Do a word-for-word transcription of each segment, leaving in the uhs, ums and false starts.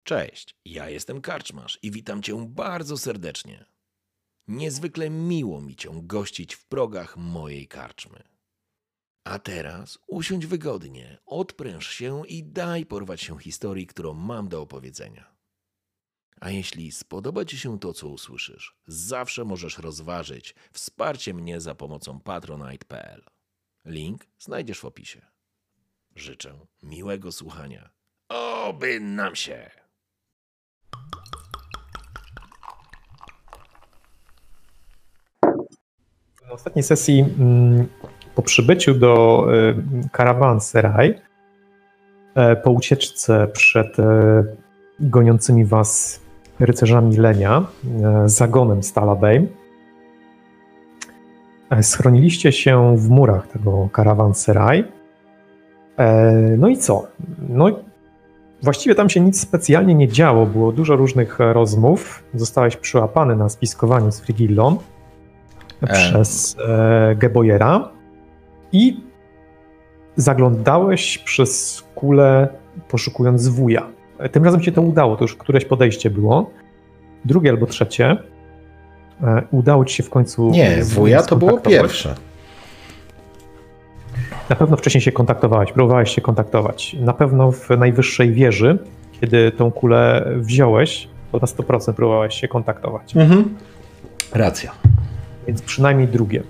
Cześć, ja jestem Karczmarz i witam Cię bardzo serdecznie. Niezwykle miło mi Cię gościć w progach mojej karczmy. A teraz usiądź wygodnie, odpręż się i daj porwać się historii, którą mam do opowiedzenia. A jeśli spodoba Ci się to, co usłyszysz, zawsze możesz rozważyć wsparcie mnie za pomocą patronite kropka p l. Link znajdziesz w opisie. Życzę miłego słuchania. Oby nam się! Na ostatniej sesji po przybyciu do Karawanseraj, po ucieczce przed goniącymi was rycerzami Lenia, zagonem Stalabane, schroniliście się w murach tego Karawanseraj. No i co? No właściwie tam się nic specjalnie nie działo, było dużo różnych rozmów. Zostałeś przyłapany na spiskowaniu z Frigillon przez e, Gebojera i zaglądałeś przez kulę, poszukując wuja. Tym razem się to udało, to już któreś podejście było. Drugie albo trzecie. E, udało ci się w końcu... Nie, wuja to było pierwsze. Na pewno wcześniej się kontaktowałeś, próbowałeś się kontaktować. Na pewno w najwyższej wieży, kiedy tą kulę wziąłeś, to na sto procent próbowałeś się kontaktować. Mhm. Racja. Więc przynajmniej drugie.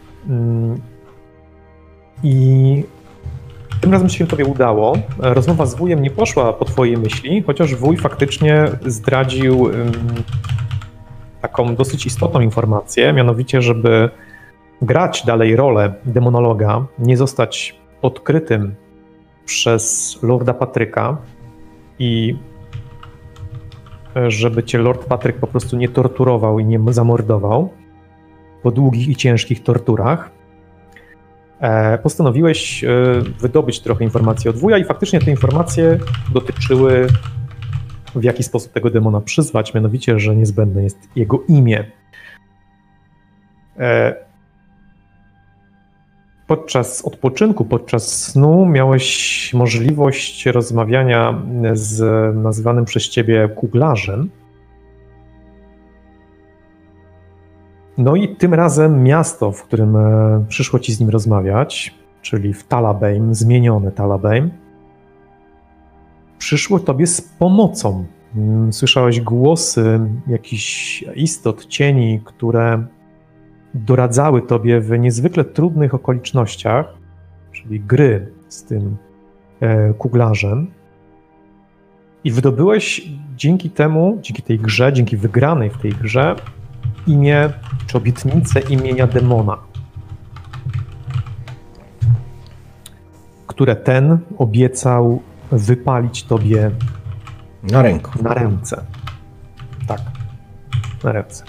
I tym razem się tobie udało. Rozmowa z wujem nie poszła po twojej myśli, chociaż wuj faktycznie zdradził taką dosyć istotną informację, mianowicie, żeby grać dalej rolę demonologa, nie zostać odkrytym przez Lorda Patryka i żeby cię Lord Patryk po prostu nie torturował i nie zamordował po długich i ciężkich torturach, postanowiłeś wydobyć trochę informacji od wuja i faktycznie te informacje dotyczyły, w jaki sposób tego demona przyzwać, mianowicie, że niezbędne jest jego imię. Podczas odpoczynku, podczas snu miałeś możliwość rozmawiania z nazywanym przez ciebie kuglarzem. No i tym razem miasto, w którym przyszło ci z nim rozmawiać, czyli w Talabane, zmienione Talabane, przyszło tobie z pomocą. Słyszałeś głosy jakichś istot, cieni, które doradzały tobie w niezwykle trudnych okolicznościach, czyli gry z tym kuglarzem. I wydobyłeś dzięki temu, dzięki tej grze, dzięki wygranej w tej grze, imię, czy obietnicę imienia demona, które ten obiecał wypalić tobie na ręku. Na ręce. Tak, na ręce.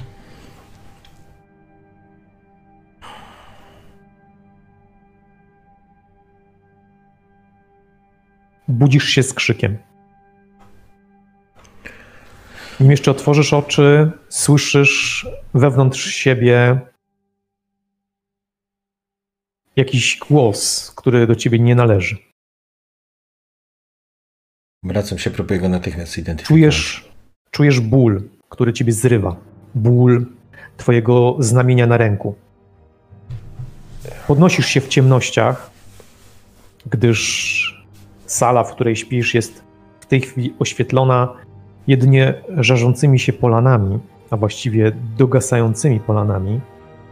Budzisz się z krzykiem. Nim jeszcze otworzysz oczy, słyszysz wewnątrz siebie jakiś głos, który do ciebie nie należy. Wracam się, próbuję go natychmiast zidentyfikować. Czujesz, czujesz ból, który ciebie zrywa. Ból twojego znamienia na ręku. Podnosisz się w ciemnościach, gdyż sala, w której śpisz, jest w tej chwili oświetlona jedynie żarzącymi się polanami, a właściwie dogasającymi polanami.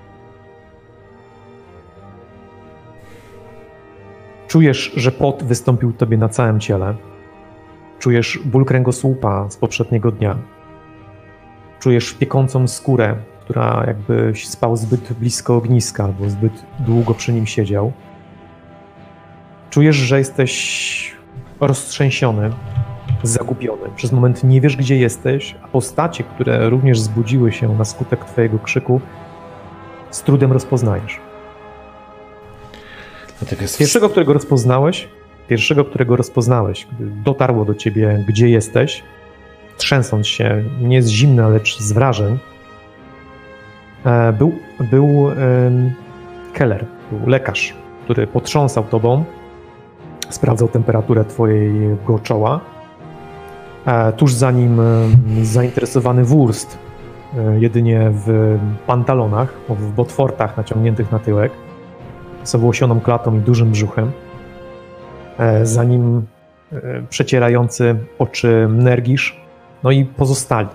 Czujesz, że pot wystąpił tobie na całym ciele. Czujesz ból kręgosłupa z poprzedniego dnia. Czujesz piekącą skórę, która jakbyś spał zbyt blisko ogniska albo zbyt długo przy nim siedział. Czujesz, że jesteś roztrzęsiony, zagubiony. Przez moment nie wiesz, gdzie jesteś, a postacie, które również zbudziły się na skutek twojego krzyku, z trudem rozpoznajesz. Natomiast... Pierwszego, którego rozpoznałeś, pierwszego, którego rozpoznałeś, gdy dotarło do ciebie, gdzie jesteś, trzęsąc się, nie z zimna, lecz z wrażeń, był, był um, Keller, był lekarz, który potrząsał tobą, sprawdzał temperaturę twojego czoła Tuż za nim zainteresowany Wurst, jedynie w pantalonach, w botfortach naciągniętych na tyłek, z owłosioną klatą i dużym brzuchem. Za nim przecierający oczy Nergisz, no i pozostali.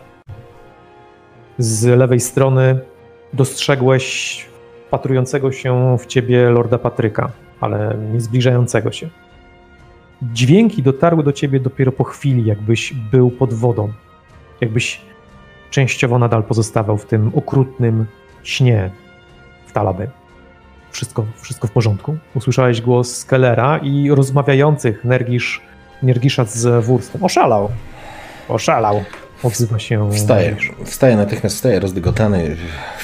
Z lewej strony dostrzegłeś wpatrującego się w ciebie lorda Patryka, ale nie zbliżającego się. Dźwięki dotarły do ciebie dopiero po chwili, jakbyś był pod wodą. Jakbyś częściowo nadal pozostawał w tym okrutnym śnie w Talaby. Wszystko, wszystko w porządku? Usłyszałeś głos Kellera i rozmawiających Nergisz, Nergisza z Wurstem. Oszalał. Oszalał. Odzywa się. Wstaję. Wstaję, natychmiast wstaję, rozdygotany.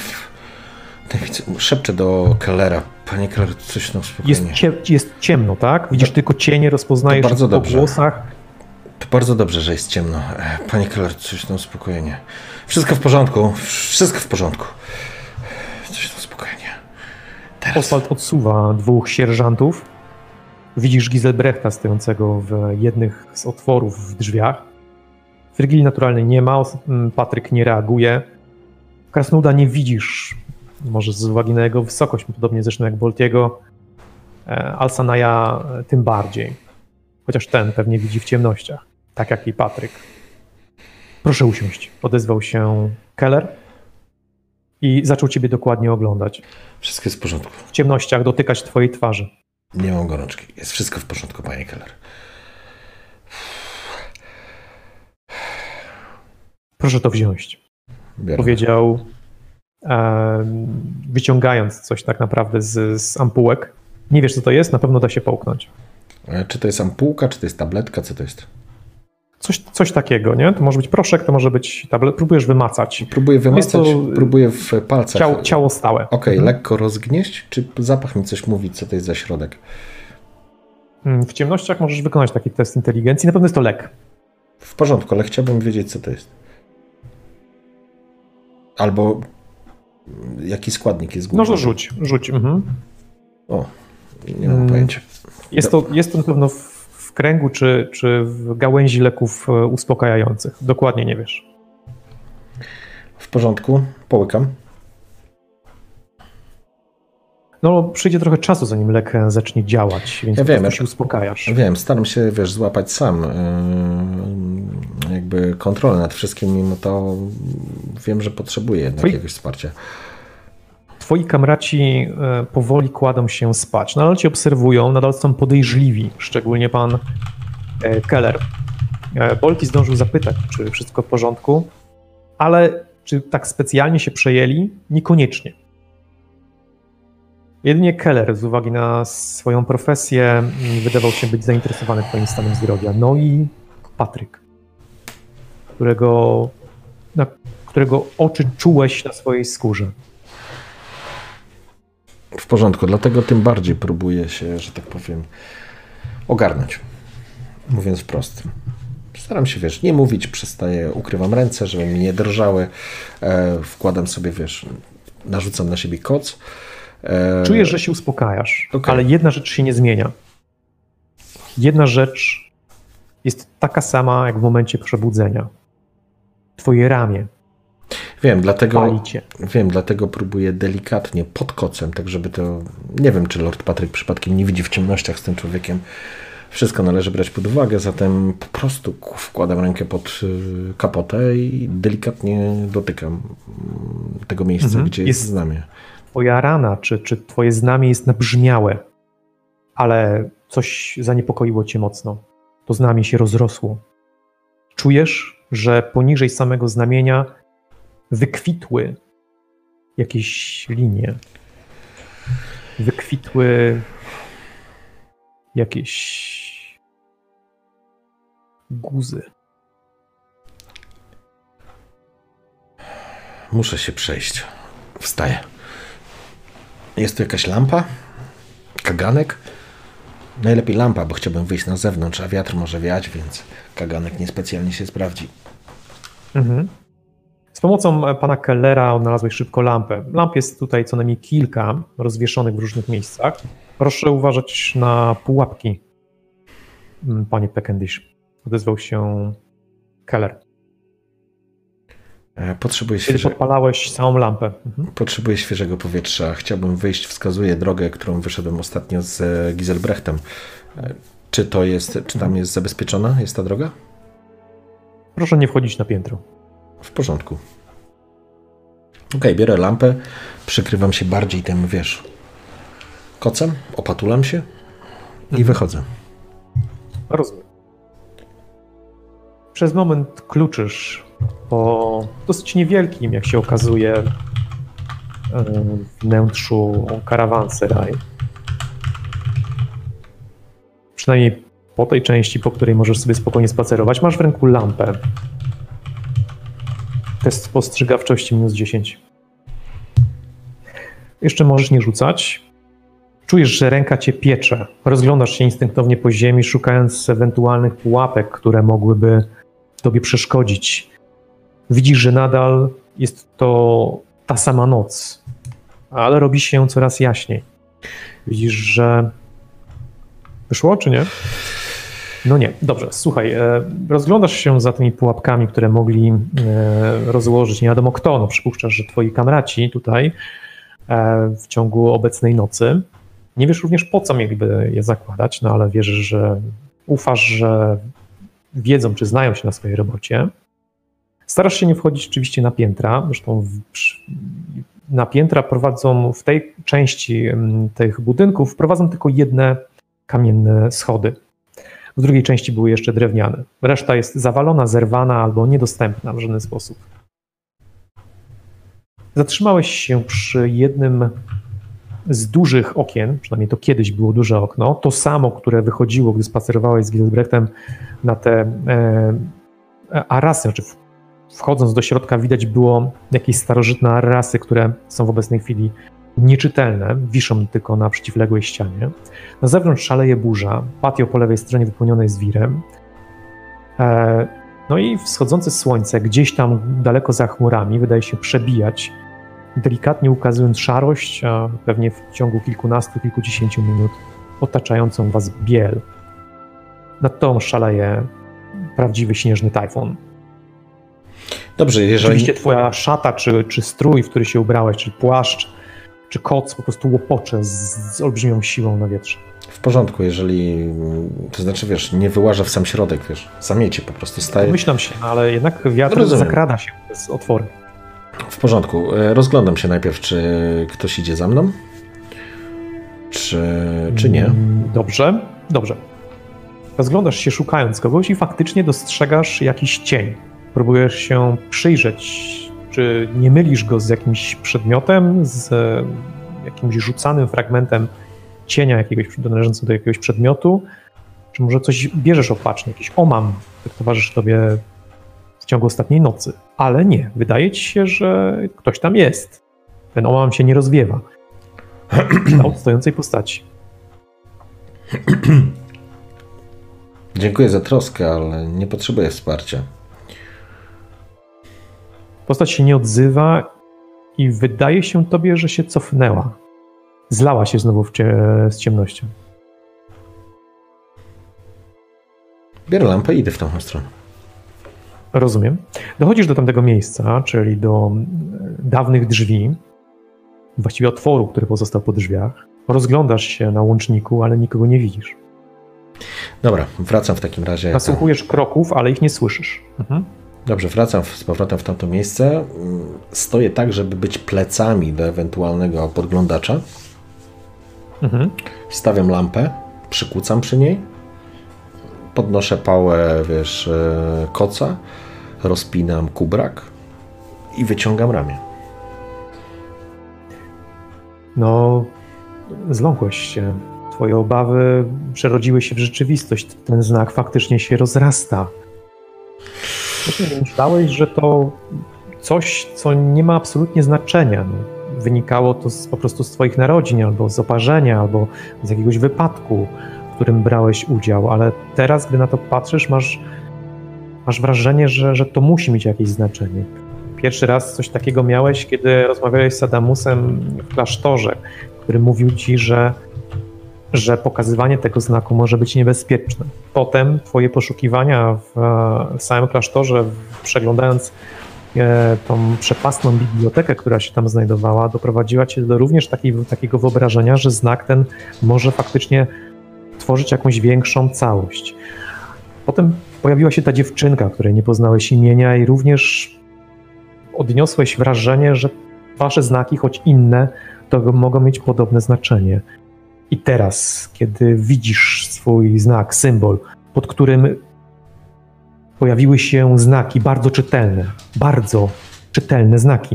Szepczę do Kellera. Panie Keller, coś nam spokojnie. Jest, cie, jest ciemno, tak? Widzisz to, tylko cienie, rozpoznajesz bardzo po dobrze. głosach. To bardzo dobrze, że jest ciemno. Panie Keller, coś tam spokojnie. Wszystko w porządku. Wszystko w porządku. Coś tam spokojnie. Teraz. Oswald odsuwa dwóch sierżantów. Widzisz Giselbrechta stojącego w jednych z otworów w drzwiach. Wyrgilii naturalnej nie ma, Patryk nie reaguje. Krasnoluda nie widzisz, może z uwagi na jego wysokość, podobnie zresztą jak Boltiego. Alsanaja tym bardziej. Chociaż ten pewnie widzi w ciemnościach, tak jak i Patryk. Proszę usiąść, odezwał się Keller i zaczął ciebie dokładnie oglądać. Wszystko jest w porządku. W ciemnościach dotykać twojej twarzy. Nie mam gorączki. Jest wszystko w porządku, panie Keller. Proszę to wziąć. Biorę. Powiedział, e, wyciągając coś tak naprawdę z, z ampułek. Nie wiesz, co to jest? Na pewno da się połknąć. Czy to jest ampułka, czy to jest tabletka? Co to jest? Coś, coś takiego, nie? To może być proszek, to może być tablet. Próbujesz wymacać. Próbuję wymacać, to próbuję w palcach. Ciało, ciało stałe. Okej, okay, mhm. lekko rozgnieść, czy zapach mi coś mówi, co to jest za środek? W ciemnościach możesz wykonać taki test inteligencji. Na pewno jest to lek. W porządku, ale chciałbym wiedzieć, co to jest. Albo jaki składnik jest główny. No, że rzuć, rzuć. Mhm. O, nie mam pojęcia. Jest to, jest to na pewno w, w kręgu, czy, czy w gałęzi leków uspokajających. Dokładnie nie wiesz. W porządku, połykam. No, przyjdzie trochę czasu, zanim lek zacznie działać, więc ja po wiem, prostu się uspokajasz. Ja wiem, staram się, wiesz, złapać sam yy, jakby kontrolę nad wszystkim, mimo to wiem, że potrzebuję jednak Twoi... jakiegoś wsparcia. Twoi kamraci powoli kładą się spać. Nadal cię obserwują, nadal są podejrzliwi, szczególnie pan Keller. Bolki zdążył zapytać, czy wszystko w porządku, ale czy tak specjalnie się przejęli? Niekoniecznie. Jedynie Keller z uwagi na swoją profesję wydawał się być zainteresowany twoim stanem zdrowia. No i Patryk, którego, na którego oczy czułeś na swojej skórze. W porządku, dlatego tym bardziej próbuję się, że tak powiem, ogarnąć. Mówiąc wprost. Staram się, wiesz, nie mówić, przestaję, ukrywam ręce, żeby mi nie drżały. E, wkładam sobie, wiesz, narzucam na siebie koc. E, Czujesz, że się uspokajasz, okay. Ale jedna rzecz się nie zmienia. Jedna rzecz jest taka sama, jak w momencie przebudzenia. Twoje ramię. Wiem, dlatego, Palicie. wiem, dlatego próbuję delikatnie pod kocem, tak żeby to... Nie wiem, czy Lord Patryk przypadkiem nie widzi w ciemnościach z tym człowiekiem. Wszystko należy brać pod uwagę, zatem po prostu wkładam rękę pod kapotę i delikatnie dotykam tego miejsca, mhm. gdzie jest, jest znamie. Twoja rana, czy, czy twoje znamie jest nabrzmiałe, ale coś zaniepokoiło cię mocno. To znamie się rozrosło. Czujesz, że poniżej samego znamienia wykwitły jakieś linie. Wykwitły jakieś guzy. Muszę się przejść. Wstaję. Jest tu jakaś lampa? Kaganek? Najlepiej lampa, bo chciałbym wyjść na zewnątrz, a wiatr może wiać, więc kaganek niespecjalnie się sprawdzi. Mhm. Z pomocą pana Kellera odnalazłeś szybko lampę. Lamp jest tutaj co najmniej kilka, rozwieszonych w różnych miejscach. Proszę uważać na pułapki, panie Peckendish. Odezwał się Keller. Potrzebuję Kiedy świeżego... podpalałeś całą lampę. Mhm. Potrzebuję świeżego powietrza. Chciałbym wyjść, wskazuję drogę, którą wyszedłem ostatnio z Giselbrechtem. Czy to jest, czy tam jest zabezpieczona, jest ta droga? Proszę nie wchodzić na piętro. W porządku. Okej, okay, biorę lampę, przykrywam się bardziej tym, wiesz, kocem, opatulam się i wychodzę. Rozumiem. Przez moment kluczysz po dosyć niewielkim, jak się okazuje, wnętrzu karawanserai. Przynajmniej po tej części, po której możesz sobie spokojnie spacerować. Masz w ręku lampę. Test spostrzegawczości minus dziesięć. Jeszcze możesz nie rzucać. Czujesz, że ręka cię piecze. Rozglądasz się instynktownie po ziemi, szukając ewentualnych pułapek, które mogłyby tobie przeszkodzić. Widzisz, że nadal jest to ta sama noc, ale robi się coraz jaśniej. Widzisz, że... Wyszło, czy nie? No nie. Dobrze, słuchaj, rozglądasz się za tymi pułapkami, które mogli rozłożyć nie wiadomo kto. No, przypuszczasz, że twoi kamraci tutaj w ciągu obecnej nocy. Nie wiesz również, po co mieliby je zakładać, no ale wierzysz, że ufasz, że wiedzą, czy znają się na swojej robocie. Starasz się nie wchodzić oczywiście na piętra, zresztą w, na piętra prowadzą w tej części tych budynków prowadzą tylko jedne kamienne schody. W drugiej części były jeszcze drewniane. Reszta jest zawalona, zerwana albo niedostępna w żaden sposób. Zatrzymałeś się przy jednym z dużych okien, przynajmniej to kiedyś było duże okno, to samo, które wychodziło, gdy spacerowałeś z Giselbrechtem na te e, arasy, znaczy wchodząc do środka widać było jakieś starożytne arasy, które są w obecnej chwili nieczytelne, wiszą tylko na przeciwległej ścianie. Na zewnątrz szaleje burza, patio po lewej stronie wypełnione jest wirem. E, no i wschodzące słońce gdzieś tam daleko za chmurami wydaje się przebijać, delikatnie ukazując szarość, a pewnie w ciągu kilkunastu, kilkudziesięciu minut otaczającą was biel. Nad tą szaleje prawdziwy śnieżny tajfun. Dobrze, jeżeli... Oczywiście twoja szata, czy, czy strój, w który się ubrałeś, czy płaszcz, czy koc po prostu łopocze z, z olbrzymią siłą na wietrze. W porządku, jeżeli, to znaczy, wiesz, nie wyłażę w sam środek, wiesz, zamiecie po prostu staje. Myślam się, ale jednak wiatr Rozumiem. zakrada się przez otwory. W porządku. Rozglądam się najpierw, czy ktoś idzie za mną, czy, czy nie. Dobrze, dobrze. Rozglądasz się szukając kogoś i faktycznie dostrzegasz jakiś cień. Próbujesz się przyjrzeć, czy nie mylisz go z jakimś przedmiotem, z jakimś rzucanym fragmentem cienia jakiegoś należącego do jakiegoś przedmiotu, czy może coś bierzesz opacznie, jakiś omam, który towarzyszy tobie w ciągu ostatniej nocy. Ale nie, wydaje ci się, że ktoś tam jest. Ten omam się nie rozwiewa. Kształt stojącej postaci. Dziękuję za troskę, ale nie potrzebuję wsparcia. Postać się nie odzywa i wydaje się tobie, że się cofnęła. Zlała się znowu w cie z ciemnością. Biorę lampę i idę w tą stronę. Rozumiem. Dochodzisz do tamtego miejsca, czyli do dawnych drzwi, właściwie otworu, który pozostał po drzwiach. Rozglądasz się na łączniku, ale nikogo nie widzisz. Dobra, wracam w takim razie. Nasłuchujesz kroków, ale ich nie słyszysz. Mhm. Dobrze, wracam z powrotem w tamto miejsce. Stoję tak, żeby być plecami do ewentualnego podglądacza. Mhm. Stawiam lampę, przykucam przy niej, podnoszę pałę, wiesz, koca, rozpinam kubrak i wyciągam ramię. No, zląkłeś się. Twoje obawy przerodziły się w rzeczywistość. Ten znak faktycznie się rozrasta. Myślałeś, że to coś, co nie ma absolutnie znaczenia. No, wynikało to z, po prostu z twoich narodzin, albo z oparzenia, albo z jakiegoś wypadku, w którym brałeś udział, ale teraz, gdy na to patrzysz, masz, masz wrażenie, że, że to musi mieć jakieś znaczenie. Pierwszy raz coś takiego miałeś, kiedy rozmawiałeś z Adamusem w klasztorze, który mówił ci, że że pokazywanie tego znaku może być niebezpieczne. Potem twoje poszukiwania w, w samym klasztorze, przeglądając e, tą przepastną bibliotekę, która się tam znajdowała, doprowadziła cię do również takiej, takiego wyobrażenia, że znak ten może faktycznie tworzyć jakąś większą całość. Potem pojawiła się ta dziewczynka, której nie poznałeś imienia i również odniosłeś wrażenie, że wasze znaki, choć inne, to mogą mieć podobne znaczenie. I teraz, kiedy widzisz swój znak, symbol, pod którym pojawiły się znaki bardzo czytelne, bardzo czytelne znaki.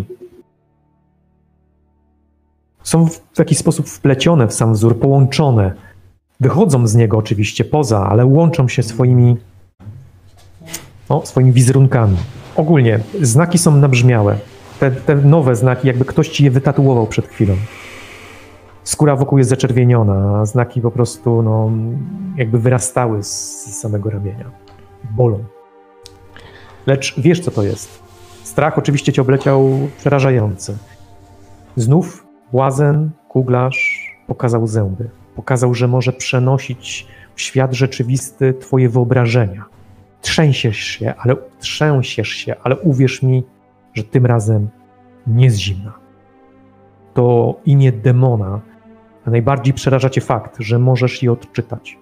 Są w jakiś sposób wplecione w sam wzór, połączone. Wychodzą z niego oczywiście poza, ale łączą się swoimi, no, swoimi wizerunkami. Ogólnie znaki są nabrzmiałe. Te, te nowe znaki, jakby ktoś ci je wytatuował przed chwilą. Skóra wokół jest zaczerwieniona, a znaki po prostu no, jakby wyrastały z, z samego ramienia. Bolą. Lecz wiesz, co to jest. Strach oczywiście cię obleciał przerażający. Znów błazen, kuglarz pokazał zęby. Pokazał, że może przenosić w świat rzeczywisty twoje wyobrażenia. Trzęsiesz się, ale trzęsiesz się, ale uwierz mi, że tym razem nie z zimna. To imię demona, a najbardziej przeraża cię fakt, że możesz je odczytać.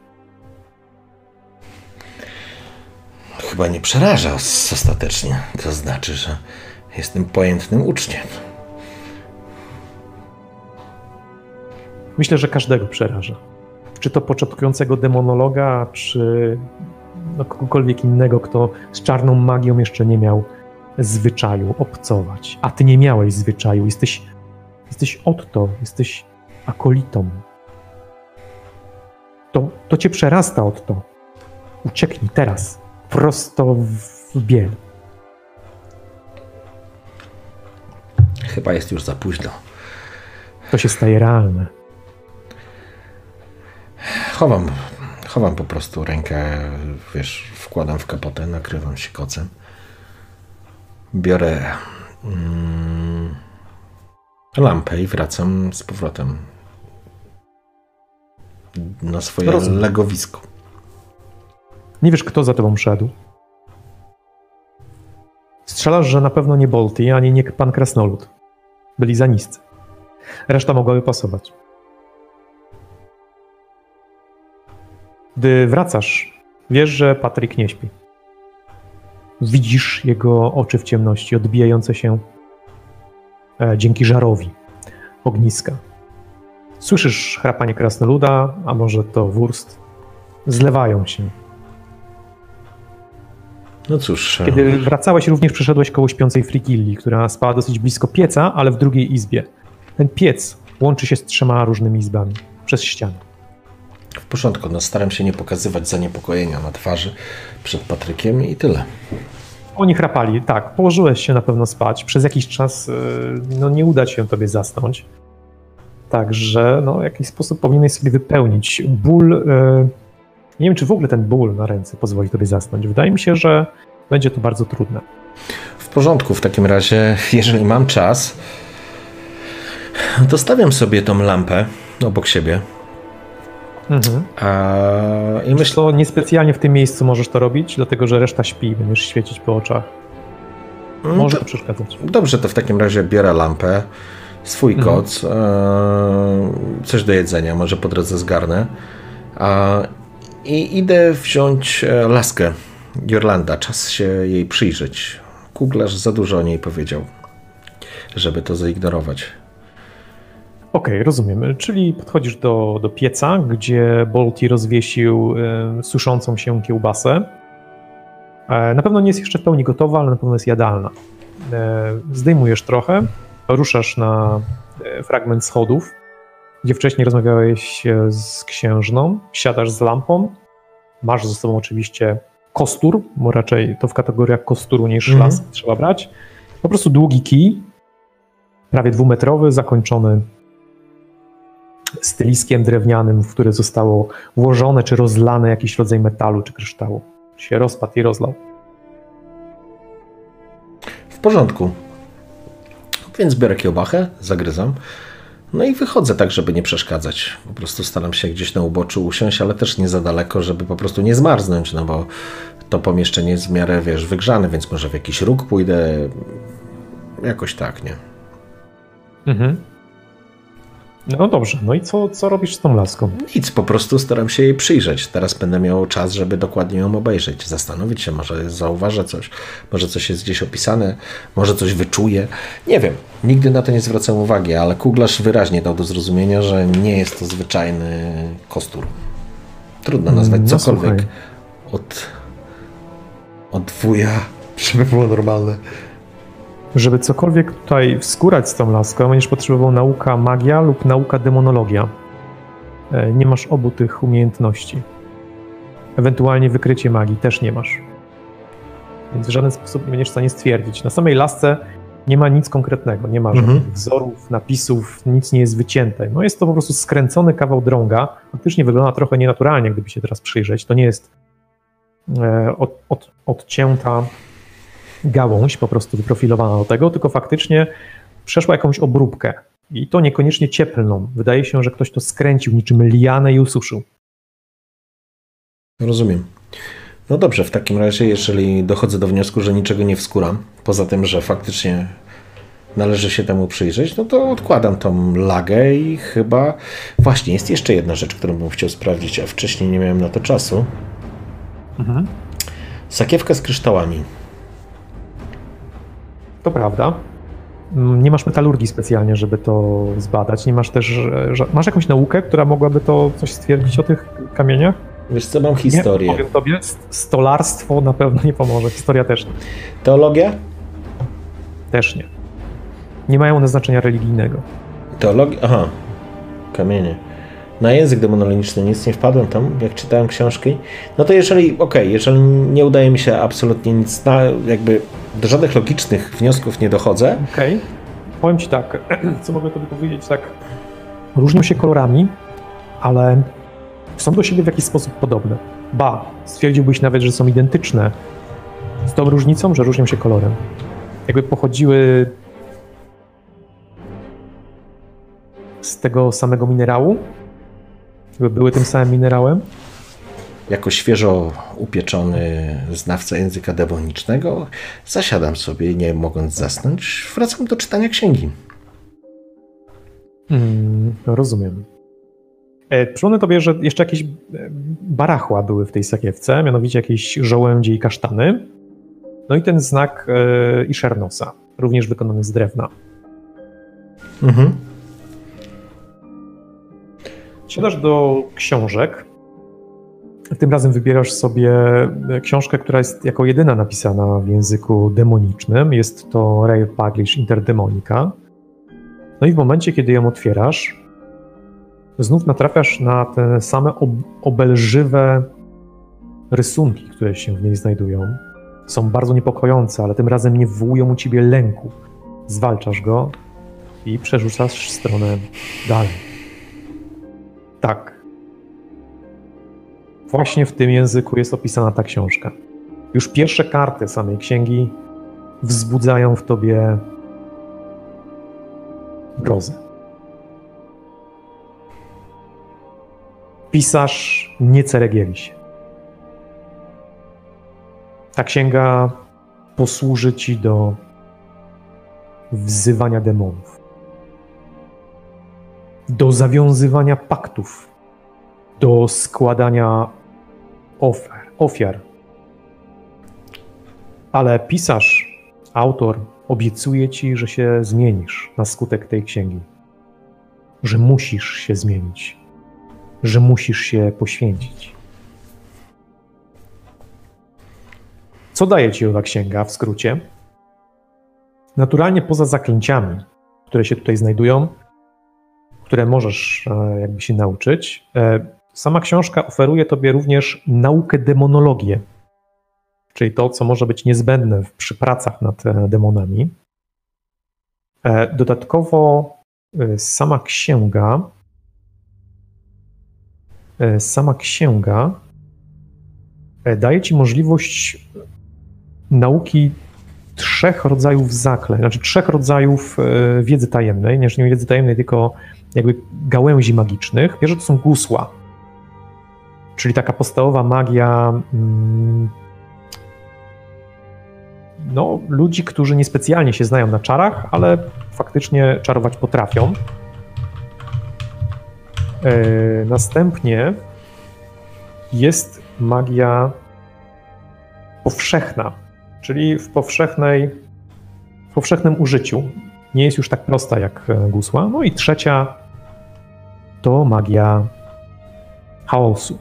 Chyba nie przeraża ostatecznie. To znaczy, że jestem pojętnym uczniem. Myślę, że każdego przeraża. Czy to początkującego demonologa, czy no kogokolwiek innego, kto z czarną magią jeszcze nie miał zwyczaju obcować. A ty nie miałeś zwyczaju. Jesteś, jesteś Otto, jesteś akolitą. To, to cię przerasta, Otto. Ucieknij teraz, prosto w biel. Chyba jest już za późno. To się staje realne. Chowam, chowam po prostu rękę, wiesz, wkładam w kapotę, nakrywam się kocem. Biorę mm, lampę i wracam z powrotem na swoje Rozumiem. legowisko. Nie wiesz, kto za tobą szedł. Strzelasz, że na pewno nie Bolty, ani nie pan Krasnolud. Byli za niscy. Reszta mogłaby pasować. Gdy wracasz, wiesz, że Patryk nie śpi. Widzisz jego oczy w ciemności, odbijające się e, dzięki żarowi ogniska. Słyszysz chrapanie krasnoluda, a może to wurst. Zlewają się. No cóż. Kiedy wracałeś, również przeszedłeś koło śpiącej Frigilli, która spała dosyć blisko pieca, ale w drugiej izbie. Ten piec łączy się z trzema różnymi izbami przez ścianę. W porządku, no staram się nie pokazywać zaniepokojenia na twarzy przed Patrykiem i tyle. Oni chrapali, tak. Położyłeś się na pewno spać. Przez jakiś czas no, nie uda się tobie zasnąć. Także no, w jakiś sposób powinieneś sobie wypełnić ból. Nie wiem, czy w ogóle ten ból na ręce pozwoli tobie zasnąć. Wydaje mi się, że będzie to bardzo trudne. W porządku, w takim razie, jeżeli mam czas, to stawiam sobie tą lampę obok siebie. Mhm. A, i myślę, to niespecjalnie w tym miejscu możesz to robić, dlatego że reszta śpi i będziesz świecić po oczach. Może to przeszkadzać. Dobrze, to w takim razie biorę lampę, swój mhm. koc, e, coś do jedzenia, może po drodze zgarnę. A, I idę wziąć laskę Jorlanda, czas się jej przyjrzeć. Kuglarz za dużo o niej powiedział, żeby to zignorować. Okej, okay, rozumiem. Czyli podchodzisz do, do pieca, gdzie Bolty rozwiesił e, suszącą się kiełbasę. E, na pewno nie jest jeszcze w pełni gotowa, ale na pewno jest jadalna. E, zdejmujesz trochę, ruszasz na e, fragment schodów, gdzie wcześniej rozmawiałeś z księżną, siadasz z lampą, masz ze sobą oczywiście kostur, bo raczej to w kategoriach kosturu niż mm. las trzeba brać. Po prostu długi kij, prawie dwumetrowy, zakończony styliskiem drewnianym, w który zostało włożone czy rozlane jakiś rodzaj metalu czy kryształu. Się rozpadł i rozlał. W porządku. Więc biorę kiełbachę, zagryzam. No i wychodzę tak, żeby nie przeszkadzać. Po prostu staram się gdzieś na uboczu usiąść, ale też nie za daleko, żeby po prostu nie zmarznąć, no bo to pomieszczenie jest w miarę, wiesz, wygrzane, więc może w jakiś róg pójdę. Jakoś tak, nie? Mhm. No dobrze, no i co, co robisz z tą laską? Nic, po prostu staram się jej przyjrzeć. Teraz będę miał czas, żeby dokładnie ją obejrzeć, zastanowić się, może zauważę coś, może coś jest gdzieś opisane, może coś wyczuję. Nie wiem, nigdy na to nie zwracam uwagi, ale kuglarz wyraźnie dał do zrozumienia, że nie jest to zwyczajny kostur. Trudno nazwać no, cokolwiek słuchaj. od, od wuja, żeby było normalne. Żeby cokolwiek tutaj wskórać z tą laską, będziesz potrzebował nauka magia lub nauka demonologia. E, Nie masz obu tych umiejętności. Ewentualnie wykrycie magii też nie masz. Więc w żaden sposób nie będziesz w stanie stwierdzić. Na samej lasce nie ma nic konkretnego, nie ma Mhm. żadnych wzorów, napisów, nic nie jest wycięte. No jest to po prostu skręcony kawał drąga. Faktycznie wygląda trochę nienaturalnie, gdyby się teraz przyjrzeć. To nie jest e, od, od, odcięta gałąź po prostu wyprofilowana do tego, tylko faktycznie przeszła jakąś obróbkę. I to niekoniecznie cieplną. Wydaje się, że ktoś to skręcił niczym lianę i ususzył. Rozumiem. No dobrze, w takim razie, jeżeli dochodzę do wniosku, że niczego nie wskóram, poza tym, że faktycznie należy się temu przyjrzeć, no to odkładam tą lagę i chyba... Właśnie, jest jeszcze jedna rzecz, którą bym chciał sprawdzić, a wcześniej nie miałem na to czasu. Mhm. Sakiewka z kryształami. To prawda. Nie masz metalurgii specjalnie, żeby to zbadać. Nie masz też... że- Masz jakąś naukę, która mogłaby to coś stwierdzić o tych kamieniach? Wiesz co, mam historię. Nie, powiem tobie, stolarstwo na pewno nie pomoże. Historia też nie. Teologia? Też nie. Nie mają one znaczenia religijnego. Teologia? Aha. Kamienie. Na język demonologiczny nic nie wpadłem tam, jak czytałem książki. No to jeżeli, okej, okay, jeżeli nie udaje mi się absolutnie nic, na, jakby do żadnych logicznych wniosków nie dochodzę. Okej. Okay. Powiem ci tak, co mogę tobie powiedzieć, tak, różnią się kolorami, ale są do siebie w jakiś sposób podobne. Ba, stwierdziłbyś nawet, że są identyczne, z tą różnicą, że różnią się kolorem. Jakby pochodziły z tego samego minerału, jakby były tym samym minerałem. Jako świeżo upieczony znawca języka demonicznego zasiadam sobie, nie mogąc zasnąć, wracam do czytania księgi. Hmm, rozumiem. E, Przypomnę tobie, że jeszcze jakieś e, barachła były w tej sakiewce, mianowicie jakieś żołędzie i kasztany. No i ten znak e, Ishernosa, również wykonany z drewna. Mhm. Siadasz do książek. Tym razem wybierasz sobie książkę, która jest jako jedyna napisana w języku demonicznym. Jest to Rave Publish Interdemonica. No i w momencie, kiedy ją otwierasz, znów natrafiasz na te same ob obelżywe rysunki, które się w niej znajdują. Są bardzo niepokojące, ale tym razem nie wywołują u ciebie lęku. Zwalczasz go i przerzucasz stronę dalej. Tak. Właśnie w tym języku jest opisana ta książka. Już pierwsze karty samej księgi wzbudzają w tobie grozę. Pisarz nie ceregieli się. Ta księga posłuży ci do wzywania demonów, do zawiązywania paktów, do składania ofiar, ofiar. Ale pisarz, autor obiecuje ci, że się zmienisz na skutek tej księgi. Że musisz się zmienić. Że musisz się poświęcić. Co daje ci owa księga w skrócie? Naturalnie poza zaklęciami, które się tutaj znajdują, które możesz jakby się nauczyć, sama książka oferuje tobie również naukę demonologię, czyli to, co może być niezbędne przy pracach nad demonami. Dodatkowo sama księga sama księga daje ci możliwość nauki trzech rodzajów zaklęć, znaczy trzech rodzajów wiedzy tajemnej, nie wiedzy tajemnej, tylko jakby gałęzi magicznych. Wiesz, że to są gusła, czyli taka podstawowa magia mm, no, ludzi, którzy niespecjalnie się znają na czarach, ale faktycznie czarować potrafią. Yy, następnie jest magia powszechna, czyli w powszechnej, w powszechnym użyciu. Nie jest już tak prosta jak gusła. No i trzecia to magia chaosu.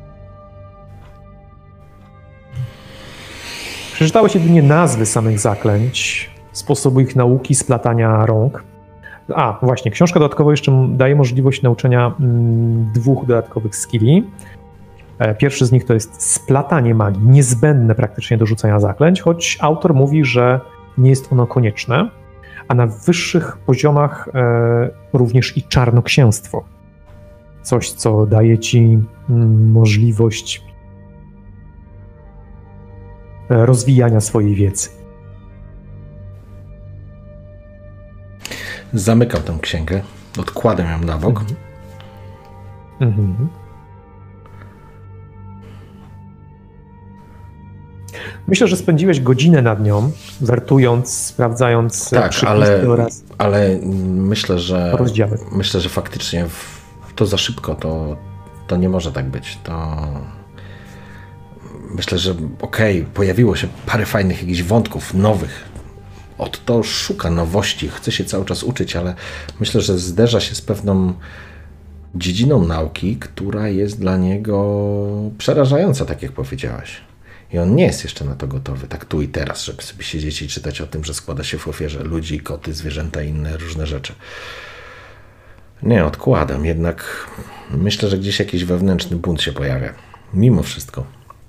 Przeczytałeś jedynie nazwy samych zaklęć, sposobu ich nauki, splatania rąk. A, właśnie, książka dodatkowo jeszcze daje możliwość nauczenia mm, dwóch dodatkowych skilli. Pierwszy z nich to jest splatanie magii, niezbędne praktycznie do rzucania zaklęć, choć autor mówi, że nie jest ono konieczne, a na wyższych poziomach e, również i czarnoksięstwo. Coś, co daje ci mm, możliwość rozwijania swojej wiedzy. Zamykam tę księgę, odkładam ją na bok. Mhm. Mhm. Myślę, że spędziłeś godzinę nad nią, wertując, sprawdzając tak, ale, oraz ale myślę, że rozdziały. Myślę, że faktycznie w, to za szybko, to, to nie może tak być. To myślę, że okej, okay, pojawiło się parę fajnych jakichś wątków nowych. Od to szuka nowości, chce się cały czas uczyć, ale myślę, że zderza się z pewną dziedziną nauki, która jest dla niego przerażająca, tak jak powiedziałaś. I on nie jest jeszcze na to gotowy, tak tu i teraz, żeby sobie siedzieć i czytać o tym, że składa się w ofierze ludzi, koty, zwierzęta i inne różne rzeczy. Nie, odkładam, jednak myślę, że gdzieś jakiś wewnętrzny bunt się pojawia. Mimo wszystko.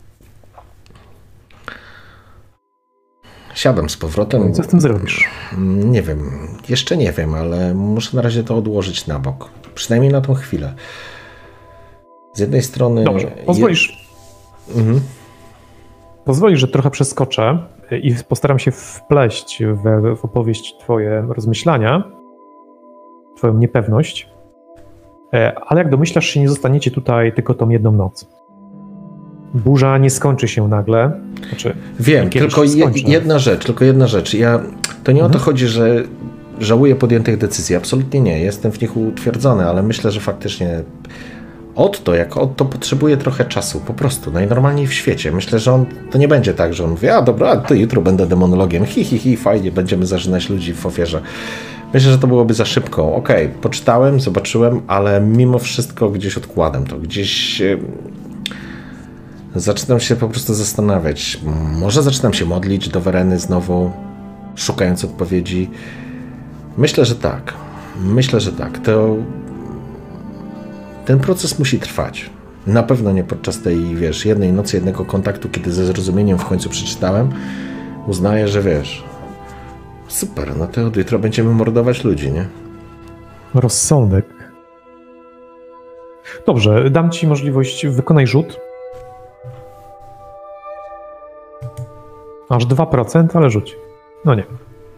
Siadam z powrotem. Co z tym zrobisz? Nie wiem, jeszcze nie wiem, ale muszę na razie to odłożyć na bok. Przynajmniej na tą chwilę. Z jednej strony... Dobrze, pozwolisz... Je... Mhm. Pozwolisz, że trochę przeskoczę i postaram się wpleść w, w opowieść twoje rozmyślania, twoją niepewność, ale jak domyślasz się, nie zostaniecie tutaj tylko tą jedną noc. Burza nie skończy się nagle. Znaczy, wiem, tylko je, jedna rzecz, tylko jedna rzecz. Ja, to nie mhm. o to chodzi, że żałuję podjętych decyzji. Absolutnie nie. Jestem w nich utwierdzony, ale myślę, że faktycznie Otto, jak Otto potrzebuje trochę czasu, po prostu, najnormalniej w świecie. Myślę, że on, to nie będzie tak, że on mówi, a dobra, to jutro będę demonologiem, hi, hi, hi, fajnie, będziemy zażynać ludzi w ofierze. Myślę, że to byłoby za szybko. Okej, okay, poczytałem, zobaczyłem, ale mimo wszystko gdzieś odkładam to. Gdzieś e, zaczynam się po prostu zastanawiać. Może zaczynam się modlić do Wereny znowu, szukając odpowiedzi. Myślę, że tak. Myślę, że tak. To ten proces musi trwać. Na pewno nie podczas tej, wiesz, jednej nocy, jednego kontaktu, kiedy ze zrozumieniem w końcu przeczytałem, uznaję, że wiesz, super, no to od jutra będziemy mordować ludzi, nie? Rozsądek. Dobrze, dam ci możliwość, wykonaj rzut. Masz dwa procent, ale rzuć. No nie.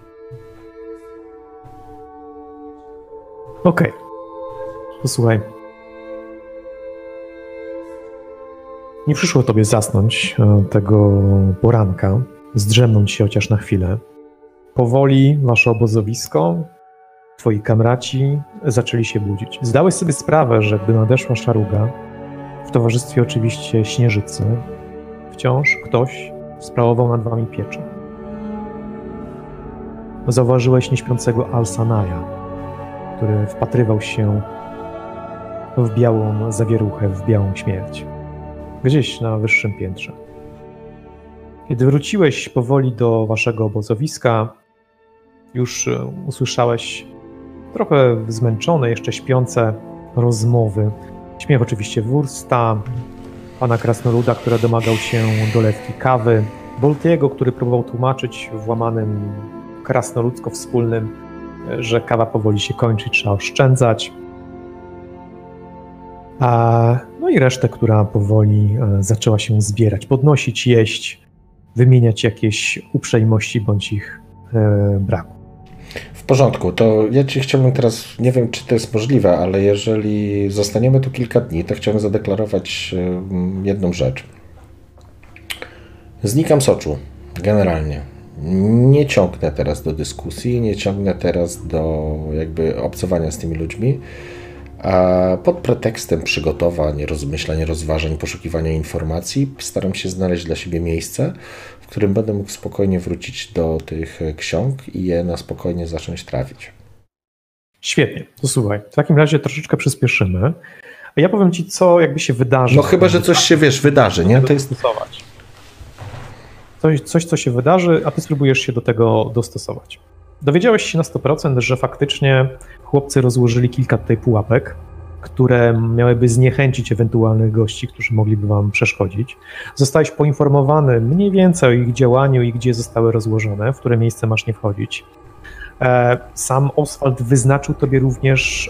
Okej. Okay. Posłuchaj. Nie przyszło tobie zasnąć tego poranka, zdrzemnąć się chociaż na chwilę. Powoli wasze obozowisko, twoi kamraci zaczęli się budzić. Zdałeś sobie sprawę, że gdy nadeszła szaruga, w towarzystwie oczywiście Śnieżycy, wciąż ktoś sprawował nad wami pieczę. Zauważyłeś nieśpiącego Al-Sanaja, który wpatrywał się w białą zawieruchę, w białą śmierć. Gdzieś na wyższym piętrze. Kiedy wróciłeś powoli do waszego obozowiska, już usłyszałeś trochę zmęczone, jeszcze śpiące rozmowy. Śmiech oczywiście Wursta, pana krasnoluda, który domagał się dolewki kawy, Boltiego, który próbował tłumaczyć w łamanym krasnoludzko-wspólnym, że kawa powoli się kończy, trzeba oszczędzać. A, no i resztę, która powoli e, zaczęła się zbierać, podnosić, jeść, wymieniać jakieś uprzejmości bądź ich e, braku. W porządku, to ja Ci chciałbym teraz, nie wiem czy to jest możliwe, ale jeżeli zostaniemy tu kilka dni, to chciałbym zadeklarować jedną rzecz. Znikam z oczu, generalnie. Nie ciągnę teraz do dyskusji, nie ciągnę teraz do jakby obcowania z tymi ludźmi, a pod pretekstem przygotowań, rozmyślań, rozważań, poszukiwania informacji staram się znaleźć dla siebie miejsce, w którym będę mógł spokojnie wrócić do tych ksiąg i je na spokojnie zacząć trawić. Świetnie, to słuchaj, w takim razie troszeczkę przyspieszymy. A ja powiem Ci, co jakby się wydarzy. No chyba, że coś się, wiesz, wydarzy, nie? To jest... Coś, coś, co się wydarzy, a Ty spróbujesz się do tego dostosować. Dowiedziałeś się na sto procent, że faktycznie chłopcy rozłożyli kilka tutaj pułapek, które miałyby zniechęcić ewentualnych gości, którzy mogliby Wam przeszkodzić. Zostałeś poinformowany mniej więcej o ich działaniu i gdzie zostały rozłożone, w które miejsce masz nie wchodzić. Sam Oswald wyznaczył Tobie również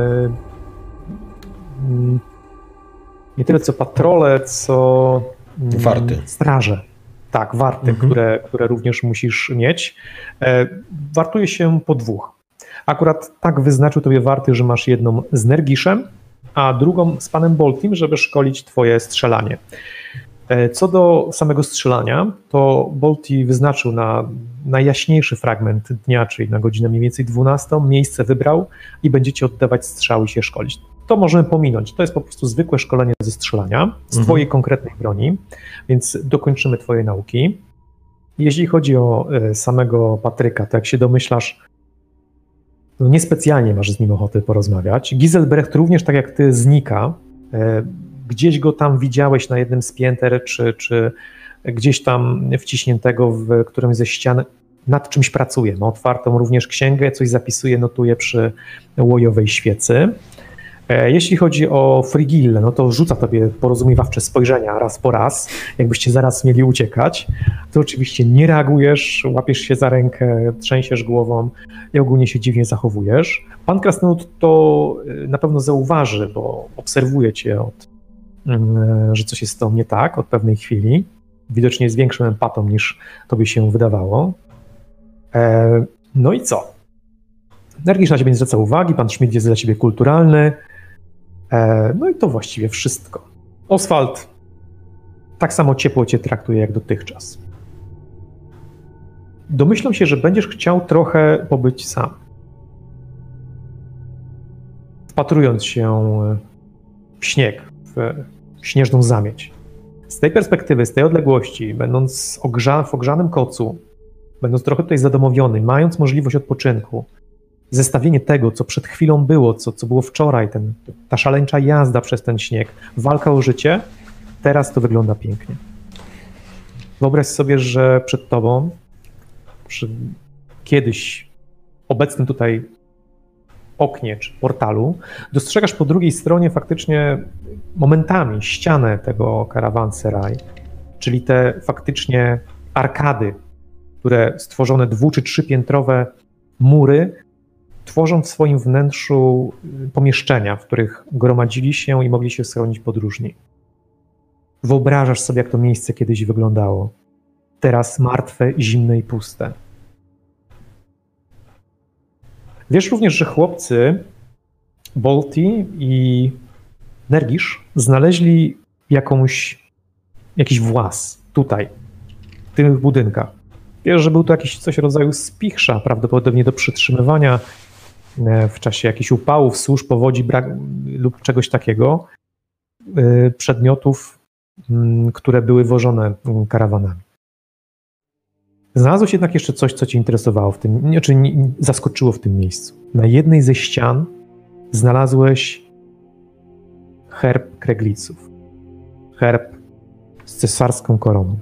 nie tyle co patrole, co warty. Straże. Tak, warty, mhm. które, które również musisz mieć. Wartuje się po dwóch. Akurat tak wyznaczył Tobie warty, że masz jedną z Nergiszem, a drugą z panem Boltim, żeby szkolić Twoje strzelanie. Co do samego strzelania, to Bolti wyznaczył na najjaśniejszy fragment dnia, czyli na godzinę mniej więcej dwunastą, miejsce wybrał i będziecie oddawać strzały i się szkolić. To możemy pominąć. To jest po prostu zwykłe szkolenie ze strzelania z mhm. Twojej konkretnej broni, więc dokończymy Twoje nauki. Jeśli chodzi o samego Patryka, to jak się domyślasz, no niespecjalnie masz z nim ochoty porozmawiać. Giselbrecht również, tak jak Ty, znika. Gdzieś go tam widziałeś na jednym z pięter, czy, czy gdzieś tam wciśniętego w którymś ze ścian, nad czymś pracuje. Ma otwartą również księgę, coś zapisuje, notuje przy łojowej świecy. Jeśli chodzi o Frigillę, no to rzuca Tobie porozumiewawcze spojrzenia raz po raz, jakbyście zaraz mieli uciekać. Ty oczywiście nie reagujesz, łapiesz się za rękę, trzęsiesz głową i ogólnie się dziwnie zachowujesz. Pan Krasnolud to na pewno zauważy, bo obserwuje Cię, od, że coś jest z tobą nie tak od pewnej chwili. Widocznie jest większą empatą niż Tobie się wydawało. No i co? Nergisz na Ciebie nie zwraca uwagi, pan Schmidt jest dla Ciebie kulturalny. No i to właściwie wszystko. Oswald tak samo ciepło Cię traktuje jak dotychczas. Domyślam się, że będziesz chciał trochę pobyć sam. Wpatrując się w śnieg, w śnieżną zamieć. Z tej perspektywy, z tej odległości, będąc ogrza- w ogrzanym kocu, będąc trochę tutaj zadomowiony, mając możliwość odpoczynku, zestawienie tego, co przed chwilą było, co, co było wczoraj, ten, ta szaleńcza jazda przez ten śnieg, walka o życie, teraz to wygląda pięknie. Wyobraź sobie, że przed tobą, przy kiedyś obecnym tutaj oknie czy portalu, dostrzegasz po drugiej stronie faktycznie momentami ścianę tego karawanseraj, czyli te faktycznie arkady, które stworzone dwu- czy trzypiętrowe mury tworzą w swoim wnętrzu pomieszczenia, w których gromadzili się i mogli się schronić podróżni. Wyobrażasz sobie, jak to miejsce kiedyś wyglądało. Teraz martwe, zimne i puste. Wiesz również, że chłopcy Bolti i Nergisz znaleźli jakąś, jakiś włas tutaj, w tych budynkach. Wiesz, że był to jakiś coś w rodzaju spichrza, prawdopodobnie do przytrzymywania w czasie jakichś upałów, susz, powodzi brak, lub czegoś takiego, przedmiotów, które były wożone karawanami. Znalazło się jednak jeszcze coś, co cię interesowało w tym, znaczy zaskoczyło w tym miejscu. Na jednej ze ścian znalazłeś herb Kregliców. Herb z cesarską koroną.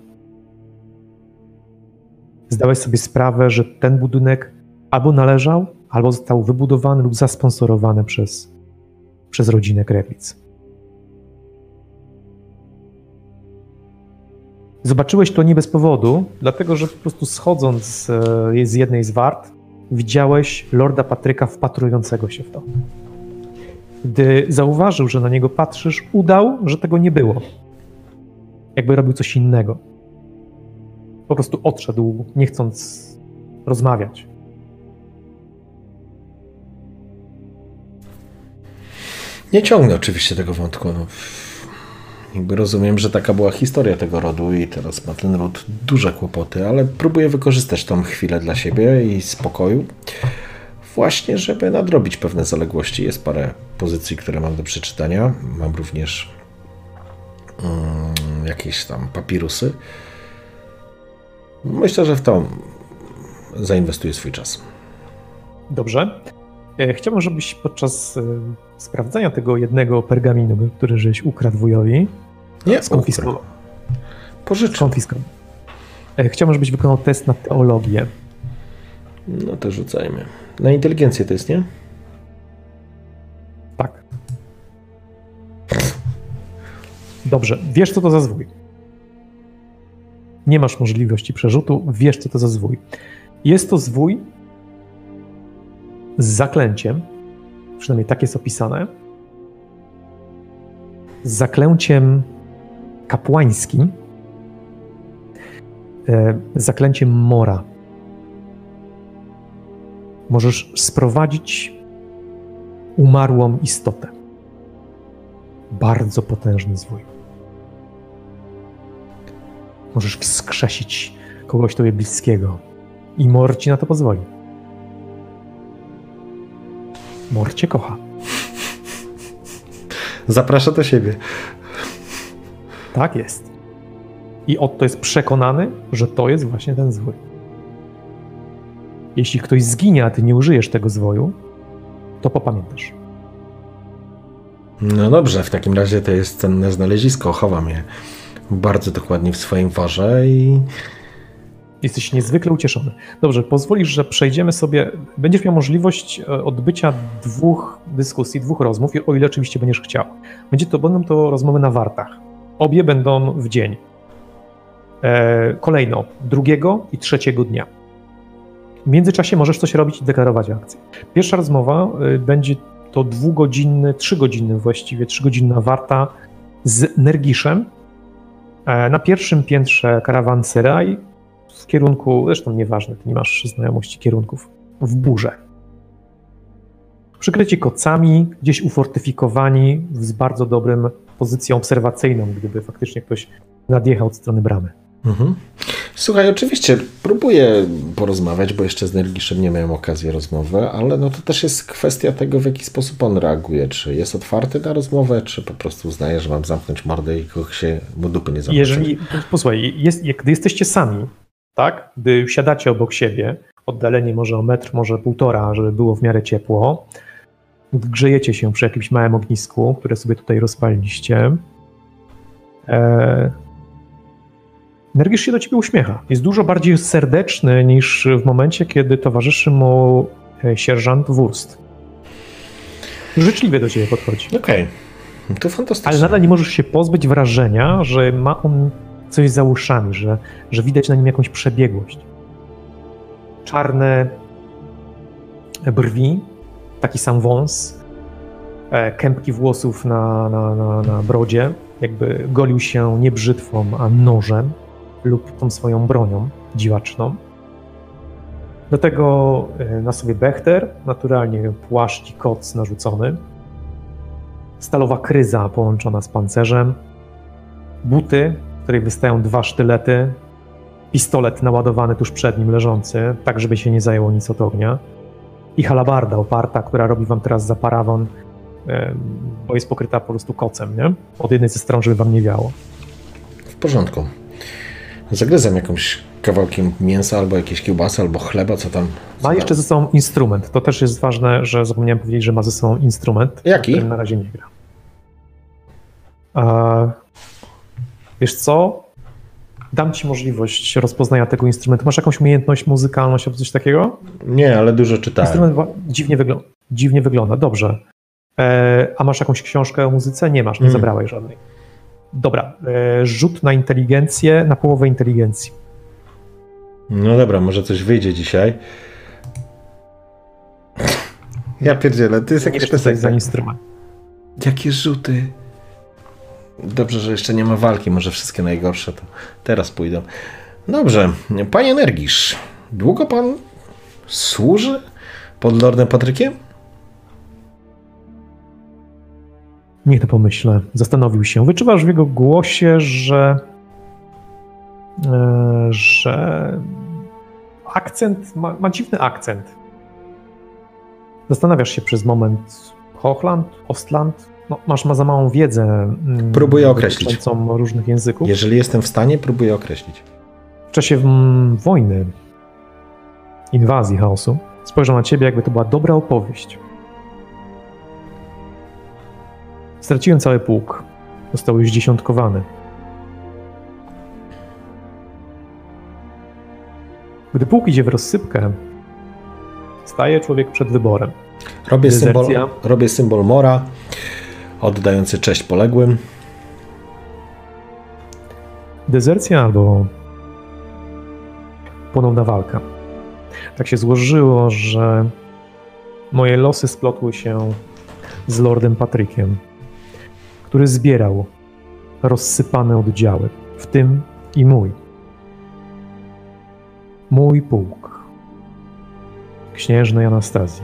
Zdałeś sobie sprawę, że ten budynek albo należał, albo został wybudowany lub zasponsorowany przez, przez rodzinę Kreglic. Zobaczyłeś to nie bez powodu, dlatego że po prostu schodząc z, z jednej z wart, widziałeś lorda Patryka wpatrującego się w to. Gdy zauważył, że na niego patrzysz, udał, że tego nie było. Jakby robił coś innego. Po prostu odszedł, nie chcąc rozmawiać. Nie ciągnę oczywiście tego wątku. No. Jakby rozumiem, że taka była historia tego rodu i teraz ma ten ród duże kłopoty, ale próbuję wykorzystać tą chwilę dla siebie i spokoju. Właśnie, żeby nadrobić pewne zaległości. Jest parę pozycji, które mam do przeczytania. Mam również um, jakieś tam papirusy. Myślę, że w to zainwestuję swój czas. Dobrze. Chciałbym, żebyś podczas sprawdzania tego jednego pergaminu, który żeś ukradł wujowi, nie skonfiskował. Pożyczę. Skonfiskował. Chciałbym, żebyś wykonał test na teologię. No to rzucajmy. Na inteligencję to jest, nie? Tak. Dobrze. Wiesz, co to za zwój. Nie masz możliwości przerzutu. Wiesz, co to za zwój. Jest to zwój z zaklęciem, przynajmniej tak jest opisane, z zaklęciem kapłańskim, z zaklęciem Mora. Możesz sprowadzić umarłą istotę. Bardzo potężny zwój. Możesz wskrzesić kogoś tobie bliskiego i Mor ci na to pozwoli. Mor cię kocha. Zaprasza do siebie. Tak jest. I Otto jest przekonany, że to jest właśnie ten zwój. Jeśli ktoś zginie, a ty nie użyjesz tego zwoju, to popamiętasz. No dobrze, w takim razie to jest cenne znalezisko. Chowam je bardzo dokładnie w swoim worze i... Jesteś niezwykle ucieszony. Dobrze, pozwolisz, że przejdziemy sobie... Będziesz miał możliwość odbycia dwóch dyskusji, dwóch rozmów, o ile oczywiście będziesz chciał. Będzie to, będą to rozmowy na wartach. Obie będą w dzień. E, kolejno, drugiego i trzeciego dnia. W międzyczasie możesz coś robić i deklarować akcję. Pierwsza rozmowa y, będzie to dwugodzinny, trzygodzinny właściwie, trzygodzinna warta z Nergiszem e, na pierwszym piętrze karawanseraj w kierunku, zresztą nieważne, ty nie masz znajomości kierunków, w Burze. Przykryci kocami, gdzieś ufortyfikowani z bardzo dobrym pozycją obserwacyjną, gdyby faktycznie ktoś nadjechał od strony bramy. Mhm. Słuchaj, oczywiście próbuję porozmawiać, bo jeszcze z Nergiszem nie miałem okazji rozmowy, ale no to też jest kwestia tego, w jaki sposób on reaguje. Czy jest otwarty na rozmowę, czy po prostu uznaje, że mam zamknąć mordę i kogo się mu dupy nie zamknąć. Jeżeli, posłuchaj, jest, gdy jesteście sami, tak, gdy siadacie obok siebie, oddalenie może o metr, może półtora, żeby było w miarę ciepło, grzejecie się przy jakimś małym ognisku, które sobie tutaj rozpaliliście, e... Nergisz się do ciebie uśmiecha. Jest dużo bardziej serdeczny niż w momencie, kiedy towarzyszy mu sierżant Wurst. Życzliwie do ciebie podchodzi. Okej, okay. To fantastycznie. Ale nadal nie możesz się pozbyć wrażenia, że ma on coś za uszami, że, że widać na nim jakąś przebiegłość. Czarne brwi, taki sam wąs, kępki włosów na, na, na, na brodzie, jakby golił się nie brzytwą, a nożem lub tą swoją bronią dziwaczną. Do tego na sobie bechter, naturalnie płaszcz i koc narzucony, stalowa kryza połączona z pancerzem, buty, w której wystają dwa sztylety, pistolet naładowany tuż przed nim leżący, tak żeby się nie zajęło nic od ognia i halabarda oparta, która robi wam teraz za parawon, bo jest pokryta po prostu kocem, nie? Od jednej ze stron, żeby wam nie wiało. W porządku. Zagryzam jakąś kawałkiem mięsa, albo jakieś kiełbasy, albo chleba, co tam... Co ma tam? jeszcze ze sobą instrument. To też jest ważne, że zapomniałem powiedzieć, że ma ze sobą instrument. Jaki? Który na razie nie gra. A, wiesz co? Dam ci możliwość rozpoznania tego instrumentu. Masz jakąś umiejętność, muzykalność albo coś takiego? Nie, ale dużo czytałem. Instrument dziwnie, wygl- dziwnie wygląda. Dobrze. E, a masz jakąś książkę o muzyce? Nie masz, nie mm. zabrałeś żadnej. Dobra, e, rzut na inteligencję, na połowę inteligencji. No dobra, może coś wyjdzie dzisiaj. Ja pierdzielę, to jest nie jakiś pesek za instrument. Jakie rzuty. Dobrze, że jeszcze nie ma walki, może wszystkie najgorsze to teraz pójdą. Dobrze, panie Nergisz, długo pan służy pod Lordem Patrykiem? Niech to pomyślę. Zastanowił się. Wyczuwasz w jego głosie, że... E, że... akcent... Ma, ma dziwny akcent. Zastanawiasz się przez moment. Hochland? Ostland? No, masz ma za małą wiedzę. Mm, próbuję określić. Dotyczącą różnych języków. Jeżeli jestem w stanie, próbuję określić. W czasie mm, wojny, inwazji, chaosu, spojrzał na ciebie, jakby to była dobra opowieść. Straciłem cały pułk. Został już dziesiątkowany. Gdy pułk idzie w rozsypkę, staje człowiek przed wyborem. Robię symbol, robię symbol mora, oddający cześć poległym. Dezercja albo ponowna walka. Tak się złożyło, że moje losy splotły się z Lordem Patrykiem, który zbierał rozsypane oddziały, w tym i mój. Mój pułk księżnej Anastazji.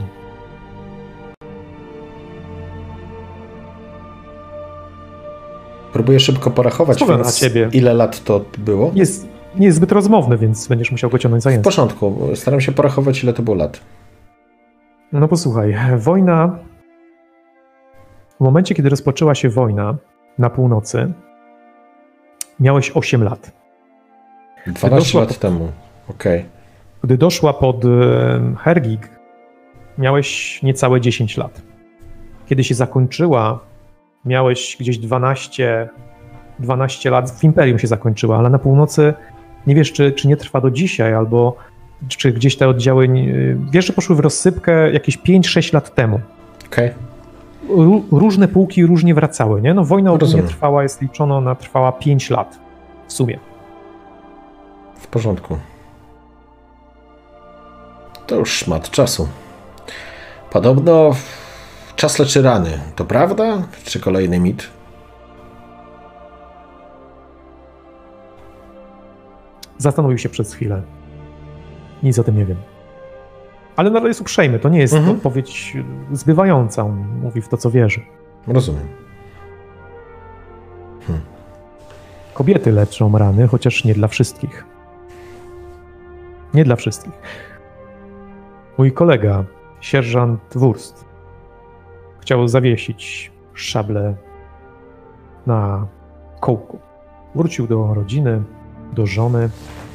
Próbuję szybko porachować, Słucham więc na ciebie. Ile lat to było? Jest, nie jest zbyt rozmowny, więc będziesz musiał go ciągnąć za W język. porządku, staram się porachować, ile to było lat. No posłuchaj, wojna... W momencie, kiedy rozpoczęła się wojna na północy, miałeś osiem lat. dwanaście lat pod... temu, okej. Okay. Gdy doszła pod Hergig, miałeś niecałe dziesięć lat. Kiedy się zakończyła, miałeś gdzieś dwanaście, dwanaście lat, w Imperium się zakończyła, ale na północy nie wiesz, czy, czy nie trwa do dzisiaj, albo czy gdzieś te oddziały, wiesz, że poszły w rozsypkę jakieś pięć sześć lat temu. Okej. Okay. Różne pułki różnie wracały, nie? No wojna ogólnie Rozumiem. trwała, jest liczono, ona trwała pięć lat w sumie. W porządku. To już szmat czasu. Podobno czas leczy rany. To prawda? Czy kolejny mit? Zastanowił się przez chwilę. Nic o tym nie wiem. Ale nadal jest uprzejmy. To nie jest mhm. odpowiedź zbywająca. On mówi w to, co wierzy. Rozumiem. Hm. Kobiety leczą rany, chociaż nie dla wszystkich. Nie dla wszystkich. Mój kolega, sierżant Wurst, chciał zawiesić szablę na kołku. Wrócił do rodziny, do żony,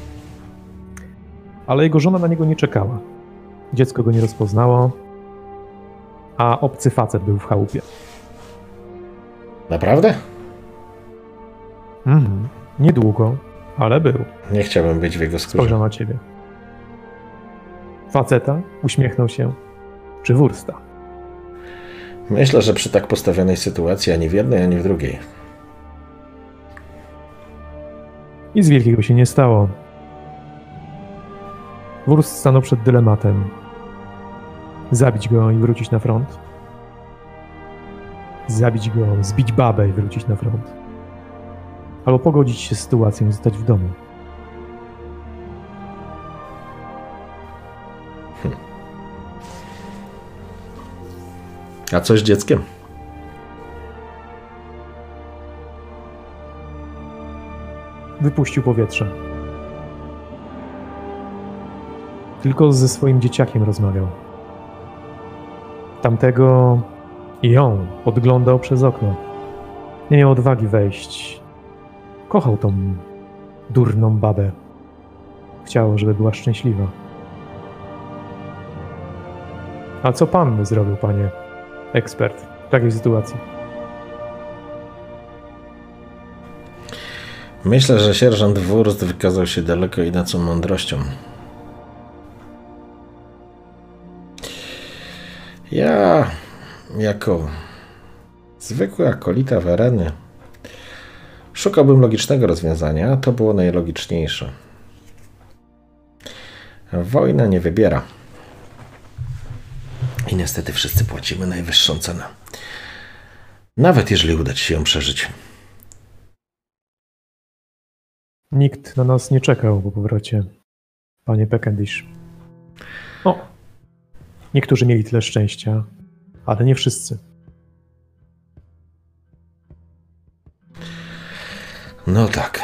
ale jego żona na niego nie czekała. Dziecko go nie rozpoznało, a obcy facet był w chałupie. Naprawdę? Mhm. Niedługo, ale był. Nie chciałbym być w jego skórze. Spojrzał na ciebie. Faceta uśmiechnął się. Czy Wursta? Myślę, że przy tak postawionej sytuacji ani w jednej, ani w drugiej. Nic wielkiego się nie stało. Wurst stanął przed dylematem. Zabić go i wrócić na front. Zabić go, zbić babę i wrócić na front. Albo pogodzić się z sytuacją i zostać w domu. Hmm. A co z dzieckiem? Wypuścił powietrze. Tylko ze swoim dzieciakiem rozmawiał. Tamtego i ją podglądał przez okno. Nie miał odwagi wejść. Kochał tą durną babę. Chciał, żeby była szczęśliwa. A co pan by zrobił, panie ekspert, w takiej sytuacji? Myślę, że sierżant Wurst wykazał się daleko idącą mądrością. Ja, jako zwykły akolita Wereny, szukałbym logicznego rozwiązania, a to było najlogiczniejsze. Wojna nie wybiera. I niestety wszyscy płacimy najwyższą cenę. Nawet jeżeli uda ci się ją przeżyć. Nikt na nas nie czekał po powrocie, panie Peckendish. O, niektórzy mieli tyle szczęścia, ale nie wszyscy. No tak.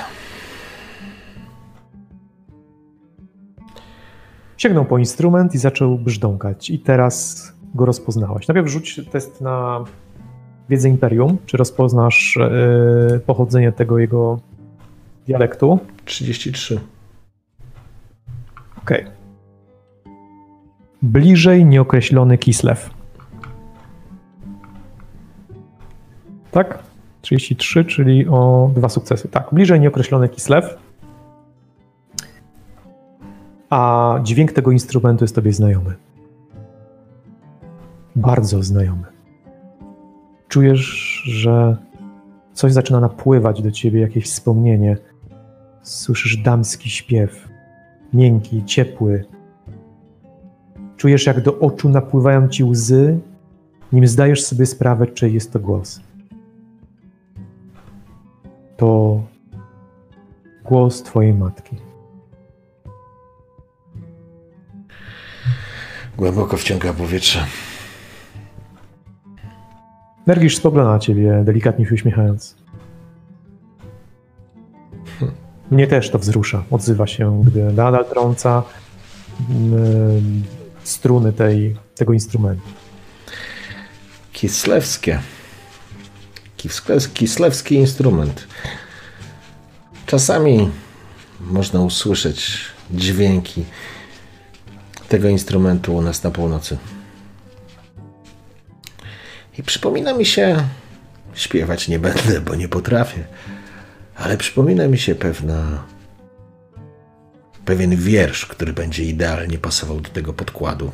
Sięgnął po instrument i zaczął brzdąkać. I teraz go rozpoznałeś. Najpierw rzuć test na wiedzę Imperium. Czy rozpoznasz yy, pochodzenie tego jego dialektu? trzydzieści trzy. Okej. Okay. Bliżej nieokreślony Kislev. Tak? trzydzieści trzy, czyli o dwa sukcesy. Tak, bliżej nieokreślony Kislev. A dźwięk tego instrumentu jest tobie znajomy. Bardzo znajomy. Czujesz, że coś zaczyna napływać do ciebie, jakieś wspomnienie. Słyszysz damski śpiew. Miękki, ciepły. Czujesz, jak do oczu napływają ci łzy, nim zdajesz sobie sprawę, czy jest to głos. To głos twojej matki. Głęboko wciąga powietrze. Nergisz spogląda na ciebie, delikatnie się uśmiechając. Mnie też to wzrusza. Odzywa się, gdy nadal trąca yy, struny tej, tego instrumentu. Kislewskie. Kislewski instrument. Czasami można usłyszeć dźwięki tego instrumentu u nas na północy. I przypomina mi się, śpiewać nie będę, bo nie potrafię, ale przypomina mi się pewna, pewien wiersz, który będzie idealnie pasował do tego podkładu.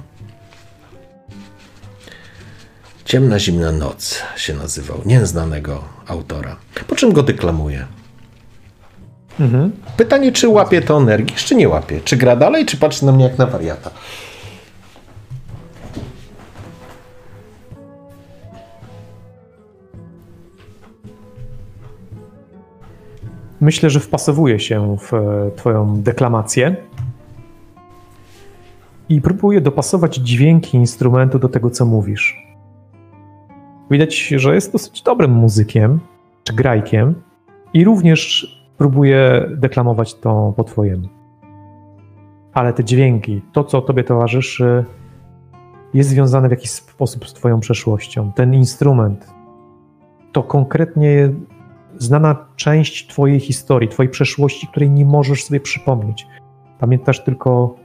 Ciemna, zimna noc się nazywał, nieznanego autora. Po czym go deklamuję. Mhm. Pytanie, czy łapie to energię, czy nie łapie? Czy gra dalej, czy patrzy na mnie jak na wariata? Myślę, że wpasowuje się w twoją deklamację i próbuje dopasować dźwięki instrumentu do tego, co mówisz. Widać, że jest dosyć dobrym muzykiem, czy grajkiem i również próbuje deklamować to po twojemu. Ale te dźwięki, to co tobie towarzyszy, jest związane w jakiś sposób z twoją przeszłością. Ten instrument to konkretnie znana część twojej historii, twojej przeszłości, której nie możesz sobie przypomnieć. Pamiętasz tylko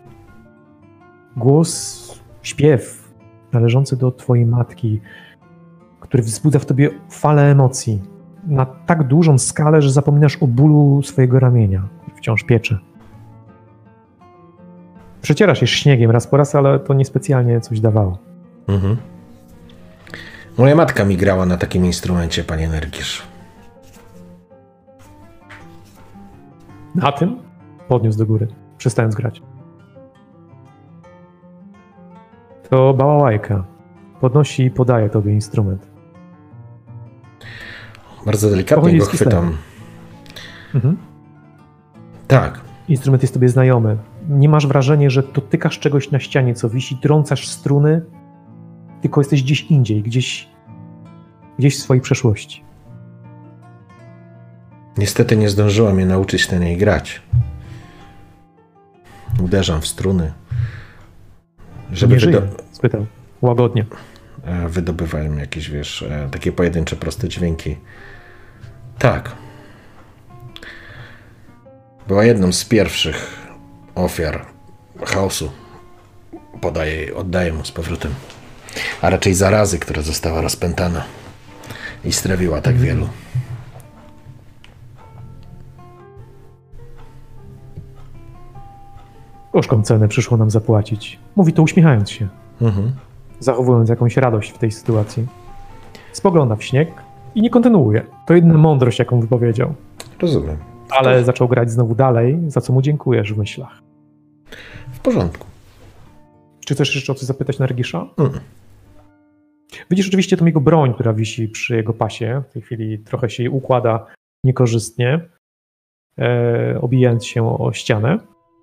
głos, śpiew należący do twojej matki, który wzbudza w tobie falę emocji na tak dużą skalę, że zapominasz o bólu swojego ramienia. Wciąż piecze. Przecierasz się śniegiem raz po raz, ale to niespecjalnie coś dawało. Mhm. Moja matka mi grała na takim instrumencie, panie Nergisz. Na tym? Podniósł do góry, przestając grać. To bałałajka. Podnosi i podaje tobie instrument. Bardzo delikatnie go chwytam. Mhm. Tak. Instrument jest tobie znajomy. Nie masz wrażenia, że dotykasz czegoś na ścianie, co wisi, trącasz struny, tylko jesteś gdzieś indziej, gdzieś, gdzieś w swojej przeszłości. Niestety nie zdążyła mnie nauczyć na niej grać. Uderzam w struny. Żeby nie żyje? wydo- Spytał. Łagodnie. Wydobywają jakieś, wiesz, takie pojedyncze, proste dźwięki. Tak. Była jedną z pierwszych ofiar chaosu. Podaję, oddaję mu z powrotem. A raczej zarazy, która została rozpętana i strawiła tak wielu. Gorzką cenę przyszło nam zapłacić. Mówi to uśmiechając się. Mhm. Zachowując jakąś radość w tej sytuacji. Spogląda w śnieg i nie kontynuuje. To jedyna mądrość, jaką wypowiedział. Rozumiem. Ale to... zaczął grać znowu dalej, za co mu dziękujesz w myślach. W porządku. Czy chcesz jeszcze o coś zapytać Nergisza? Mm. Widzisz oczywiście tą jego broń, która wisi przy jego pasie. W tej chwili trochę się jej układa niekorzystnie, e, obijając się o ścianę.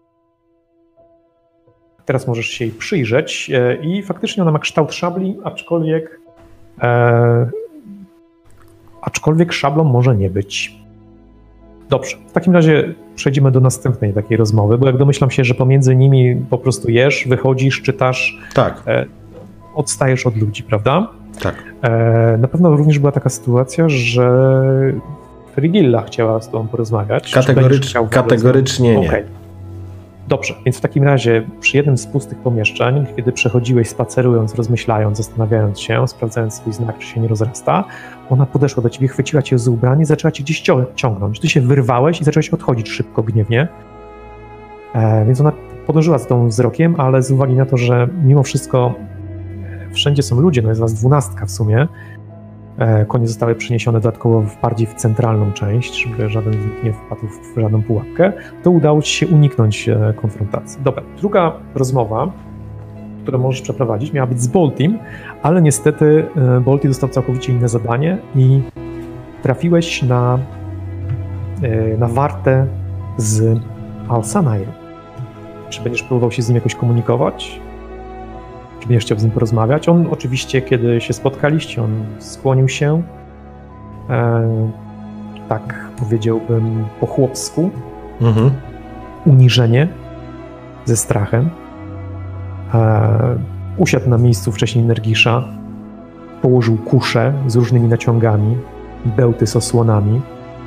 Teraz możesz się jej przyjrzeć e, i faktycznie ona ma kształt szabli, aczkolwiek e, aczkolwiek szablą może nie być. Dobrze, w takim razie przejdziemy do następnej takiej rozmowy, bo jak domyślam się, że pomiędzy nimi po prostu jesz, wychodzisz, czytasz, Tak. E, odstajesz od ludzi, prawda? Tak. E, na pewno również była taka sytuacja, że Frigilla chciała z tobą porozmawiać. Kategorycz, kategorycznie nie. Okay. Dobrze, więc w takim razie przy jednym z pustych pomieszczeń, kiedy przechodziłeś spacerując, rozmyślając, zastanawiając się, sprawdzając swój znak, czy się nie rozrasta, ona podeszła do ciebie, chwyciła cię za ubranie i zaczęła cię gdzieś ciągnąć. Ty się wyrwałeś i zaczęłaś odchodzić szybko, gniewnie. E, więc ona podążyła za tą wzrokiem, ale z uwagi na to, że mimo wszystko wszędzie są ludzie, no jest was dwunastka w sumie, e, konie zostały przeniesione dodatkowo w bardziej w centralną część, żeby żaden z nich nie wpadł w żadną pułapkę, to udało ci się uniknąć e, konfrontacji. Dobra, druga rozmowa, którą możesz przeprowadzić, miała być z Boltim, ale niestety e, Bolti dostał całkowicie inne zadanie i trafiłeś na, e, na wartę z Al-Sanair. Czy będziesz próbował się z nim jakoś komunikować? Czy będziesz chciał z nim porozmawiać? On oczywiście, kiedy się spotkaliście, on skłonił się, e, tak powiedziałbym po chłopsku, Mhm. uniżenie, ze strachem. E, usiadł na miejscu wcześniej Nergisza, położył kuszę z różnymi naciągami, bełty z osłonami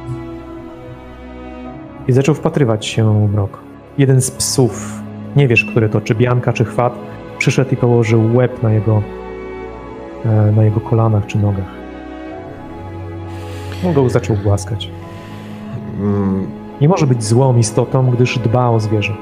i zaczął wpatrywać się w mrok. Jeden z psów, nie wiesz, który to, czy Bianka, czy Chwat, przyszedł i położył łeb na jego, na jego kolanach czy nogach. On go zaczął głaskać. Mm. Nie może być złą istotą, gdyż dba o zwierzę.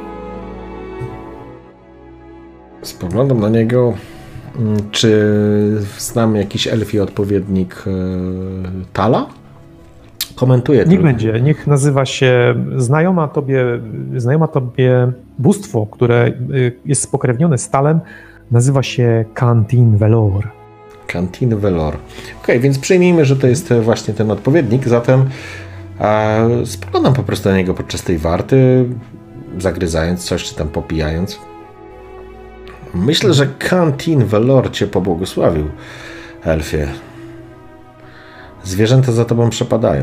Spoglądam na niego. Czy znam jakiś elfi odpowiednik Tala? Komentuję to. Niech będzie, niech nazywa się znajoma tobie, znajoma tobie bóstwo, które jest spokrewnione z Talem, nazywa się Cantin Velor. Cantin Velor. Okej, okay, więc przyjmijmy, że to jest właśnie ten odpowiednik, zatem e, spoglądam po prostu na niego podczas tej warty, zagryzając coś, czy tam popijając. Myślę, że Cantin Velor cię pobłogosławił, elfie. Zwierzęta za tobą przepadają.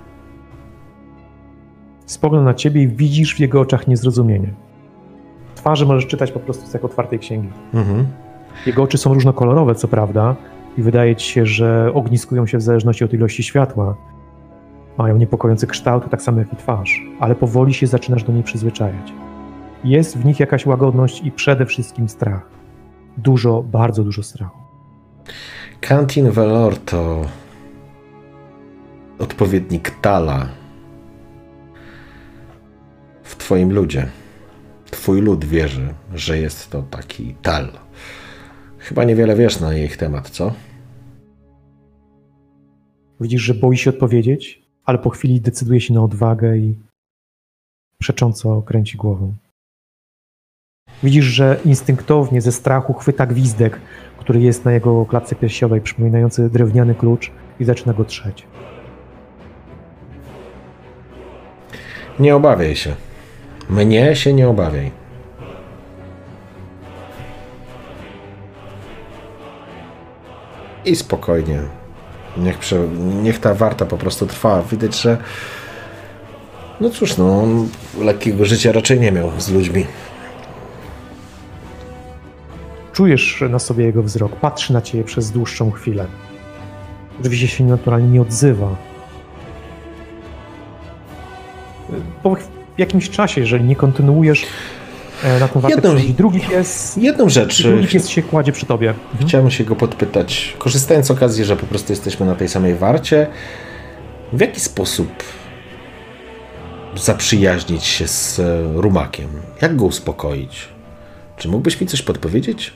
Spogląda na ciebie i widzisz w jego oczach niezrozumienie. Twarzy możesz czytać po prostu z jak otwartej księgi. Mhm. Jego oczy są różnokolorowe, co prawda, i wydaje ci się, że ogniskują się w zależności od ilości światła. Mają niepokojący kształt, tak samo jak i twarz, ale powoli się zaczynasz do niej przyzwyczajać. Jest w nich jakaś łagodność i przede wszystkim strach. Dużo, bardzo dużo strachu. Cantin Velor to odpowiednik Tala w twoim ludzie. Twój lud wierzy, że jest to taki Tal. Chyba niewiele wiesz na ich temat, co? Widzisz, że boi się odpowiedzieć, ale po chwili decyduje się na odwagę i przecząco kręci głową. Widzisz, że instynktownie ze strachu chwyta gwizdek, który jest na jego klatce piersiowej, przypominający drewniany klucz, i zaczyna go trzeć. Nie obawiaj się. Mnie się nie obawiaj. I spokojnie. Niech, prze... Niech ta warta po prostu trwa. Widać, że no cóż, no on lekkiego życia raczej nie miał z ludźmi. Czujesz na sobie jego wzrok, patrzy na ciebie przez dłuższą chwilę. Oczywiście się naturalnie nie odzywa. Po jakimś czasie, jeżeli nie kontynuujesz na tą wartę, Jedną, drugi pies, jedną rzecz. drugi pies się kładzie przy tobie. Chciałem się go podpytać, korzystając z okazji, że po prostu jesteśmy na tej samej warcie, w jaki sposób zaprzyjaźnić się z Rumakiem? Jak go uspokoić? Czy mógłbyś mi coś podpowiedzieć?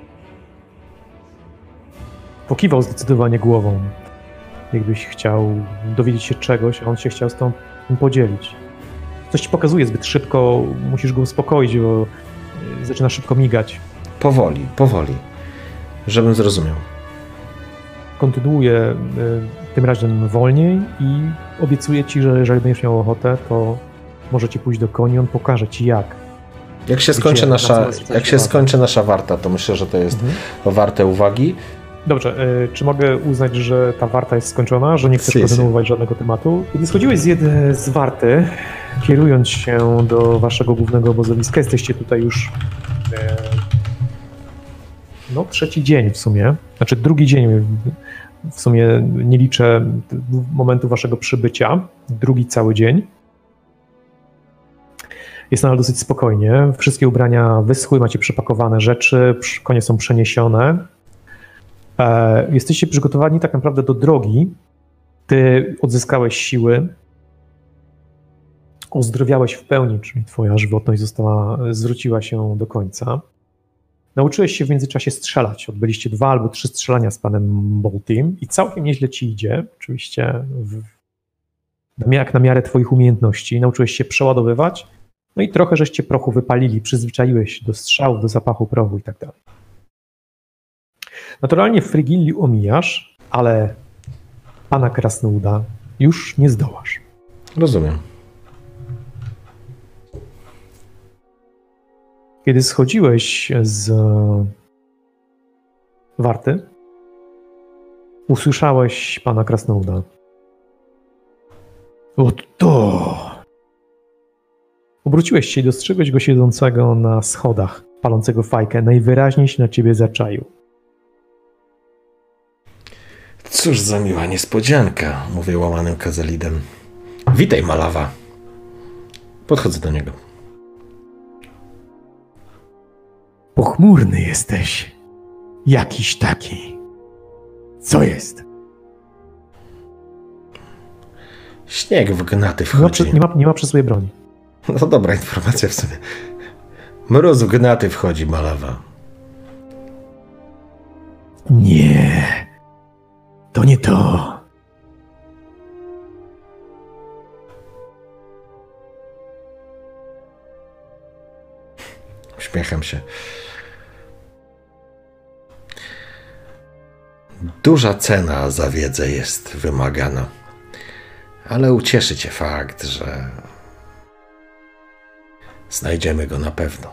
Pokiwał zdecydowanie głową. Jakbyś chciał dowiedzieć się czegoś, a on się chciał z tą podzielić. Coś ci pokazuje zbyt szybko, musisz go uspokoić, bo zaczyna szybko migać. Powoli, powoli, żebym zrozumiał. Kontynuuje y, tym razem wolniej i obiecuje ci, że jeżeli będziesz miał ochotę, to możecie pójść do koni, on pokaże ci jak. Jak się skończy nasza, jak się skończy nasza warta, to myślę, że to jest mhm. warte uwagi. Dobrze, y, czy mogę uznać, że ta warta jest skończona, że nie chcesz Si, si. kontynuować żadnego tematu? Kiedy schodziłeś z jednej z warty, kierując się do waszego głównego obozowiska, jesteście tutaj już e, no trzeci dzień w sumie, znaczy drugi dzień, w sumie nie liczę momentu waszego przybycia, drugi cały dzień. Jest nadal dosyć spokojnie, wszystkie ubrania wyschły, macie przepakowane rzeczy, konie są przeniesione. E, jesteście przygotowani tak naprawdę do drogi. Ty odzyskałeś siły, ozdrowiałeś w pełni, czyli twoja żywotność została, zwróciła się do końca. Nauczyłeś się w międzyczasie strzelać. Odbyliście dwa albo trzy strzelania z panem Boltim i całkiem nieźle ci idzie, oczywiście w, jak na miarę twoich umiejętności. Nauczyłeś się przeładowywać, no i trochę żeście prochu wypalili, przyzwyczaiłeś się do strzałów, do zapachu prochu i tak dalej. Naturalnie Frigilli omijasz, ale pana Krasnoluda już nie zdołasz. Rozumiem. Kiedy schodziłeś z warty, usłyszałeś pana Krasnoluda. Oto! Obróciłeś się i dostrzegłeś go siedzącego na schodach, palącego fajkę. Najwyraźniej się na ciebie zaczaił. Cóż za miła niespodzianka, mówię łamanym kazelidem. Witaj, Malawa. Podchodzę do niego. Pochmurny jesteś. Jakiś taki. Co jest? Śnieg wgnaty Nie ma, wchodzi. przy, nie ma, nie ma przy sobie broni. No dobra informacja w sumie. Mróz wgnaty wchodzi, Malawa. Nie. To nie to. Uśmiecham się. Duża cena za wiedzę jest wymagana. Ale ucieszy cię fakt, że znajdziemy go na pewno.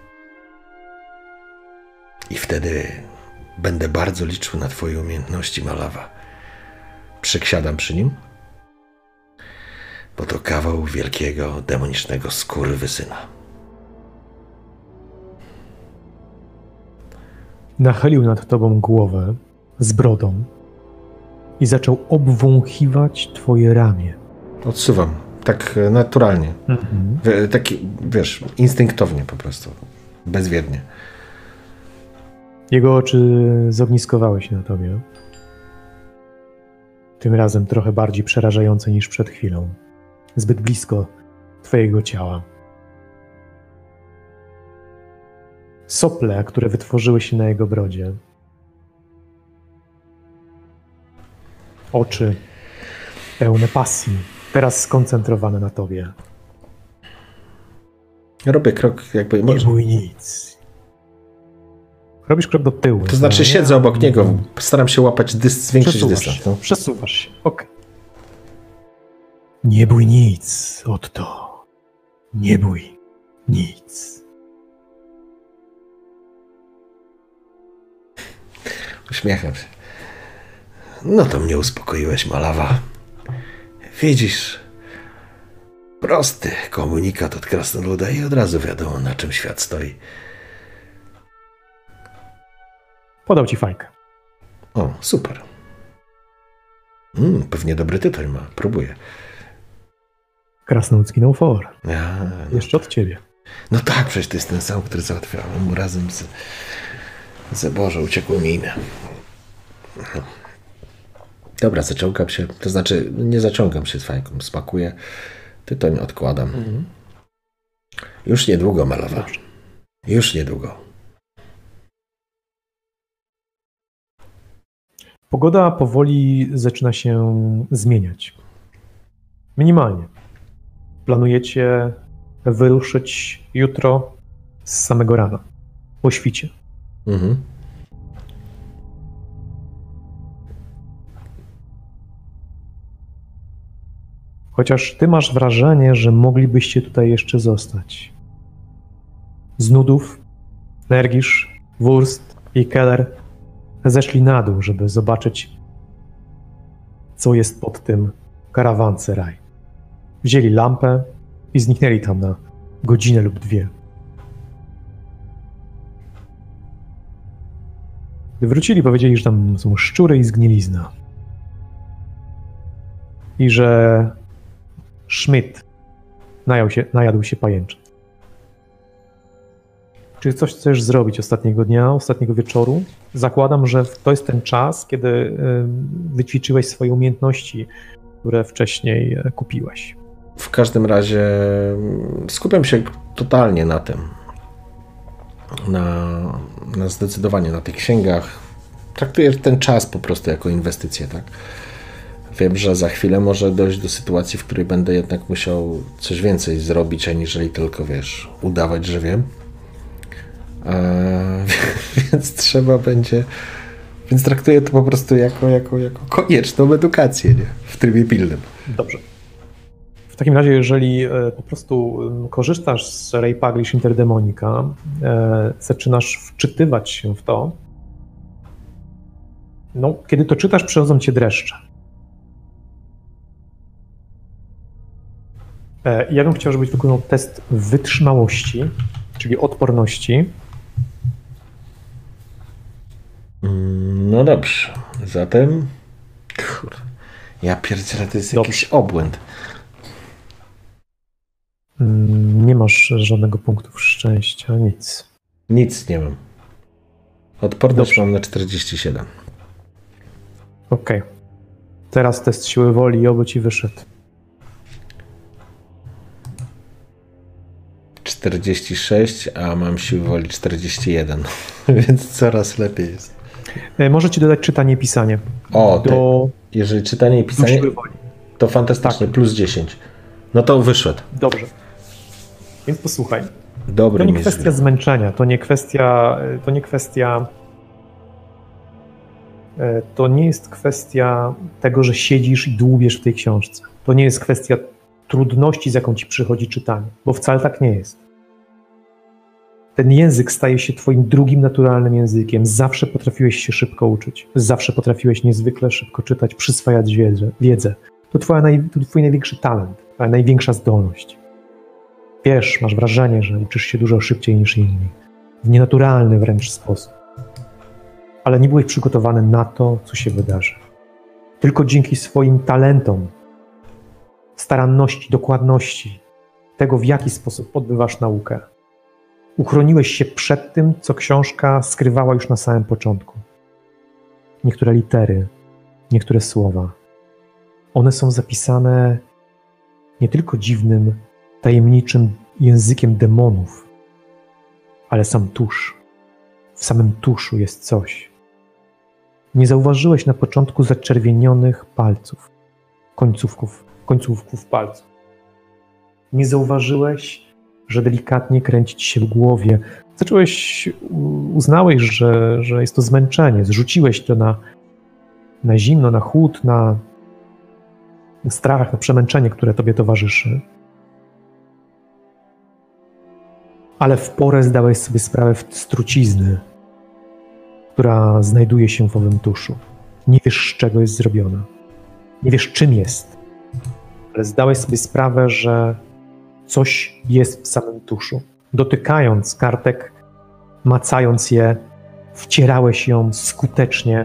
I wtedy będę bardzo liczył na twoje umiejętności, Malawa. Przysiadam przy nim, bo to kawał wielkiego, demonicznego skurwysyna. Nachylił nad tobą głowę z brodą i zaczął obwąchiwać twoje ramię. Odsuwam, tak naturalnie. Mhm. W- taki, wiesz, instynktownie po prostu. Bezwiednie. Jego oczy zogniskowały się na tobie. Tym razem trochę bardziej przerażające niż przed chwilą. Zbyt blisko twojego ciała. Sople, które wytworzyły się na jego brodzie. Oczy pełne pasji, teraz skoncentrowane na tobie. Robię krok jakby... Nie Może, mój nic. Robisz krok do tyłu. to znaczy no, siedzę obok niego, staram się łapać, dys, zwiększyć Przesuwasz dystans. się, No. przesuwasz się. Okej. Nie bój nic, Otto. Nie bój nic. Uśmiecham się. No to mnie uspokoiłeś, Malawa. Widzisz, prosty komunikat od krasnoluda i od razu wiadomo, na czym świat stoi. Podał ci fajkę. O, super. Mm, pewnie dobry tytoń ma, próbuję. Krasnoludzki no for. Ja, no, Jeszcze od ciebie. no tak, przecież to jest ten sam, który załatwiałem mu razem z... ze Boże, uciekło mi imię. No. Dobra, zaciągam się, to znaczy nie zaciągam się z fajką, smakuję, tytoń odkładam. Mhm. Już niedługo, Malawa. Już niedługo. Pogoda powoli zaczyna się zmieniać. Minimalnie. Planujecie wyruszyć jutro z samego rana, o świcie. Mhm. Chociaż ty masz wrażenie, że moglibyście tutaj jeszcze zostać. Z nudów Nergisz, Wurst i Keller zeszli na dół, żeby zobaczyć, co jest pod tym karawanseraj. Wzięli lampę i zniknęli tam na godzinę lub dwie. Gdy wrócili, powiedzieli, że tam są szczury i zgnilizna. I że Schmidt najadł się, najadł się pajęczyn. Czy coś chcesz zrobić ostatniego dnia, ostatniego wieczoru? Zakładam, że to jest ten czas, kiedy wyćwiczyłeś swoje umiejętności, które wcześniej kupiłeś. W każdym razie skupiam się totalnie na tym. Na, na zdecydowanie na tych księgach. Traktuję ten czas po prostu jako inwestycję, tak? Wiem, że za chwilę może dojść do sytuacji, w której będę jednak musiał coś więcej zrobić, aniżeli tylko, wiesz, udawać, że wiem. Eee, więc trzeba będzie... Więc traktuję to po prostu jako, jako, jako konieczną edukację, nie? W trybie pilnym. Dobrze. W takim razie, jeżeli po prostu korzystasz z Ray Paglish Interdemonica, e, zaczynasz wczytywać się w to, no, kiedy to czytasz, przychodzą cię dreszcze. E, ja bym chciał, żebyś wykonał test wytrzymałości, czyli odporności. No dobrze. Zatem... Kurde. Ja pierdzielę, to jest Dobrze. jakiś obłęd. Nie masz żadnego punktu szczęścia, nic. Nic nie mam. Odporność Dobrze. mam na czterdzieści siedem. Okej. Okay. Teraz test siły woli i oby ci wyszedł. czterdzieści sześć, a mam siły woli czterdzieści jeden. Więc coraz lepiej jest. Może ci dodać czytanie i pisanie. O, do, to jeżeli czytanie i pisanie, siły woli. to fantastycznie, Tak. plus dziesięć. No to wyszedł. Dobrze. Więc posłuchaj. Dobry To nie mistrz. kwestia zmęczenia, to nie kwestia, to nie kwestia, to nie jest kwestia tego, że siedzisz i dłubiesz w tej książce. To nie jest kwestia trudności, z jaką ci przychodzi czytanie, bo wcale tak nie jest. Ten język staje się twoim drugim naturalnym językiem. Zawsze potrafiłeś się szybko uczyć. Zawsze potrafiłeś niezwykle szybko czytać, przyswajać wiedzę. wiedzę. To, twoja naj, to twój największy talent, twoja największa zdolność. Wiesz, masz wrażenie, że uczysz się dużo szybciej niż inni. W nienaturalny wręcz sposób. Ale nie byłeś przygotowany na to, co się wydarzy. Tylko dzięki swoim talentom, staranności, dokładności, tego, w jaki sposób odbywasz naukę, uchroniłeś się przed tym, co książka skrywała już na samym początku. Niektóre litery, niektóre słowa, one są zapisane nie tylko dziwnym, tajemniczym językiem demonów, ale sam tusz. W samym tuszu jest coś. Nie zauważyłeś na początku zaczerwienionych palców, końcówków, końcówków palców. Nie zauważyłeś, że delikatnie kręci ci się w głowie. Zacząłeś, uznałeś, że, że jest to zmęczenie. Zrzuciłeś to na, na zimno, na chłód, na, na strach, na przemęczenie, które tobie towarzyszy. Ale w porę zdałeś sobie sprawę z trucizny, która znajduje się w owym tuszu. Nie wiesz, z czego jest zrobiona. Nie wiesz, czym jest. Ale zdałeś sobie sprawę, że coś jest w samym tuszu. Dotykając kartek, macając je, wcierałeś ją skutecznie.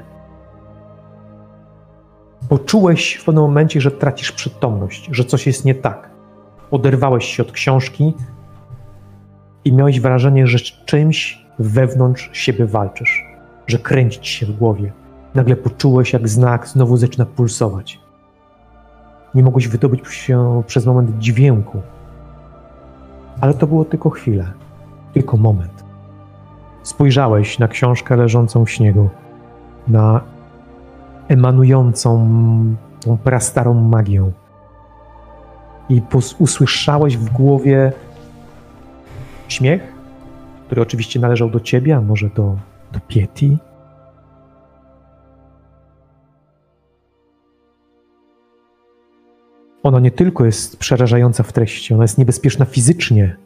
Poczułeś w pewnym momencie, że tracisz przytomność, że coś jest nie tak. Oderwałeś się od książki i miałeś wrażenie, że z czymś wewnątrz siebie walczysz, że kręci ci się w głowie. Nagle poczułeś, jak znak znowu zaczyna pulsować. Nie mogłeś wydobyć się przez moment dźwięku, ale to było tylko chwilę, tylko moment. Spojrzałeś na książkę leżącą w śniegu, na emanującą tą prastarą magią i usłyszałeś w głowie śmiech, który oczywiście należał do ciebie, a może do, do Pieti. Ona nie tylko jest przerażająca w treści, ona jest niebezpieczna fizycznie.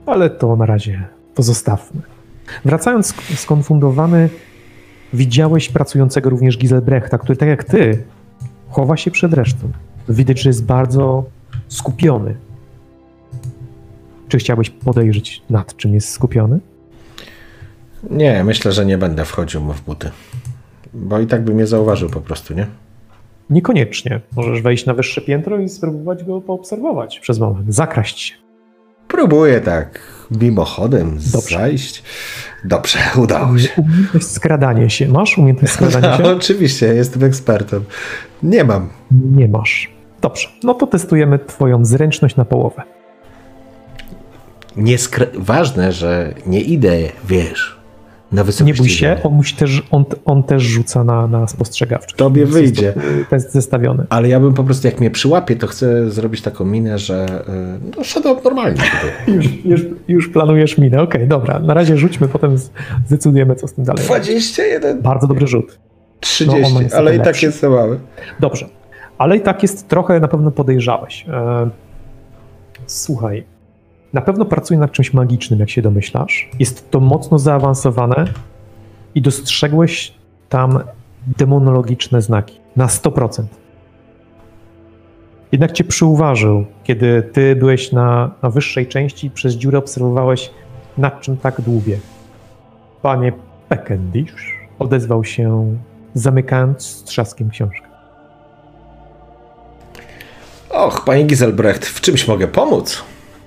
ale to na razie to zostawmy. Wracając skonfundowany, widziałeś pracującego również Giselbrechta, który tak jak ty chowa się przed resztą. Widać, że jest bardzo skupiony. Czy chciałbyś podejrzeć, nad czym jest skupiony? Nie, myślę, że nie będę wchodził mu w buty. Bo i tak by mnie zauważył po prostu, nie? Niekoniecznie. Możesz wejść na wyższe piętro i spróbować go poobserwować przez moment. Zakraść się. Próbuję tak mimochodem Dobrze. zajść. Dobrze, udało się. Umiejętność skradania się. Masz umiejętność skradania się? No, oczywiście, jestem ekspertem. Nie mam. Nie masz. Dobrze. No to testujemy twoją zręczność na połowę. Nie skra- Ważne, że nie idę, wiesz, na wysokości. Nie bój się, on, musi też, on, on też rzuca na, na spostrzegawczość. Tobie Jest wyjdzie. to test zestawiony. Ale ja bym po prostu, jak mnie przyłapie, to chcę zrobić taką minę, że yy, no szedłem normalnie tutaj. Już, już, już planujesz minę. Okej, okay, dobra. Na razie rzućmy, potem zdecydujemy, co z tym dalej. dwadzieścia jeden. Bardzo dobry rzut. trzydzieści, No, ale i lepszy. tak jest za mały. Dobrze. Ale i tak jest trochę, na pewno podejrzałeś. E, słuchaj, na pewno pracuję nad czymś magicznym, jak się domyślasz. Jest to mocno zaawansowane i dostrzegłeś tam demonologiczne znaki. Na sto procent. Jednak cię przyuważył, kiedy ty byłeś na, na wyższej części i przez dziurę obserwowałeś, nad czym tak dłubię. Panie Peckendish, odezwał się, zamykając z trzaskiem książkę. Och, panie Giselbrecht, w czymś mogę pomóc?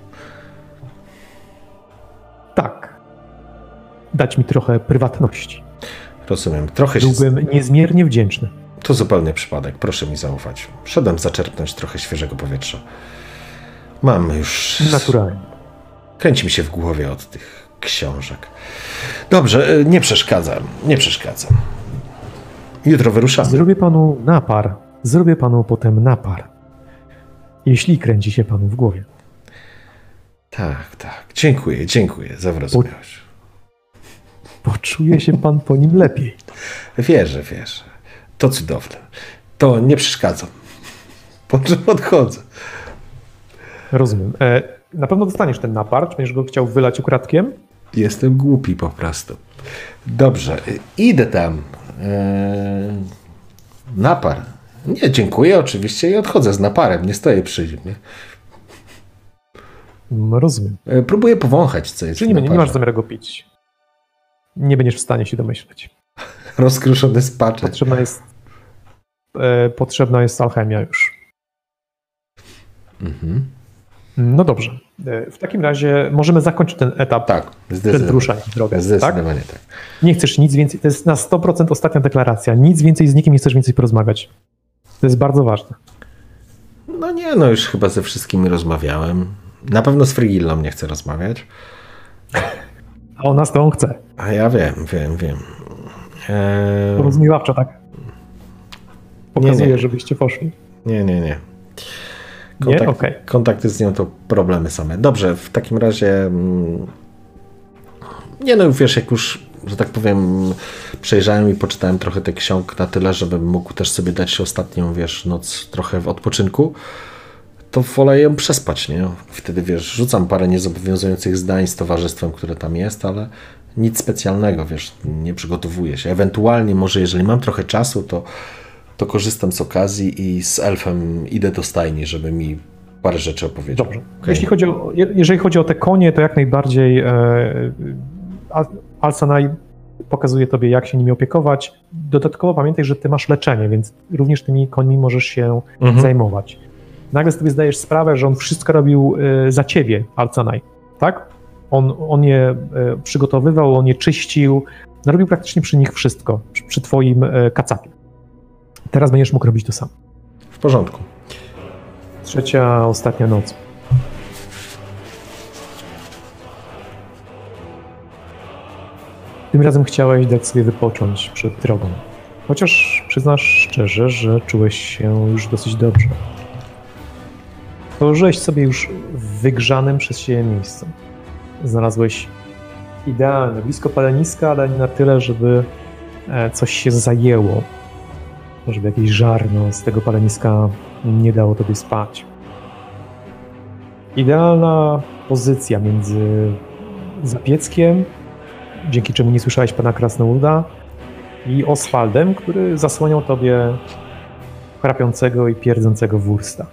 Tak. Dać mi trochę prywatności. Rozumiem, trochę się... Byłbym niezmiernie wdzięczny. To zupełny przypadek, proszę mi zaufać. Szedłem zaczerpnąć trochę świeżego powietrza. Mam już... Naturalnie. Kręci mi się w głowie od tych książek. Dobrze, nie przeszkadzam, nie przeszkadzam. Jutro wyruszamy. Zrobię panu napar. Zrobię panu potem napar. Jeśli kręci się panu w głowie. Tak, tak. Dziękuję, dziękuję za wyrozumiałość. Poczuje się pan po nim lepiej. Wierzę, wierzę. To cudowne. To nie przeszkadzam. Po czym odchodzę. Rozumiem. E, na pewno dostaniesz ten napar. Czy będziesz go chciał wylać ukradkiem? Jestem głupi po prostu. Dobrze, idę tam. Eee, napar. Nie, dziękuję oczywiście i odchodzę z naparem. Nie stoję przy nim. Nie? Rozumiem. E, próbuję powąchać, co jest Czyli w nie, naparze. nie masz zamiaru go pić. Nie będziesz w stanie się domyśleć. Rozkruszony spaczek. Potrzebna jest, e, potrzebna jest alchemia już. Mhm. No dobrze. E, w takim razie możemy zakończyć ten etap Tak, przed zdecydowanie. wyruszeniem w drogę. Tak? Zdecydowanie tak. Nie chcesz nic więcej. To jest na sto procent ostatnia deklaracja. Nic więcej z nikim nie chcesz więcej porozmawiać. To jest bardzo ważne. No nie, no już chyba ze wszystkimi rozmawiałem. Na pewno z Frigillą nie chcę rozmawiać. A ona z tobą chce. A ja wiem, wiem, wiem. Eee, Porozumiewawczo, tak? Pokazuje, Nie, nie. żebyście poszli. nie, nie, nie. Nie? Okej. Okay. Kontakty z nią to problemy same. Dobrze, w takim razie... Mm, nie no, wiesz, jak już, że tak powiem, przejrzałem i poczytałem trochę tych ksiąg na tyle, żebym mógł też sobie dać ostatnią, wiesz, noc trochę w odpoczynku, to wolę ją przespać, nie? Wtedy, wiesz, rzucam parę niezobowiązujących zdań z towarzystwem, które tam jest, ale nic specjalnego, wiesz, nie przygotowuję się. Ewentualnie może, jeżeli mam trochę czasu, to, to korzystam z okazji i z elfem idę do stajni, żeby mi parę rzeczy opowiedział. Dobrze. Okay. Jeśli chodzi o, je- jeżeli chodzi o te konie, to jak najbardziej e, Al- Alsanaj pokazuje tobie, jak się nimi opiekować. Dodatkowo pamiętaj, że ty masz leczenie, więc również tymi końmi możesz się Mhm. zajmować. Nagle sobie zdajesz sprawę, że on wszystko robił e, za ciebie, Alsanaj, tak? On, on je e, przygotowywał, on je czyścił, no, robił praktycznie przy nich wszystko, przy, przy twoim e, kacapie. Teraz będziesz mógł robić to sam. W porządku. Trzecia, ostatnia noc. Tym razem chciałeś dać sobie wypocząć przed drogą. Chociaż przyznasz szczerze, że czułeś się już dosyć dobrze. Położyłeś sobie już w wygrzanym przez siebie miejscu. Znalazłeś idealnie, blisko paleniska, ale nie na tyle, żeby coś się zajęło. Żeby jakieś żarno z tego paleniska nie dało tobie spać. Idealna pozycja między Zapieckiem, dzięki czemu nie słyszałeś pana Krasnoluda, i Oswaldem, który zasłaniał tobie chrapiącego i pierdzącego wursta.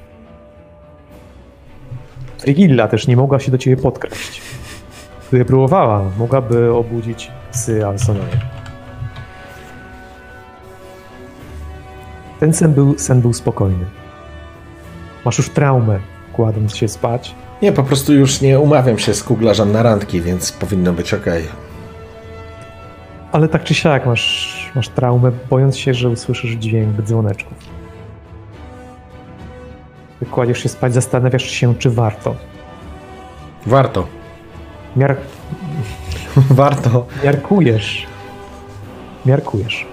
Frigilla też nie mogła się do ciebie podkraść. Gdyby próbowała, mogłaby obudzić psy Alsonoja. Ten sen był, sen był spokojny. Masz już traumę, kładąc się spać. Nie, po prostu już nie umawiam się z kuglarzem na randki, więc powinno być okej. Ale tak czy siak masz, masz traumę, bojąc się, że usłyszysz dźwięk dzwoneczków. Gdy kładziesz się spać, zastanawiasz się, czy warto. Warto. Miar... Warto. Miarkujesz. Miarkujesz.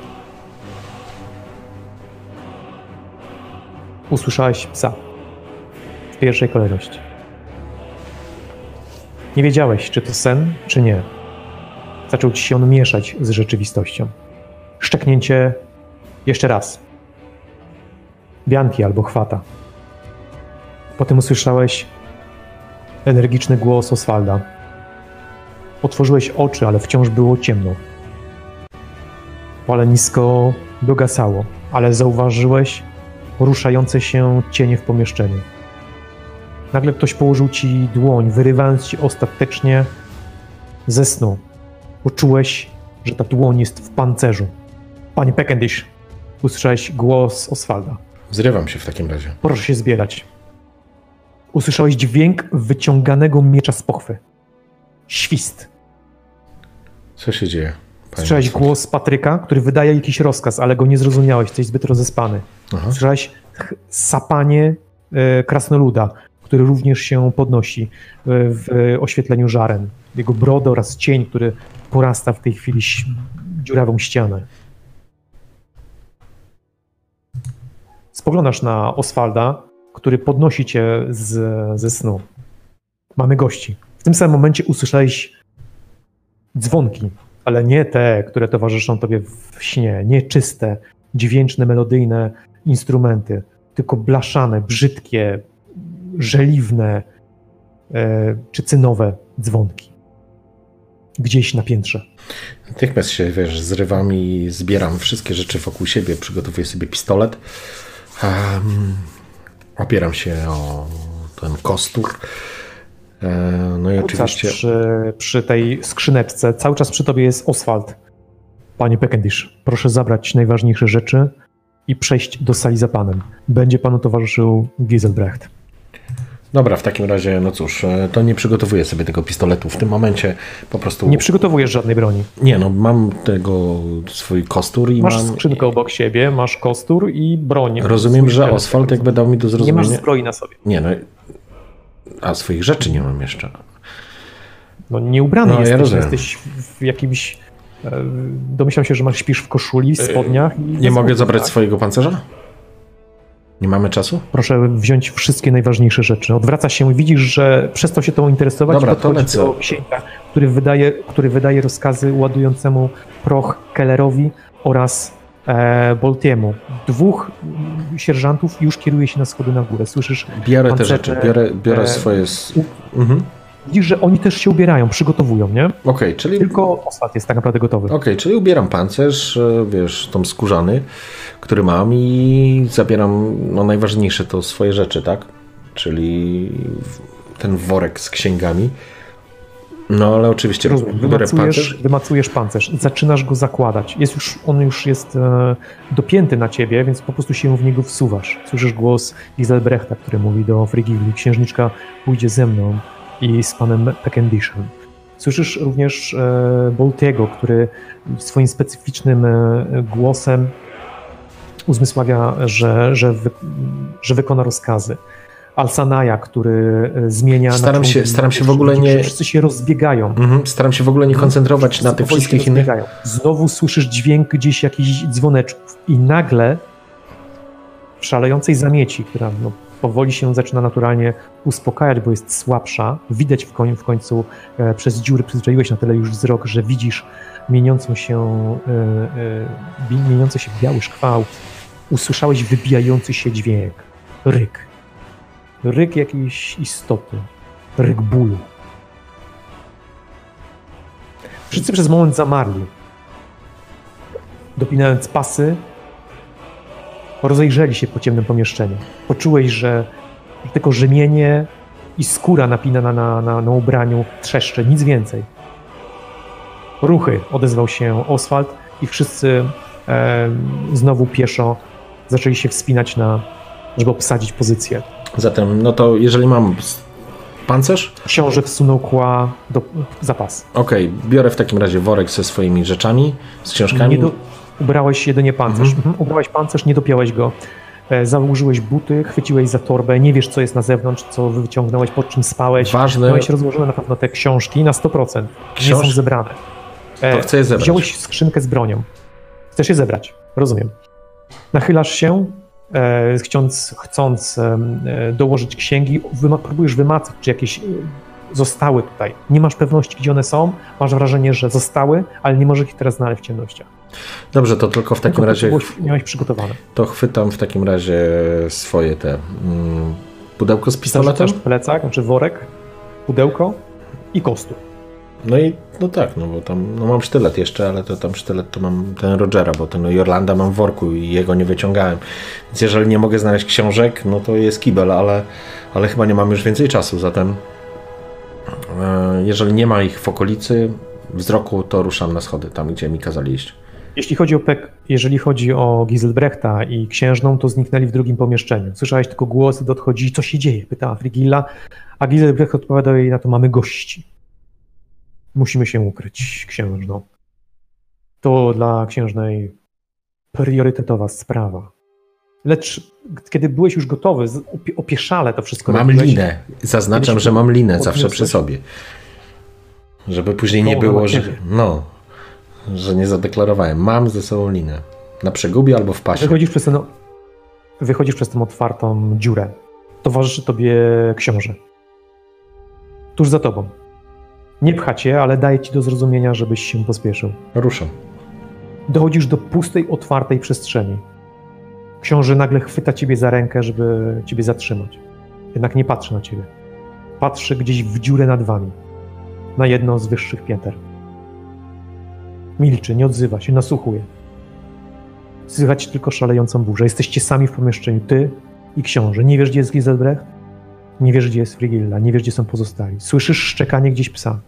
Usłyszałeś psa. W pierwszej kolejności. Nie wiedziałeś, czy to sen, czy nie. Zaczął ci się on mieszać z rzeczywistością. Szczeknięcie jeszcze raz. Bianki albo chwata. Potem usłyszałeś energiczny głos Oswalda. Otworzyłeś oczy, ale wciąż było ciemno. Palenisko dogasało, ale zauważyłeś ruszające się cienie w pomieszczeniu. Nagle ktoś położył ci dłoń, wyrywając ci ostatecznie ze snu. Poczułeś, że ta dłoń jest w pancerzu. Panie Peckendish, usłyszałeś głos Oswalda. Zrywam się w takim razie. Proszę się zbierać. Usłyszałeś dźwięk wyciąganego miecza z pochwy. Świst. Co się dzieje? Słyszałeś głos Patryka, który wydaje jakiś rozkaz, ale go nie zrozumiałeś, jesteś zbyt rozespany. Aha. Słyszałeś sapanie e, krasnoluda, który również się podnosi e, w oświetleniu żaren. Jego broda oraz cień, który porasta w tej chwili dziurawą ścianę. Spoglądasz na Oswalda, który podnosi cię z, ze snu. Mamy gości. W tym samym momencie usłyszałeś dzwonki, ale nie te, które towarzyszą tobie w śnie, nie czyste, dźwięczne, melodyjne instrumenty, tylko blaszane, brzydkie, żeliwne e, czy cynowe dzwonki. Gdzieś na piętrze. Natychmiast się, wiesz, zrywam i zbieram wszystkie rzeczy wokół siebie, przygotowuję sobie pistolet, um, opieram się o ten kostur. No i oczywiście... Przy, przy tej skrzyneczce cały czas przy tobie jest Oswald. Panie Peckendish, proszę zabrać najważniejsze rzeczy i przejść do sali za panem. Będzie panu towarzyszył Giselbrecht. Dobra, w takim razie, no cóż, to nie przygotowuję sobie tego pistoletu. W tym momencie po prostu... Nie przygotowujesz żadnej broni? Nie, no mam tego swój kostur i masz mam... Masz skrzynkę obok siebie, masz kostur i broń. Rozumiem, że Oswald jakby dał mi do zrozumienia... Nie masz zbroi na sobie. Nie, no... A swoich rzeczy nie mam jeszcze. No nie ubrany no, jesteś, ja jesteś w jakimś... Domyślam się, że masz, śpisz w koszuli, w spodniach. I nie mogę zabrać tak? swojego pancerza? Nie mamy czasu? Proszę wziąć wszystkie najważniejsze rzeczy. Odwraca się i widzisz, że przestał się tą interesować. Dobra, to lecę. Do księcia, który wydaje, który wydaje rozkazy ładującemu proch Kellerowi oraz e, Boltiemu. Dwóch sierżantów już kieruje się na schody na górę. Słyszysz? Biorę te rzeczy, biorę, biorę e, swoje... Mhm. Widzisz, że oni też się ubierają, przygotowują, nie? Okej, okay, czyli... Tylko Oswald jest tak naprawdę gotowy. Okej, okay, czyli ubieram pancerz, wiesz, tą skórzany, który mam i zabieram, no najważniejsze to swoje rzeczy, tak? Czyli ten worek z księgami. No ale oczywiście Rozumiem. biorę pancerz. Wymacujesz pancerz, zaczynasz go zakładać. Jest już, on już jest e, dopięty na ciebie, więc po prostu się w niego wsuwasz. Słyszysz głos Giselbrechta, który mówi do Frigilli: księżniczka pójdzie ze mną i z panem Peckendishem. Słyszysz również e, Boltiego, który swoim specyficznym e, głosem uzmysławia, że, że, wy, że wykona rozkazy. Alsanaja, który zmienia... Staram się, staram się w ogóle nie... Wszyscy się rozbiegają. Mhm, staram się w ogóle nie koncentrować wszyscy na tych wszystkich innych... Znowu słyszysz dźwięk gdzieś jakichś dzwoneczków i nagle w szalejącej zamieci, która no, powoli się zaczyna naturalnie uspokajać, bo jest słabsza, widać w, koń, w końcu e, przez dziury, przyzwyczaiłeś na tyle już wzrok, że widzisz mieniącą się, e, e, mieniący się biały szkwał, usłyszałeś wybijający się dźwięk. Ryk. Ryk jakiejś istoty. ryk bólu. Wszyscy przez moment zamarli. Dopinając pasy, rozejrzeli się po ciemnym pomieszczeniu. Poczułeś, że tylko rzemienie i skóra napinana na, na, na ubraniu trzeszczy, nic więcej. Ruchy, odezwał się Oswald i wszyscy e, znowu pieszo zaczęli się wspinać na, żeby obsadzić pozycję. Zatem, no to jeżeli mam pancerz? Książę wsunął kła do zapas. Okej, okay, biorę w takim razie worek ze swoimi rzeczami, z książkami. Nie do, ubrałeś jedynie pancerz. Mhm. Mhm. Ubrałeś pancerz, nie dopiąłeś go. E, założyłeś buty, chwyciłeś za torbę, nie wiesz, co jest na zewnątrz, co wyciągnąłeś, pod czym spałeś. Ważne. Miałeś rozłożone na pewno te książki na sto procent. Książ... Nie są zebrane. E, to chcę je zebrać. Wziąłeś skrzynkę z bronią. Chcesz je zebrać. Rozumiem. Nachylasz się, e, chcąc, chcąc e, dołożyć księgi, wyma, próbujesz wymacać, czy jakieś e, zostały tutaj. Nie masz pewności, gdzie one są. Masz wrażenie, że zostały, ale nie możesz ich teraz znaleźć w ciemnościach. Dobrze, to tylko w takim tylko razie... Było, miałeś przygotowane. To chwytam w takim razie swoje te mm, pudełko z pistoletem. Zarzucasz plecak, znaczy worek, pudełko i kostur. No i no tak, no bo tam no mam sztylet jeszcze, ale to tam sztylet to mam ten Rogera, bo ten Jorlanda mam w worku i jego nie wyciągałem. Więc jeżeli nie mogę znaleźć książek, no to jest kibel, ale, ale chyba nie mam już więcej czasu, zatem e, jeżeli nie ma ich w okolicy wzroku, to ruszam na schody, tam gdzie mi kazali iść. Jeśli chodzi o Pek, jeżeli chodzi o Giselbrechta i księżną, to zniknęli w drugim pomieszczeniu. Słyszałeś tylko głosy, odchodzi, co się dzieje? Pytała Frigilla, a Giselbrecht odpowiadał jej na to, mamy gości. Musimy się ukryć, księżno. To dla księżnej priorytetowa sprawa. Lecz kiedy byłeś już gotowy, opieszale to wszystko Mam robiłeś, linę. Zaznaczam, że mam linę zawsze przy sobie. Żeby później nie było, że... No, że nie zadeklarowałem. Mam ze sobą linę. Na przegubie albo w pasie. Wychodzisz przez, ten, wychodzisz przez tę otwartą dziurę. Towarzyszy tobie książę. Tuż za tobą. Nie pcha cię, ale daje ci do zrozumienia, żebyś się pospieszył. Ruszam. Dochodzisz do pustej, otwartej przestrzeni. Książę nagle chwyta ciebie za rękę, żeby ciebie zatrzymać. Jednak nie patrzy na ciebie. Patrzy gdzieś w dziurę nad wami. Na jedno z wyższych pięter. Milczy, nie odzywa się, nasłuchuje. Słychać tylko szalejącą burzę. Jesteście sami w pomieszczeniu, ty i książę. Nie wiesz, gdzie jest Giselbrecht? Nie wiesz, gdzie jest Frigilla, nie wiesz, gdzie są pozostali. Słyszysz szczekanie gdzieś psa.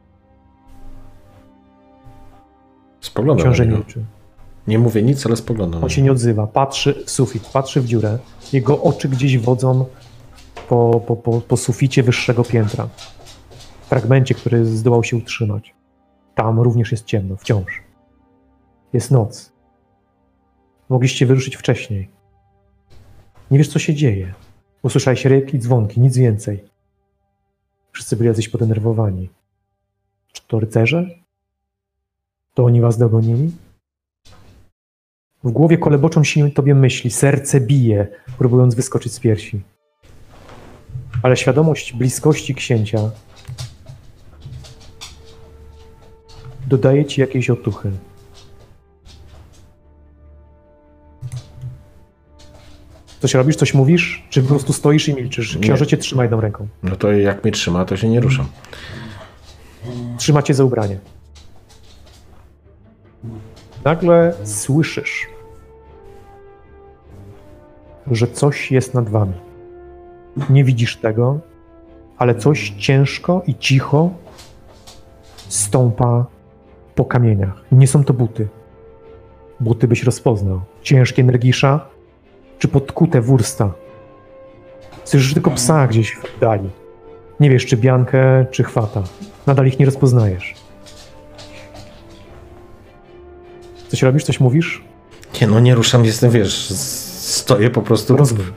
Spoglądam Książę na niego. milczy. Nie mówię nic, ale spoglądam. On się nie odzywa, patrzy w sufit, patrzy w dziurę. Jego oczy gdzieś wodzą po, po, po, po suficie wyższego piętra. W fragmencie, który zdołał się utrzymać. Tam również jest ciemno, wciąż. Jest noc. Mogliście wyruszyć wcześniej. Nie wiesz, co się dzieje. Usłyszałeś ryk i dzwonki, nic więcej. Wszyscy byli jacyś podenerwowani. Czy to rycerze? To oni was dogonili? W głowie koleboczą się tobie myśli, serce bije, próbując wyskoczyć z piersi. Ale świadomość bliskości księcia dodaje ci jakiejś otuchy. Coś robisz, coś mówisz, czy po prostu stoisz i milczysz? Książę cię trzyma jedną ręką. No to jak mnie trzyma, to się nie ruszam. Trzyma cię za ubranie. Nagle słyszysz, że coś jest nad wami. Nie widzisz tego, ale coś ciężko i cicho stąpa po kamieniach. Nie są to buty. Buty byś rozpoznał. Ciężkie nergisza czy podkute wursta. Słyszysz tylko psa gdzieś w dali. Nie wiesz, czy Biankę, czy chwata. Nadal ich nie rozpoznajesz. Coś robisz, coś mówisz? Nie, no nie ruszam, jestem, wiesz, stoję po prostu. Rozumiem.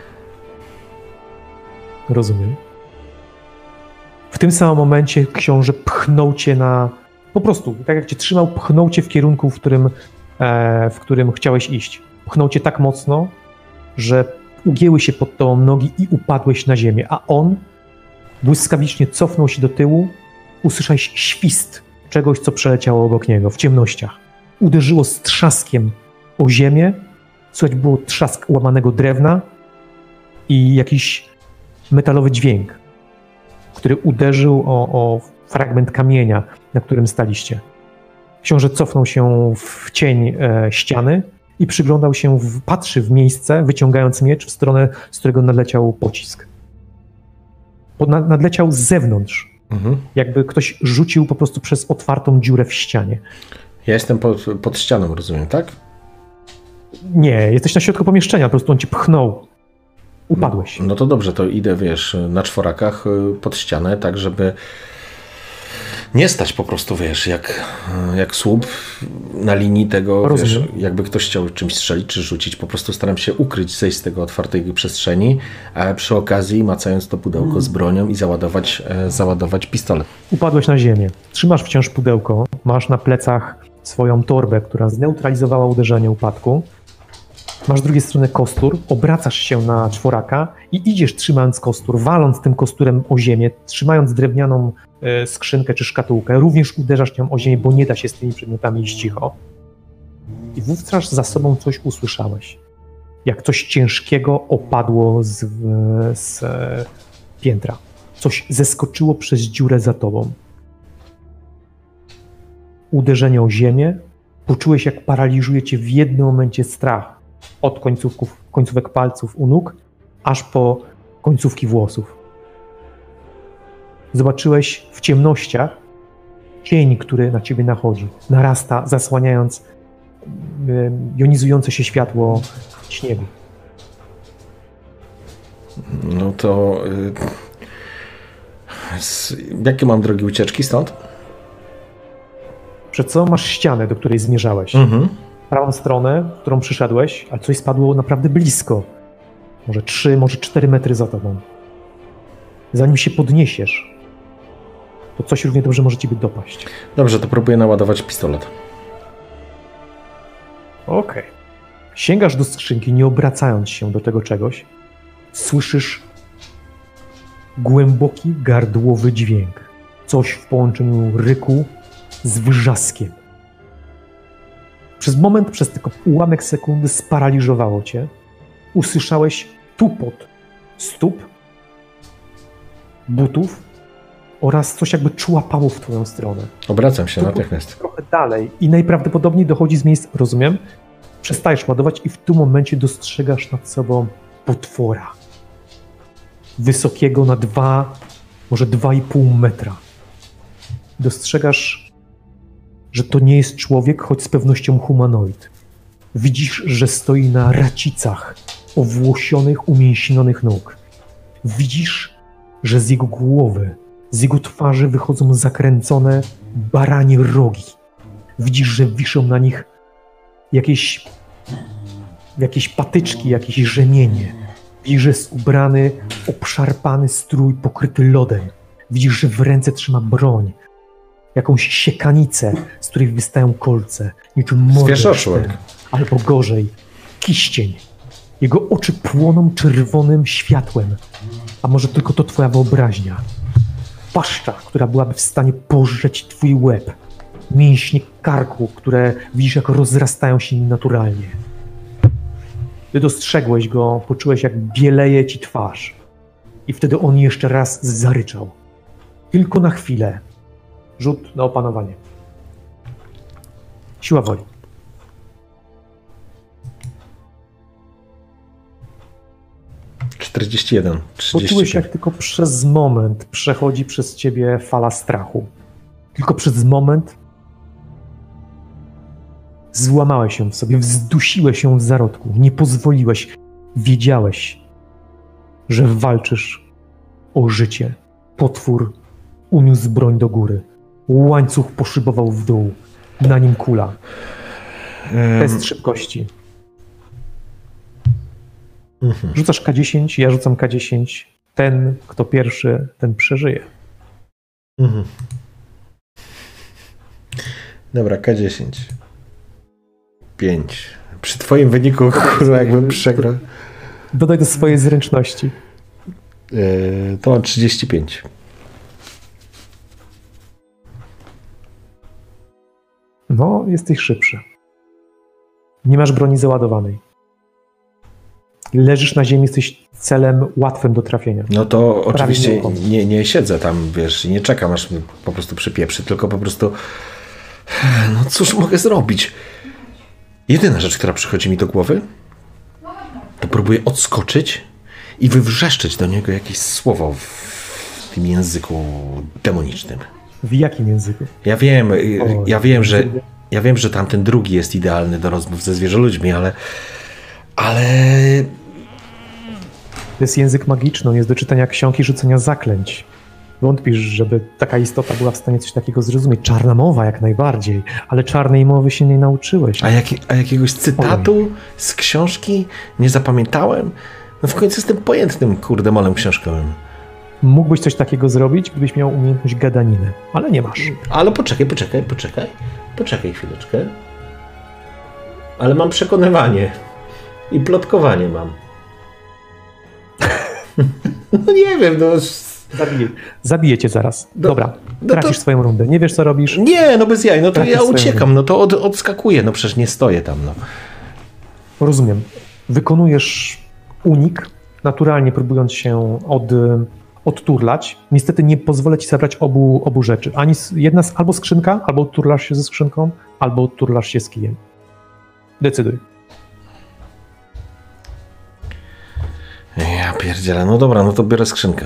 Rozumiem. W tym samym momencie książę pchnął cię na... Po prostu, tak jak cię trzymał, pchnął cię w kierunku, w którym, e, w którym chciałeś iść. Pchnął cię tak mocno, że ugięły się pod tobą nogi i upadłeś na ziemię, a on błyskawicznie cofnął się do tyłu. Usłyszałeś świst czegoś, co przeleciało obok niego w ciemnościach. Uderzyło z trzaskiem o ziemię, słychać było trzask łamanego drewna i jakiś metalowy dźwięk. który uderzył o, o fragment kamienia, na którym staliście. Książę cofnął się w cień e, ściany i przyglądał się, w, patrzy w miejsce, wyciągając miecz w stronę, z którego nadleciał pocisk. Bo na, nadleciał z zewnątrz, mhm. jakby ktoś rzucił po prostu przez otwartą dziurę w ścianie. Ja jestem pod, pod ścianą, rozumiem, tak? Nie, jesteś na środku pomieszczenia, po prostu on cię pchnął. Upadłeś. No, no to dobrze, to idę, wiesz, na czworakach pod ścianę, tak żeby nie stać po prostu, wiesz, jak, jak słup na linii tego, Rozumiem. wiesz, jakby ktoś chciał czymś strzelić czy rzucić, po prostu staram się ukryć, zejść z tego otwartej przestrzeni, a przy okazji macając to pudełko z bronią i załadować, e, załadować pistolet. Upadłeś na ziemię. Trzymasz wciąż pudełko, masz na plecach swoją torbę, która zneutralizowała uderzenie upadku. Masz z drugiej strony kostur, obracasz się na czworaka i idziesz trzymając kostur, waląc tym kosturem o ziemię, trzymając drewnianą e, skrzynkę czy szkatułkę, również uderzasz nią o ziemię, bo nie da się z tymi przedmiotami iść cicho. I wówczas za sobą coś usłyszałeś. Jak coś ciężkiego opadło z, z e, piętra. Coś zeskoczyło przez dziurę za tobą. Uderzenie o ziemię, poczułeś, jak paraliżuje cię w jednym momencie strach. Od końcówków, końcówek palców u nóg, aż po końcówki włosów. Zobaczyłeś w ciemnościach cień, który na ciebie nachodzi. Narasta, zasłaniając y, jonizujące się światło śniegu. No to... Y, z, jakie mam drogi ucieczki stąd? Przed sobą masz ścianę, do której zmierzałeś. Mhm. Prawą stronę, w którą przyszedłeś, a coś spadło naprawdę blisko. Może trzy, może cztery metry za tobą. Zanim się podniesiesz, to coś równie dobrze może ciebie dopaść. Dobrze, to próbuję naładować pistolet. Okej. Okay. Sięgasz do skrzynki, nie obracając się do tego czegoś. Słyszysz głęboki, gardłowy dźwięk. Coś w połączeniu ryku z wrzaskiem. Przez moment, przez tylko ułamek sekundy sparaliżowało cię. Usłyszałeś tupot stóp, butów oraz coś jakby człapało w twoją stronę. Obracam się tupot natychmiast. Trochę dalej i najprawdopodobniej dochodzi z miejsc, rozumiem, przestajesz ładować i w tym momencie dostrzegasz nad sobą potwora. Wysokiego na dwa, może dwa i pół metra. Dostrzegasz, że to nie jest człowiek, choć z pewnością humanoid. Widzisz, że stoi na racicach owłosionych, umięśnionych nóg. Widzisz, że z jego głowy, z jego twarzy wychodzą zakręcone baranie rogi. Widzisz, że wiszą na nich jakieś, jakieś patyczki, jakieś rzemienie. Widzisz, że jest ubrany, obszarpany strój pokryty lodem. Widzisz, że w ręce trzyma broń. Jakąś siekanicę, z której wystają kolce, niczym morderstwem, albo gorzej, kiścień. Jego oczy płoną czerwonym światłem, a może tylko to twoja wyobraźnia. Paszcza, która byłaby w stanie pożreć twój łeb. Mięśnie karku, które widzisz, jak rozrastają się naturalnie. Gdy dostrzegłeś go, poczułeś, jak bieleje ci twarz. I wtedy on jeszcze raz zaryczał. Tylko na chwilę. Rzut na opanowanie. Siła woli. czterdzieści jeden. trzydzieści pięć. Poczułeś, jak tylko przez moment przechodzi przez ciebie fala strachu. Tylko przez moment złamałeś się w sobie, wzdusiłeś się w zarodku. Nie pozwoliłeś. Wiedziałeś, że walczysz o życie. Potwór uniósł broń do góry. Łańcuch poszybował w dół. Na nim kula. Test szybkości. Mhm. Rzucasz K dziesięć, ja rzucam K dziesięć. Ten, kto pierwszy, ten przeżyje. Mhm. Dobra, K dziesięć. pięć. Przy twoim wyniku, kurwa, jakbym przegrał. Dodaj do swojej zręczności. Yy, to mam trzydzieści pięć. No, jesteś szybszy. Nie masz broni załadowanej. Leżysz na ziemi, jesteś celem łatwym do trafienia. No to oczywiście nieruchomy. nie, nie siedzę tam, wiesz, nie czekam, aż mnie po prostu przypieprzy, tylko po prostu no cóż mogę zrobić? Jedyna rzecz, która przychodzi mi do głowy, to próbuję odskoczyć i wywrzeszczeć do niego jakieś słowo w tym języku demonicznym. W jakim języku? Ja wiem, O, ja wiem, że ja wiem, że tamten drugi jest idealny do rozmów ze zwierzoludźmi, ale ale To jest język magiczny, on jest do czytania ksiąg i rzucenia zaklęć. Wątpisz, żeby taka istota była w stanie coś takiego zrozumieć. Czarna mowa jak najbardziej, ale czarnej mowy się nie nauczyłeś. a, jak, a jakiegoś cytatu z książki nie zapamiętałem? No w końcu jestem pojętnym kurde molem książkowym. Mógłbyś coś takiego zrobić, gdybyś miał umiejętność gadaniny, ale nie masz. Ale poczekaj, poczekaj, poczekaj. Poczekaj chwileczkę. Ale mam przekonywanie. I plotkowanie mam. No nie wiem, no... Zabiję, zabiję cię zaraz. No, Dobra, no tracisz to- swoją rundę. Nie wiesz, co robisz? Nie, no bez jaj, no to Trafisz ja swoją uciekam, no to od, odskakuję, no przecież nie stoję tam, no. Rozumiem. Wykonujesz unik, naturalnie próbując się od, odturlać. Niestety nie pozwolę ci zabrać obu, obu rzeczy. Ani s- jedna z, albo skrzynka, albo odturlasz się ze skrzynką, albo odturlasz się z kijem. Decyduj. Ja pierdzielę, no dobra, no to biorę skrzynkę.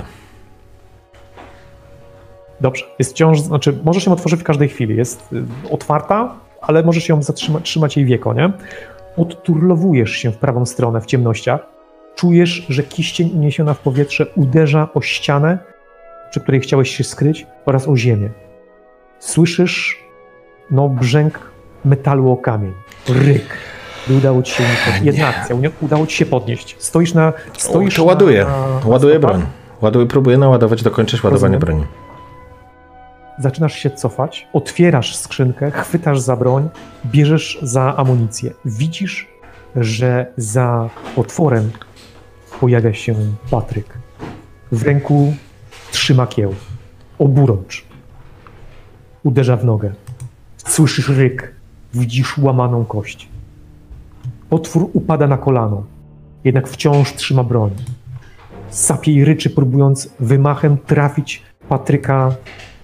Dobrze. Jest wciąż, znaczy możesz ją otworzyć w każdej chwili. Jest y, otwarta, ale możesz ją zatrzymać, trzymać jej wieko, nie? Odturlowujesz się w prawą stronę w ciemnościach. Czujesz, że kiścień uniesiona w powietrze uderza o ścianę, przy której chciałeś się skryć, oraz o ziemię. Słyszysz, no, brzęk metalu o kamień. Ryk. By udało ci się uniknąć. Jedna akcja. uni- Udało ci się podnieść. Stoisz na... Stoisz O, to ładuję, na, na ładuję stopach. broń. Ładuję, próbuję naładować, dokończyć ładowanie Rozumiem. broni. Zaczynasz się cofać, otwierasz skrzynkę, chwytasz za broń, bierzesz za amunicję. Widzisz, że za otworem pojawia się Patryk. W ręku trzyma kieł. Oburącz. Uderza w nogę. Słyszysz ryk. Widzisz łamaną kość. Potwór upada na kolano. Jednak wciąż trzyma broń. Sapie i ryczy, próbując wymachem trafić Patryka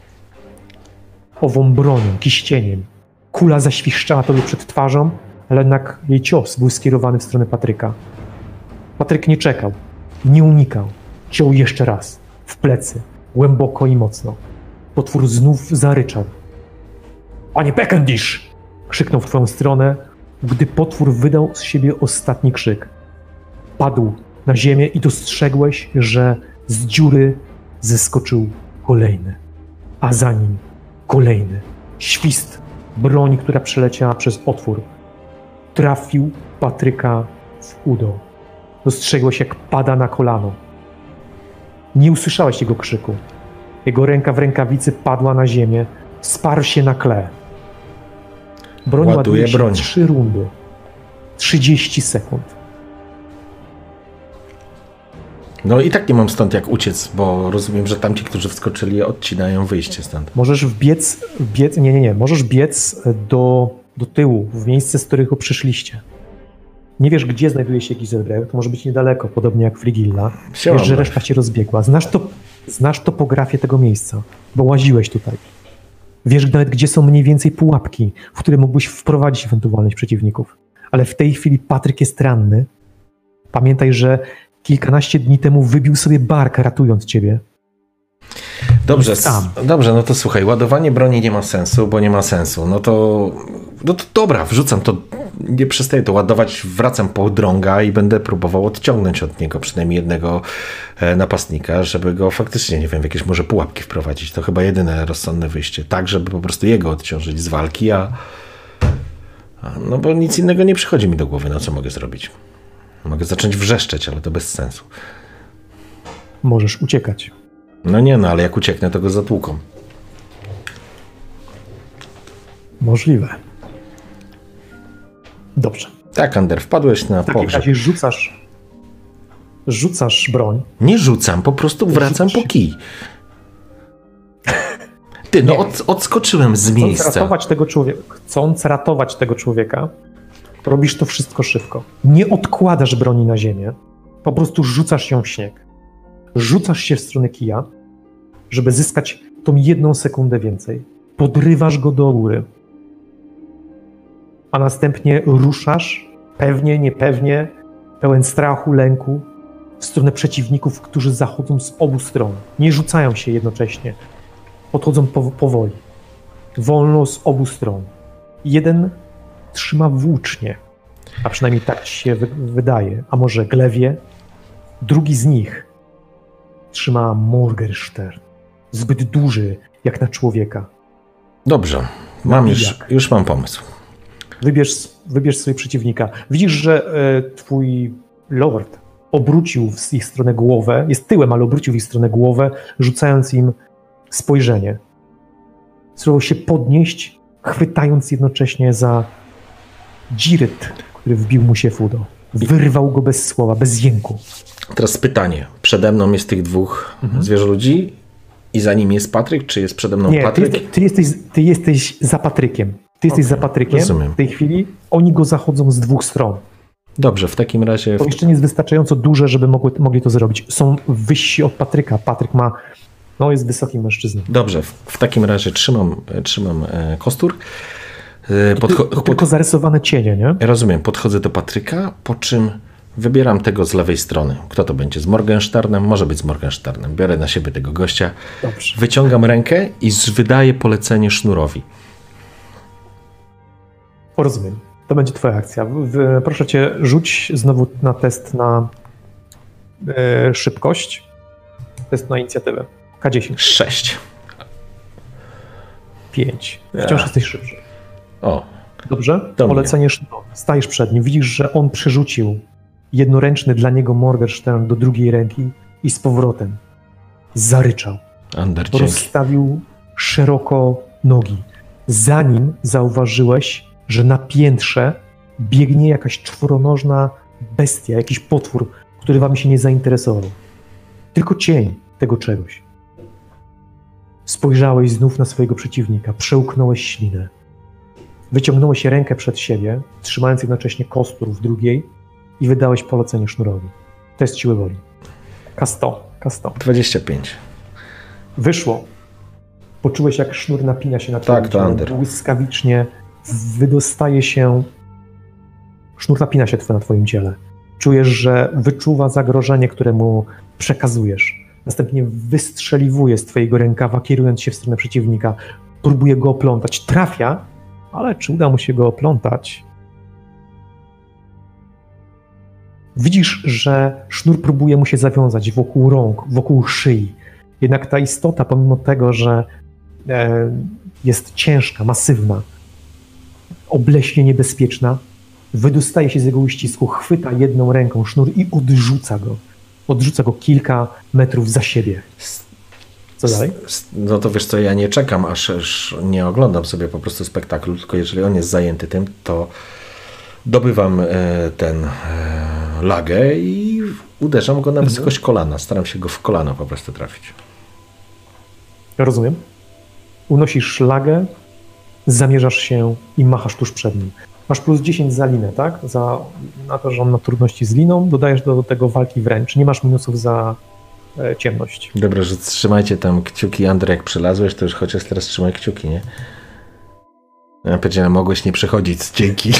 ową bronią, kiścieniem. Kula zaświszczała tobie przed twarzą, ale jednak jej cios był skierowany w stronę Patryka. Patryk nie czekał, nie unikał. Ciął jeszcze raz, w plecy, głęboko i mocno. Potwór znów zaryczał. Panie Beckendish! Krzyknął w twoją stronę, gdy potwór wydał z siebie ostatni krzyk. Padł na ziemię i dostrzegłeś, że z dziury zeskoczył kolejny, a za nim kolejny. Świst broni, która przeleciała przez otwór. Trafił Patryka w udo. Dostrzegłeś, jak pada na kolano. Nie usłyszałeś jego krzyku. Jego ręka w rękawicy padła na ziemię. Sparł się na kle. Broń Ładuję ładuje się broń. trzy rundy. trzydzieści sekund. No i tak nie mam stąd jak uciec, bo rozumiem, że tamci, którzy wskoczyli, odcinają wyjście stąd. Możesz wbiec, wbiec nie, nie, nie. Możesz biec do, do tyłu, w miejsce, z którego przyszliście. Nie wiesz, gdzie znajduje się Giselbrecht, to może być niedaleko, podobnie jak Frigilla. Siema, Wiesz, że Marek. reszta się rozbiegła. Znasz, to, znasz topografię tego miejsca, bo łaziłeś tutaj. Wiesz nawet, gdzie są mniej więcej pułapki, w które mógłbyś wprowadzić ewentualnych przeciwników. Ale w tej chwili Patryk jest ranny. Pamiętaj, że kilkanaście dni temu wybił sobie bark, ratując ciebie. Dobrze, Jest tam. s- dobrze, no to słuchaj, ładowanie broni nie ma sensu, bo nie ma sensu. No to, no to dobra, wrzucam to, nie przestaję to ładować, wracam po drąga i będę próbował odciągnąć od niego przynajmniej jednego e, napastnika, żeby go faktycznie, nie wiem, w jakieś może pułapki wprowadzić. To chyba jedyne rozsądne wyjście, tak, żeby po prostu jego odciążyć z walki, a, a no bo nic innego nie przychodzi mi do głowy, no co mogę zrobić. Mogę zacząć wrzeszczeć, ale to bez sensu. Możesz uciekać. No nie, no ale jak ucieknę, to go zatłuką. Możliwe. Dobrze. Tak, Ander, wpadłeś na W takim pogrzeb. razie rzucasz, rzucasz broń. Nie rzucam, po prostu wracam po kij. Ty, no Nie. od, odskoczyłem z Chcąc miejsca. ratować tego człowieka, chcąc ratować tego człowieka, robisz to wszystko szybko. Nie odkładasz broni na ziemię, Po prostu rzucasz się w śnieg. Rzucasz się w stronę kija, żeby zyskać tą jedną sekundę więcej. Podrywasz go do góry. A następnie ruszasz, pewnie, niepewnie, pełen strachu, lęku, w stronę przeciwników, którzy zachodzą z obu stron. Nie rzucają się jednocześnie. Podchodzą pow- powoli. Wolno z obu stron. Jeden trzyma włócznie, a przynajmniej tak ci się wy- wydaje, a może glewie. Drugi z nich trzyma Morgenstern. Zbyt duży, jak na człowieka. Dobrze, mam już, już mam pomysł. Wybierz, wybierz sobie przeciwnika. Widzisz, że e, twój lord obrócił w ich stronę głowę, jest tyłem, ale obrócił w ich stronę głowę, rzucając im spojrzenie. Spróbował się podnieść, chwytając jednocześnie za dziryt, który wbił mu się w udo. Wyrwał go bez słowa, bez jęku. Teraz pytanie. Przede mną jest tych dwóch mhm. zwierzoludzi i za nim jest Patryk, czy jest przede mną Nie, Patryk? Ty, ty, jesteś, ty jesteś za Patrykiem. Ty jesteś okay, za Patrykiem rozumiem. W tej chwili. Oni go zachodzą z dwóch stron. Dobrze, w takim razie... To jeszcze nie jest wystarczająco duże, żeby mogły, mogli to zrobić. Są wyżsi od Patryka. Patryk ma... No, jest wysokim mężczyzną. Dobrze, w, w takim razie trzymam, trzymam e, kostur. E, Podcho- ty, tylko pod... zarysowane cienie, nie? Rozumiem. Podchodzę do Patryka, po czym wybieram tego z lewej strony. Kto to będzie? Z Morgensternem? Może być z Morgensternem. Biorę na siebie tego gościa. Dobrze. Wyciągam rękę i wydaję polecenie Sznurowi. Rozumiem. To będzie twoja akcja. W, proszę cię, rzuć znowu na test na e, szybkość. Test na inicjatywę. K dziesięć. sześć. pięć. Wciąż ja. Jesteś szybszy. O. Dobrze? Polecenie Sznurowi. Stajesz przed nim. Widzisz, że on przerzucił jednoręczny dla niego Morgenstern do drugiej ręki i z powrotem zaryczał. Ander, rozstawił szeroko nogi. Zanim zauważyłeś, że na piętrze biegnie jakaś czworonożna bestia, jakiś potwór, który wam się nie zainteresował. Tylko cień tego czegoś. Spojrzałeś znów na swojego przeciwnika, przełknąłeś ślinę. Wyciągnąłeś rękę przed siebie, trzymając jednocześnie kostur w drugiej i wydałeś polecenie Sznurowi. Test siły woli. K sto. K sto. dwadzieścia pięć. Wyszło. Poczułeś, jak sznur napina się na twoim tak, to Ander. Błyskawicznie wydostaje się... Sznur napina się na twoim ciele. Czujesz, że wyczuwa zagrożenie, które mu przekazujesz. Następnie wystrzeliwuje z twojego rękawa, kierując się w stronę przeciwnika. Próbuje go oplątać. Trafia, ale czy uda mu się go oplątać? Widzisz, że sznur próbuje mu się zawiązać wokół rąk, wokół szyi. Jednak ta istota, pomimo tego, że e, jest ciężka, masywna, obleśnie niebezpieczna, wydostaje się z jego uścisku, chwyta jedną ręką sznur i odrzuca go. Odrzuca go kilka metrów za siebie. Co dalej? No to wiesz co, ja nie czekam, aż, aż nie oglądam sobie po prostu spektaklu, tylko jeżeli on jest zajęty tym, to dobywam e, ten e, lagę i uderzam go na wysokość kolana. Staram się go w kolano po prostu trafić. Rozumiem. Unosisz szlagę, zamierzasz się i machasz tuż przed nim. Masz plus dziesięć za linę, tak? Za, na to, że on ma trudności z liną, dodajesz do tego walki wręcz. Nie masz minusów za e, ciemność. Dobra, że trzymajcie tam kciuki. Andrzej, jak przylazłeś, to już chociaż teraz trzymaj kciuki, nie? Ja powiedziałem, mogłeś nie przechodzić, dzięki.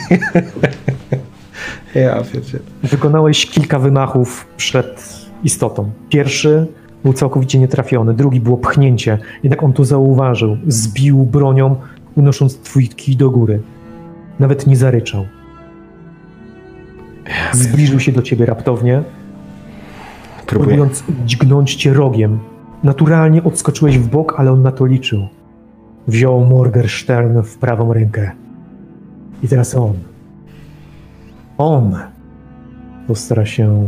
Ja pierdzielę. Wykonałeś kilka wymachów przed istotą. Pierwszy był całkowicie nietrafiony, drugi było pchnięcie. Jednak on to zauważył. Zbił bronią, unosząc twój kij do góry. Nawet nie zaryczał. Ja Zbliżył się do ciebie raptownie, Próbuję. próbując dźgnąć cię rogiem. Naturalnie odskoczyłeś w bok, ale on na to liczył. Wziął Morgenstern w prawą rękę. I teraz on. On postara się...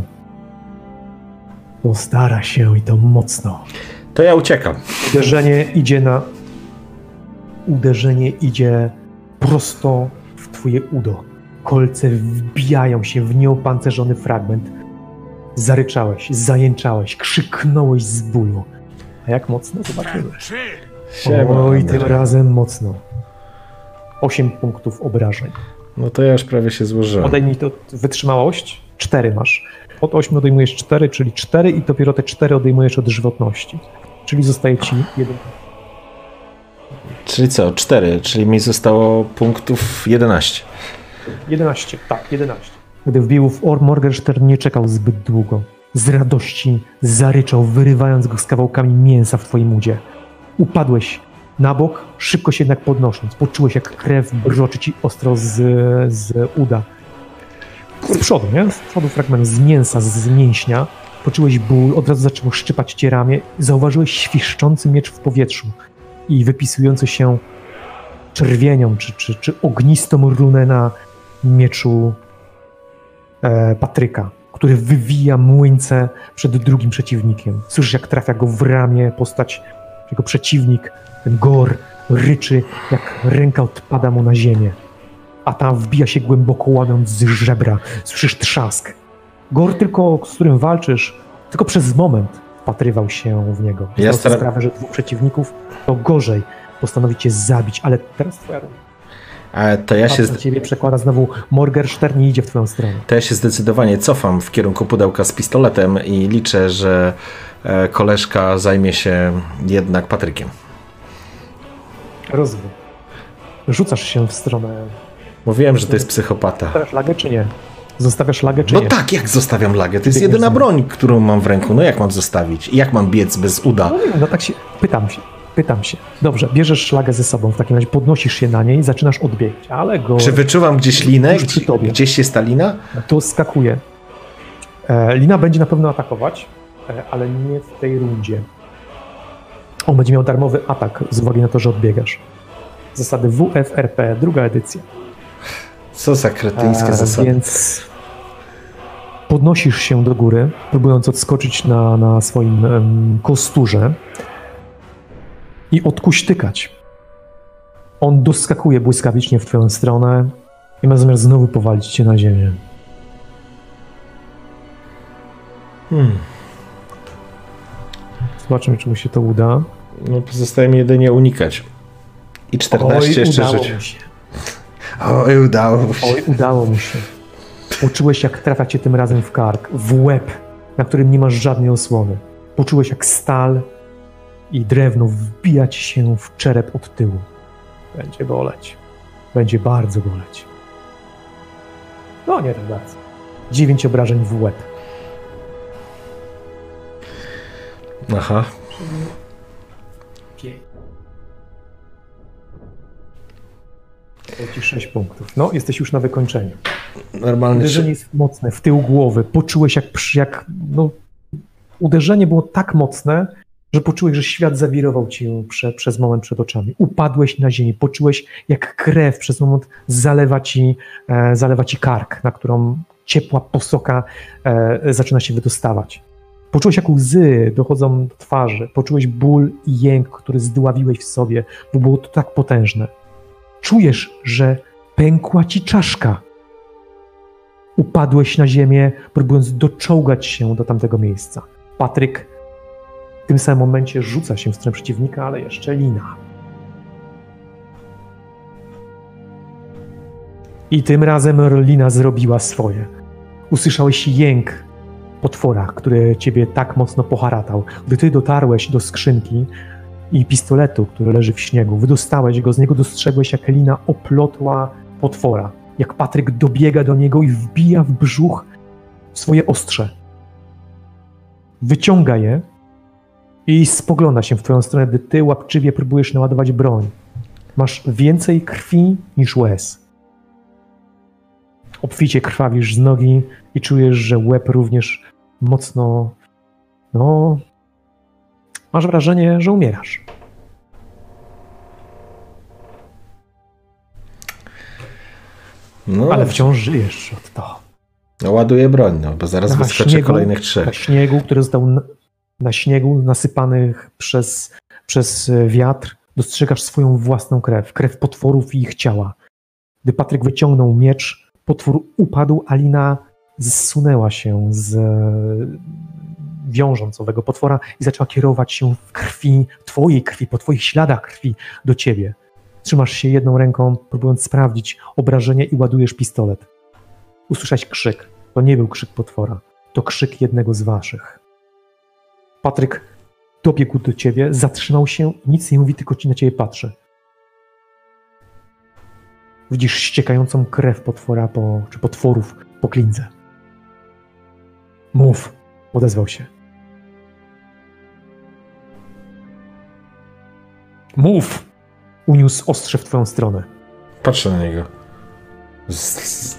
Postara się i to mocno. To ja uciekam. Uderzenie idzie na... Uderzenie idzie prosto w twoje udo. Kolce wbijają się w nieopancerzony fragment. Zaryczałeś, zajęczałeś, krzyknąłeś z bólu. A jak mocno? Zobaczymy. Oj, tym razem mocno. Osiem punktów obrażeń. No to ja już prawie się złożyłem. Odejmij to wytrzymałość. Cztery masz. Od ośmiu odejmujesz cztery, czyli cztery i dopiero te cztery odejmujesz od żywotności. Czyli zostaje ci jeden. Czyli co? cztery, czyli mi zostało punktów jedenaście. jedenaście, tak, jedenaście. Gdy wbił w Or, Morgenstern nie czekał zbyt długo. Z radości zaryczał, wyrywając go z kawałkami mięsa w twoim udzie. Upadłeś na bok, szybko się jednak podnosząc. Poczułeś, jak krew broczy ci ostro z, z uda. Z przodu, nie? Z przodu fragment z mięsa, z mięśnia. Poczułeś ból, od razu zaczęło szczypać cię ramię. Zauważyłeś świszczący miecz w powietrzu i wypisujący się czerwienią czy, czy, czy ognistą runę na mieczu e, Patryka, który wywija młyńce przed drugim przeciwnikiem. Słyszysz, jak trafia go w ramię postać, jego przeciwnik, ten Gor, ryczy, jak ręka odpada mu na ziemię, a tam wbija się głęboko, łamiąc z żebra. Słyszysz trzask. Gor, tylko z którym walczysz, tylko przez moment wpatrywał się w niego. Ja Zdał stara... sprawę, że dwóch przeciwników to gorzej postanowi cię zabić, ale teraz twoja runda. A to ja się... Na ciebie przekłada znowu Morgenstern i idzie w twoją stronę. To ja się zdecydowanie cofam w kierunku pudełka z pistoletem i liczę, że koleżka zajmie się jednak Patrykiem. Rozwój. Rzucasz się w stronę... Mówiłem, że to jest psychopata. Zostawiasz lagę czy nie? Zostawiasz lagę czy No nie? tak, jak zostawiam lagę? To jest Biegniesz jedyna za mną. broń, którą mam w ręku. No jak mam zostawić? I jak mam biec bez uda? No nie wiem, no tak się... Pytam się. Pytam się. Dobrze, bierzesz szlagę ze sobą, w takim razie podnosisz się na niej i zaczynasz odbiegać, ale go... Czy wyczuwam gdzieś linę? Już przy Gdzie, tobie. gdzieś jest ta lina? To skakuje. E, Lina będzie na pewno atakować, e, ale nie w tej rundzie. On będzie miał darmowy atak z uwagi na to, że odbiegasz. Zasady W F R P, druga edycja. Co za kretyńskie E, zasady. Więc podnosisz się do góry, próbując odskoczyć na, na swoim em, kosturze i odkuśtykać. On doskakuje błyskawicznie w twoją stronę i ma zamiar znowu powalić cię na ziemię. Hmm. Zobaczymy, czy mu się to uda. No pozostaje mi jedynie unikać. I czternaście Oj, jeszcze udało żyć. mu się. Oj, udało mu się. Oj, udało mu się. Poczułeś, jak trafia cię tym razem w kark, w łeb, na którym nie masz żadnej osłony. Poczułeś, jak stal i drewno wbija ci się w czerep od tyłu. Będzie boleć. Będzie bardzo boleć. No, nie tak bardzo. Dziewięć obrażeń w łeb. Aha. To ci sześć punktów. No, jesteś już na wykończeniu. Normalnie. Uderzenie jest mocne, w tył głowy. Poczułeś, jak, przy- jak no, uderzenie było tak mocne, że poczułeś, że świat zawirował ci prze, przez moment przed oczami. Upadłeś na ziemię, poczułeś, jak krew przez moment zalewa ci, e, zalewa ci kark, na którą ciepła posoka e, zaczyna się wydostawać. Poczułeś, jak łzy dochodzą do twarzy. Poczułeś ból i jęk, który zdławiłeś w sobie, bo było to tak potężne. Czujesz, że pękła ci czaszka. Upadłeś na ziemię, próbując doczołgać się do tamtego miejsca. Patryk w tym samym momencie rzuca się w stronę przeciwnika, ale jeszcze Lina. I tym razem Lina zrobiła swoje. Usłyszałeś jęk potwora, który ciebie tak mocno poharatał. Gdy ty dotarłeś do skrzynki i pistoletu, który leży w śniegu, wydostałeś go, z niego dostrzegłeś, jak Lina oplotła potwora. Jak Patryk dobiega do niego i wbija w brzuch swoje ostrze. Wyciąga je i spogląda się w twoją stronę, gdy ty łapczywie próbujesz naładować broń. Masz więcej krwi niż łez. Obficie krwawisz z nogi i czujesz, że łeb również mocno... No... Masz wrażenie, że umierasz. No, Ale wciąż żyjesz od to. no, ładuję broń, no, bo zaraz Na wyskoczy śniegu- kolejnych trzech. Na śniegu, który został na, na śniegu nasypanych przez, przez wiatr, dostrzegasz swoją własną krew, krew potworów i ich ciała. Gdy Patryk wyciągnął miecz, potwór upadł, a Lina zsunęła się z wiążąc owego potwora i zaczęła kierować się w krwi, twojej krwi, po twoich śladach krwi do ciebie. Trzymasz się jedną ręką, próbując sprawdzić obrażenie i ładujesz pistolet. Usłyszałeś krzyk. To nie był krzyk potwora. to krzyk jednego z waszych. Patryk dobiegł do ciebie, zatrzymał się, nic nie mówi, tylko na ciebie patrzy. Widzisz ściekającą krew potwora po, czy potworów po klindze. Mów, odezwał się. Mów! Uniósł ostrze w twoją stronę. Patrzę na niego. Z, z...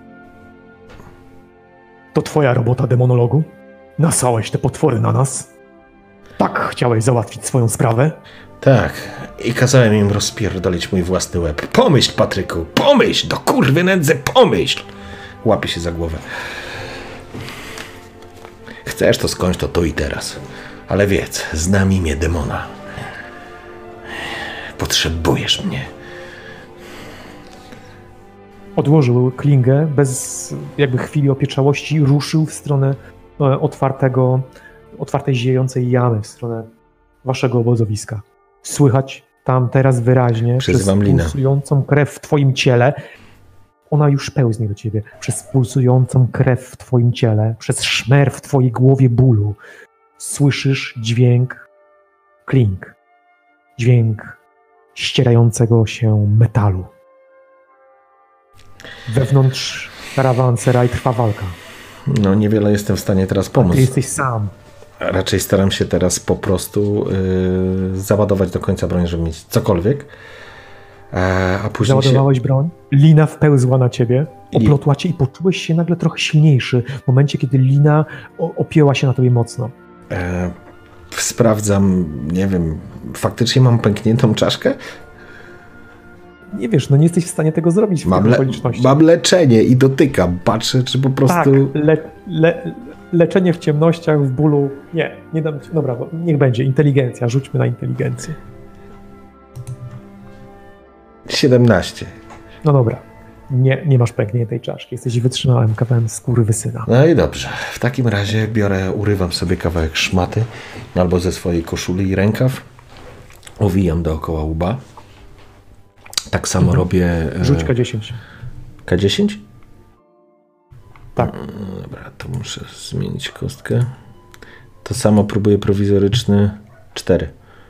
To twoja robota, demonologu? Nasłałeś te potwory na nas? Tak chciałeś załatwić swoją sprawę? Tak. I kazałem im rozpierdolić mój własny łeb. Pomyśl, Patryku, pomyśl! Do kurwy nędzy, pomyśl! Łapie się za głowę. Chcesz, to skończ to tu i teraz. Ale wiedz, znam imię demona. Potrzebujesz mnie. Odłożył klingę, bez jakby chwili opieczałości, ruszył w stronę otwartego, otwartej ziejącej jamy, w stronę waszego obozowiska. Słychać tam teraz wyraźnie Przyzywam przez Linę. pulsującą krew w twoim ciele. Ona już pełznie do ciebie. Przez pulsującą krew w twoim ciele, przez szmer w twojej głowie bólu. Słyszysz dźwięk kling. Dźwięk ścierającego się metalu. Wewnątrz karawansera trwa walka. No niewiele jestem w stanie teraz pomóc. Ty jesteś sam. Raczej staram się teraz po prostu yy, załadować do końca broń, żeby mieć cokolwiek. E, a później Załadowałeś się... broń, lina wpełzła na ciebie, I- oplotła cię i poczułeś się nagle trochę silniejszy w momencie, kiedy lina o- opięła się na tobie mocno. E, sprawdzam, nie wiem, faktycznie mam pękniętą czaszkę? Nie wiesz, no nie jesteś w stanie tego zrobić w Mam, tych le- okolicznościach. mam leczenie i dotykam. Patrzę, czy po Tak, prostu... le- le- leczenie w ciemnościach, w bólu. Nie, nie dam ci. Dobra, bo niech będzie. Inteligencja, rzućmy na inteligencję. siedemnaście. No dobra. Nie, nie masz pękniętej czaszki. Jesteś wytrzymałym kawałem skóry wysyna. No i dobrze. W takim razie biorę, urywam sobie kawałek szmaty albo ze swojej koszuli i rękaw. Owijam dookoła łba. Tak samo Mhm. robię... e, Rzuć K dziesięć. K dziesięć? Tak. No dobra, to muszę zmienić kostkę. To samo próbuję prowizoryczny cztery.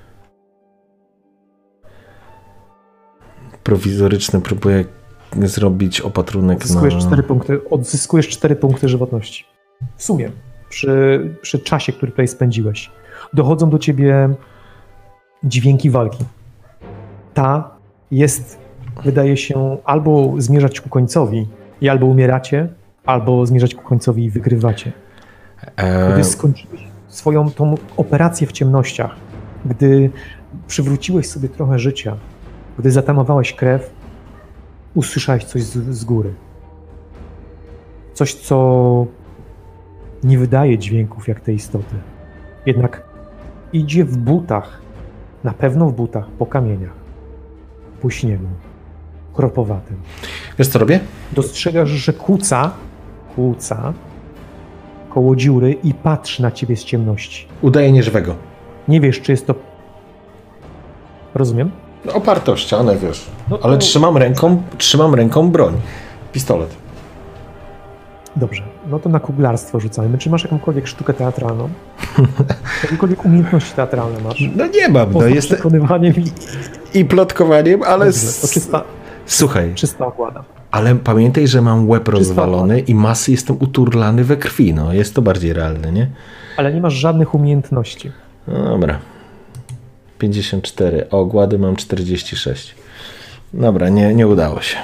Prowizoryczny próbuję zrobić opatrunek Odzyskujesz na... cztery punkty, odzyskujesz cztery punkty żywotności. W sumie, przy, przy czasie, który tutaj spędziłeś, dochodzą do ciebie dźwięki walki. Ta jest, wydaje się, albo zmierzać ku końcowi i albo umieracie, albo zmierzać ku końcowi i wygrywacie. E, Gdy skończyłeś swoją tą operację w ciemnościach, gdy przywróciłeś sobie trochę życia, gdy zatamowałeś krew, usłyszałeś coś z, z góry. Coś, co nie wydaje dźwięków jak te istoty. Jednak idzie w butach, na pewno w butach, po kamieniach, po śniegu, kropowatym. Wiesz co robię? Dostrzegasz, że kłóca, kłóca koło dziury i patrzy na ciebie z ciemności. Udaję nieżywego. Nie wiesz, czy jest to... Rozumiem? No, oparte o ścianę, wiesz. No to- Ale trzymam ręką, trzymam ręką broń. Pistolet. Dobrze, no to na kuglarstwo rzucamy. Czy masz jakąkolwiek sztukę teatralną? Jakiekolwiek umiejętności teatralne masz? No nie mam, no Poza jest przekonywaniem i... i plotkowaniem, ale... Dobrze, to s- czysta, Słuchaj, czysta ogłada. ale pamiętaj, że mam łeb rozwalony i masy jestem uturlany we krwi, no. Jest to bardziej realne, nie? Ale nie masz żadnych umiejętności. No dobra. pięćdziesiąt cztery. A ogłady mam czterdzieści sześć. Dobra, nie, nie udało się.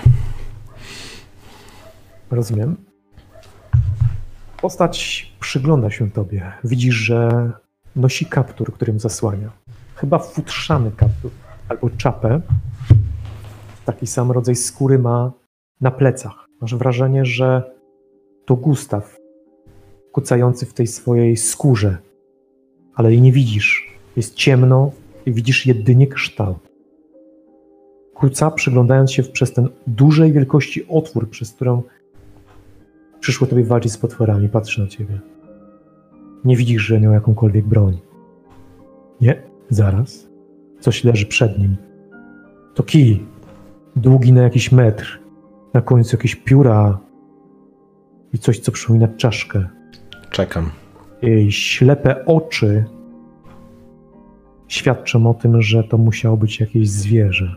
Rozumiem. Postać przygląda się tobie. Widzisz, że nosi kaptur, którym zasłania. Chyba futrzany kaptur albo czapę. Taki sam rodzaj skóry ma na plecach. Masz wrażenie, że to Gustaw, kucający w tej swojej skórze. Ale jej nie widzisz. Jest ciemno i widzisz jedynie kształt. Kuca, przyglądając się przez ten dużej wielkości otwór, przez którą przyszło tobie walczyć z potworami, patrzy na ciebie. Nie widzisz, że miał jakąkolwiek broń. Nie, zaraz. Coś leży przed nim. To kij. Długi na jakiś metr. Na końcu jakieś pióra i coś, co przypomina czaszkę. Czekam. Jej ślepe oczy świadczą o tym, że to musiało być jakieś zwierzę.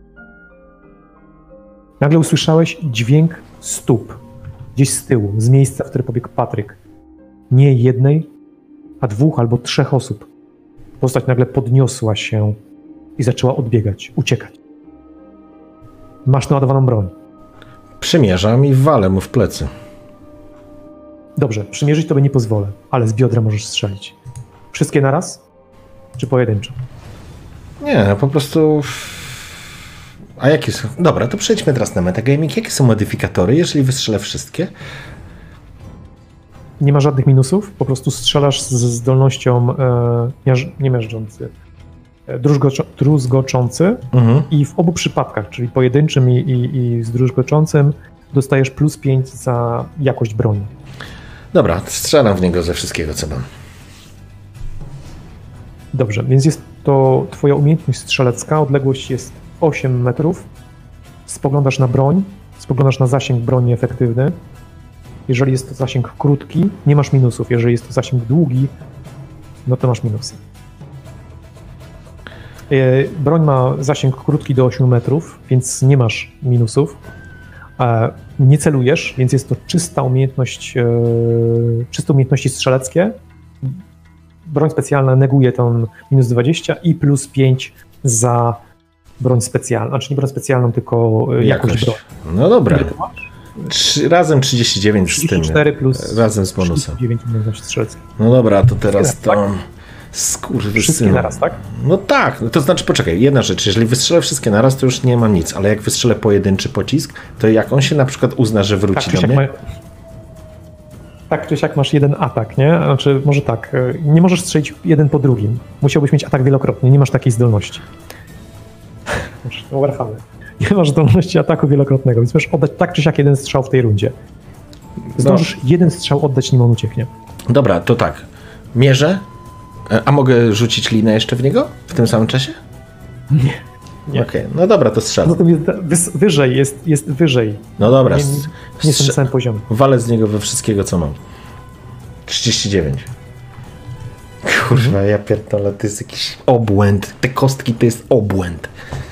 Nagle usłyszałeś dźwięk stóp gdzieś z tyłu, z miejsca, w które pobiegł Patryk. Nie jednej, a dwóch albo trzech osób. Postać nagle podniosła się i zaczęła odbiegać, uciekać. Masz naładowaną broń. Przymierzam i walę mu w plecy. Dobrze, przymierzyć tobie nie pozwolę, ale z biodra możesz strzelić. Wszystkie naraz? Czy pojedynczo? Nie, po prostu... A jakie są? Dobra, to przejdźmy teraz na metagaming. Jakie są modyfikatory, jeżeli wystrzelę wszystkie? Nie ma żadnych minusów, po prostu strzelasz z zdolnością e, miaż, nie miażdżący, e, druzgoczo, druzgoczący Mhm. i w obu przypadkach, czyli pojedynczym i, i, i z druzgoczącym, dostajesz plus pięć za jakość broni. Dobra, strzelam w niego ze wszystkiego, co mam. Dobrze, więc jest to twoja umiejętność strzelecka, odległość jest osiem metrów, spoglądasz na broń, spoglądasz na zasięg broni efektywny. Jeżeli jest to zasięg krótki, nie masz minusów. Jeżeli jest to zasięg długi, no to masz minusy. E, broń ma zasięg krótki do ośmiu metrów, więc nie masz minusów. E, nie celujesz, więc jest to czysta umiejętność, e, czyste umiejętności strzeleckie. Broń specjalna neguje tą minus dwadzieścia i plus pięć za broń specjalną. Znaczy nie broń specjalną, tylko e, jakość, jakość broni. No dobra. Trzy, razem trzydzieści dziewięć z tym. trzydzieści cztery plus razem z bonusem. trzydzieści dziewięć umiejętności strzeleckiej. No dobra, to teraz tak? to... Skurwysynu. Wszystkie naraz, tak? No tak, no to znaczy poczekaj, jedna rzecz, jeżeli wystrzelę wszystkie naraz, to już nie mam nic, ale jak wystrzelę pojedynczy pocisk, to jak on się na przykład uzna, że wróci tak, do mnie? Ma... Tak czy siak masz jeden atak, nie? Znaczy, może tak, nie możesz strzelić jeden po drugim. Musiałbyś mieć atak wielokrotnie, nie masz takiej zdolności. Warhammer. Nie masz zdolności ataku wielokrotnego, więc możesz oddać tak czy siak jeden strzał w tej rundzie. Zdążysz no. jeden strzał oddać, nim on ucieknie. Dobra, to tak. Mierzę. A mogę rzucić linę jeszcze w niego? W tym samym czasie? Nie. nie. Okej, okay. No dobra, to strzelam. Zatem jest wyżej, jest, jest wyżej. No dobra. Nie, nie są na samym poziomie. Walę z niego we wszystkiego, co mam. trzydzieści dziewięć. Kurwa, ja pierdolę, to jest jakiś obłęd. Te kostki to jest obłęd.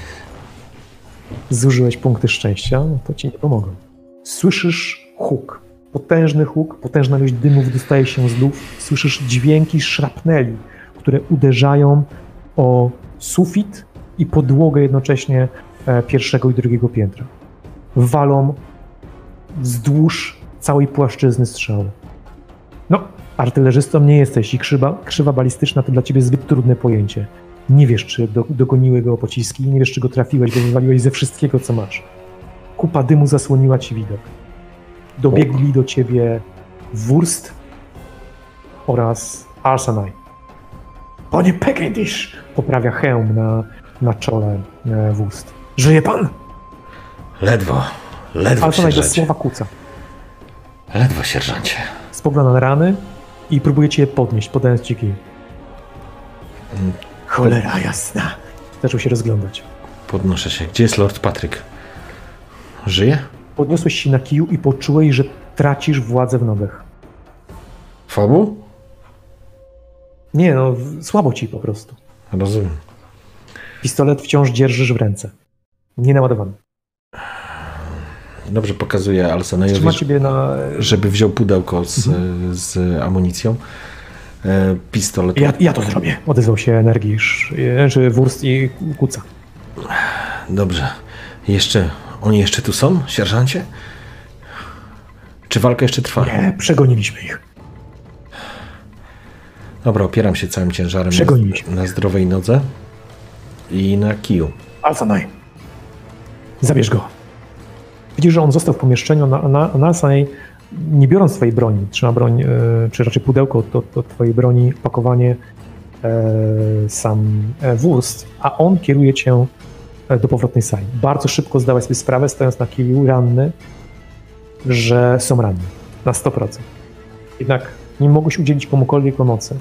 Zużyłeś punkty szczęścia, no to ci nie pomogą. Słyszysz huk. Potężny huk, potężna ilość dymów dostaje się z luf. Słyszysz dźwięki szrapneli, które uderzają o sufit i podłogę jednocześnie pierwszego i drugiego piętra. Walą wzdłuż całej płaszczyzny strzału. No, artylerzystą nie jesteś i krzywa, krzywa balistyczna to dla ciebie zbyt trudne pojęcie. Nie wiesz, czy do, dogoniły go pociski, nie wiesz, czy go trafiłeś, bo wywaliłeś ze wszystkiego, co masz. Kupa dymu zasłoniła ci widok. Dobiegli do ciebie Wurst oraz Arsanai. Panie Peckindish! Poprawia hełm na, na czole e, Wurst. Żyje pan? Ledwo, ledwo, Arsanai sierżancie. bez słowa kuca. Ledwo, sierżancie. Spogląda na rany i próbuje cię je podnieść, podając ci kij. Hmm. Cholera jasna. Zaczął się rozglądać. Podnoszę się. Gdzie jest Lord Patryk? Żyje? Podniosłeś się na kiju i poczułeś, że tracisz władzę w nogach. Fobu? Nie, no, słabo ci po prostu. Rozumiem. Pistolet wciąż dzierżysz w ręce. Nie naładowany. Dobrze, pokazuję Alsanowi, Trzyma ciebie na... żeby wziął pudełko z, mhm. z amunicją. E, pistolet. Ja, ja to zrobię. Odezwał się Energisz, czy Wurst i Kuca. Dobrze. Jeszcze... Oni jeszcze tu są, sierżancie? Czy walka jeszcze trwa? Nie, przegoniliśmy ich. Dobra, opieram się całym ciężarem na, na zdrowej nodze i na kiju. Alsanai, zabierz go. Widzisz, że on został w pomieszczeniu, na, na, na Alsanai, nie biorąc twojej broni, trzyma broń, yy, czy raczej pudełko do, do twojej broni, pakowanie, yy, sam yy, Wurst, a on kieruje cię do powrotnej sali. Bardzo szybko zdałeś sobie sprawę, stojąc na kiju ranny, że są ranni. Na sto procent. Jednak nie mogłeś udzielić komukolwiek pomocy.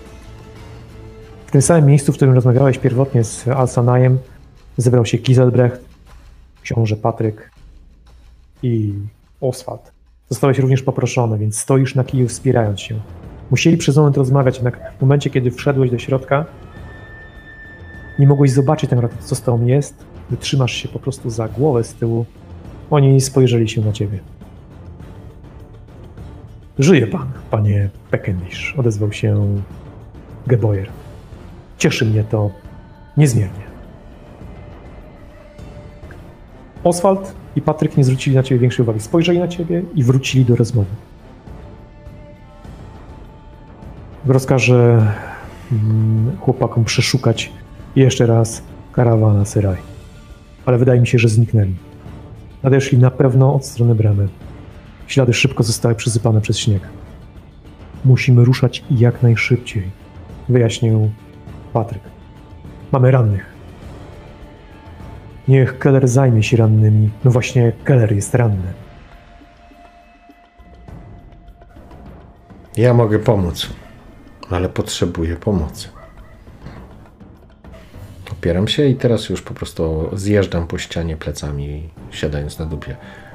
W tym samym miejscu, w którym rozmawiałeś pierwotnie z Alsanajem, zebrał się Giselbrecht, książę Patryk i Oswald. Zostałeś również poproszony, więc stoisz na kiju wspierając się. Musieli przez moment rozmawiać, jednak w momencie, kiedy wszedłeś do środka, nie mogłeś zobaczyć tak naprawdę, co z tobą jest. Gdy trzymasz się po prostu za głowę z tyłu, oni spojrzeli się na ciebie. Żyje pan, panie Peckendish, odezwał się Geboyer. Cieszy mnie to niezmiernie. Oswald i Patryk nie zwrócili na ciebie większej uwagi. Spojrzeli na ciebie i wrócili do rozmowy. Rozkażę mm, chłopakom przeszukać jeszcze raz karawana Syraj. Ale wydaje mi się, że zniknęli. Nadeszli na pewno od strony bramy. Ślady szybko zostały przysypane przez śnieg. Musimy ruszać jak najszybciej, wyjaśnił Patryk. Mamy rannych. Niech Keller zajmie się rannymi. No właśnie, Keller jest ranny. Ja mogę pomóc, ale potrzebuję pomocy. Opieram się i teraz już po prostu zjeżdżam po ścianie plecami, siadając na dupie.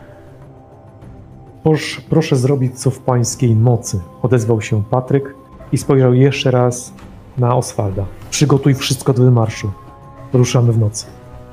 Proszę, proszę zrobić, co w pańskiej mocy, odezwał się Patryk i spojrzał jeszcze raz na Oswalda. Przygotuj wszystko do wymarszu. Ruszamy w nocy.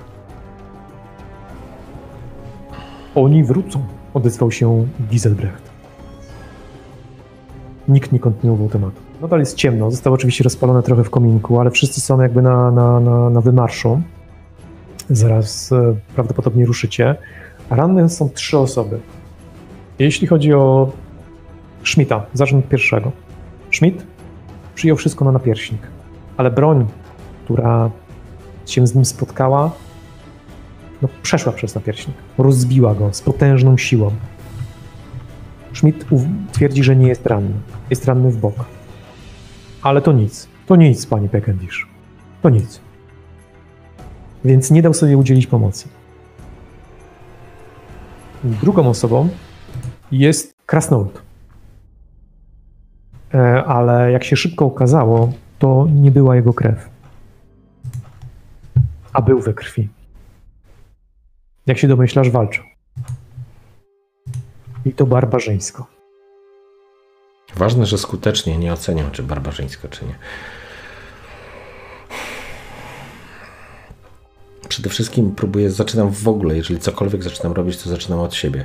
Oni wrócą, odezwał się Giselbrecht. Nikt nie kontynuował tematu. Nadal jest ciemno, zostało oczywiście rozpalone trochę w kominku, ale wszyscy są jakby na, na, na, na wymarszu. Zaraz e, prawdopodobnie ruszycie. A ranne są trzy osoby. Jeśli chodzi o Schmidta, zacznę od pierwszego. Schmidt przyjął wszystko na napierśnik, ale broń, która się z nim spotkała, no, przeszła przez napierśnik. Rozbiła go z potężną siłą. Schmidt twierdzi, że nie jest ranny. Jest ranny w bok. Ale to nic. To nic, panie Peckendish. To nic. Więc nie dał sobie udzielić pomocy. Drugą osobą jest Krasnolud. E, ale jak się szybko okazało, to nie była jego krew. A był we krwi. Jak się domyślasz, walczył. I to barbarzyńsko. Ważne, że skutecznie, nie oceniam, czy barbarzyńsko, czy nie. Przede wszystkim próbuję, zaczynam w ogóle, jeżeli cokolwiek zaczynam robić, to zaczynam od siebie.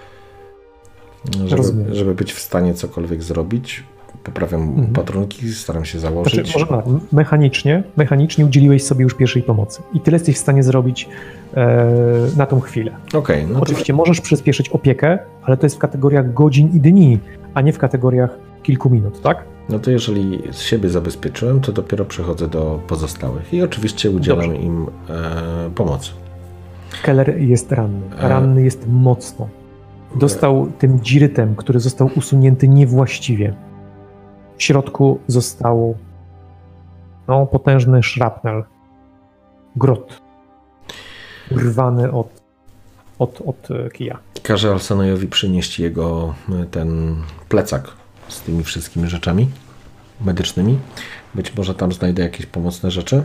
Żeby, żeby być w stanie cokolwiek zrobić, poprawiam mhm. patrunki, staram się założyć. Znaczy, może tak, mechanicznie, mechanicznie udzieliłeś sobie już pierwszej pomocy. I tyle jesteś w stanie zrobić e, na tą chwilę. Okay, no Oczywiście to... możesz przyspieszyć opiekę, ale to jest w kategoriach godzin i dni, a nie w kategoriach kilku minut, tak? No to jeżeli z siebie zabezpieczyłem, to dopiero przechodzę do pozostałych i oczywiście udzielam Dobrze. im e, pomocy. Keller jest ranny. Ranny e... jest mocno. Dostał tym dzirytem, który został usunięty niewłaściwie. W środku został no, potężny szrapnel. Grot. Urwany od, od, od kija. Każę Alsanojowi przynieść jego ten plecak z tymi wszystkimi rzeczami medycznymi. Być może tam znajdę jakieś pomocne rzeczy.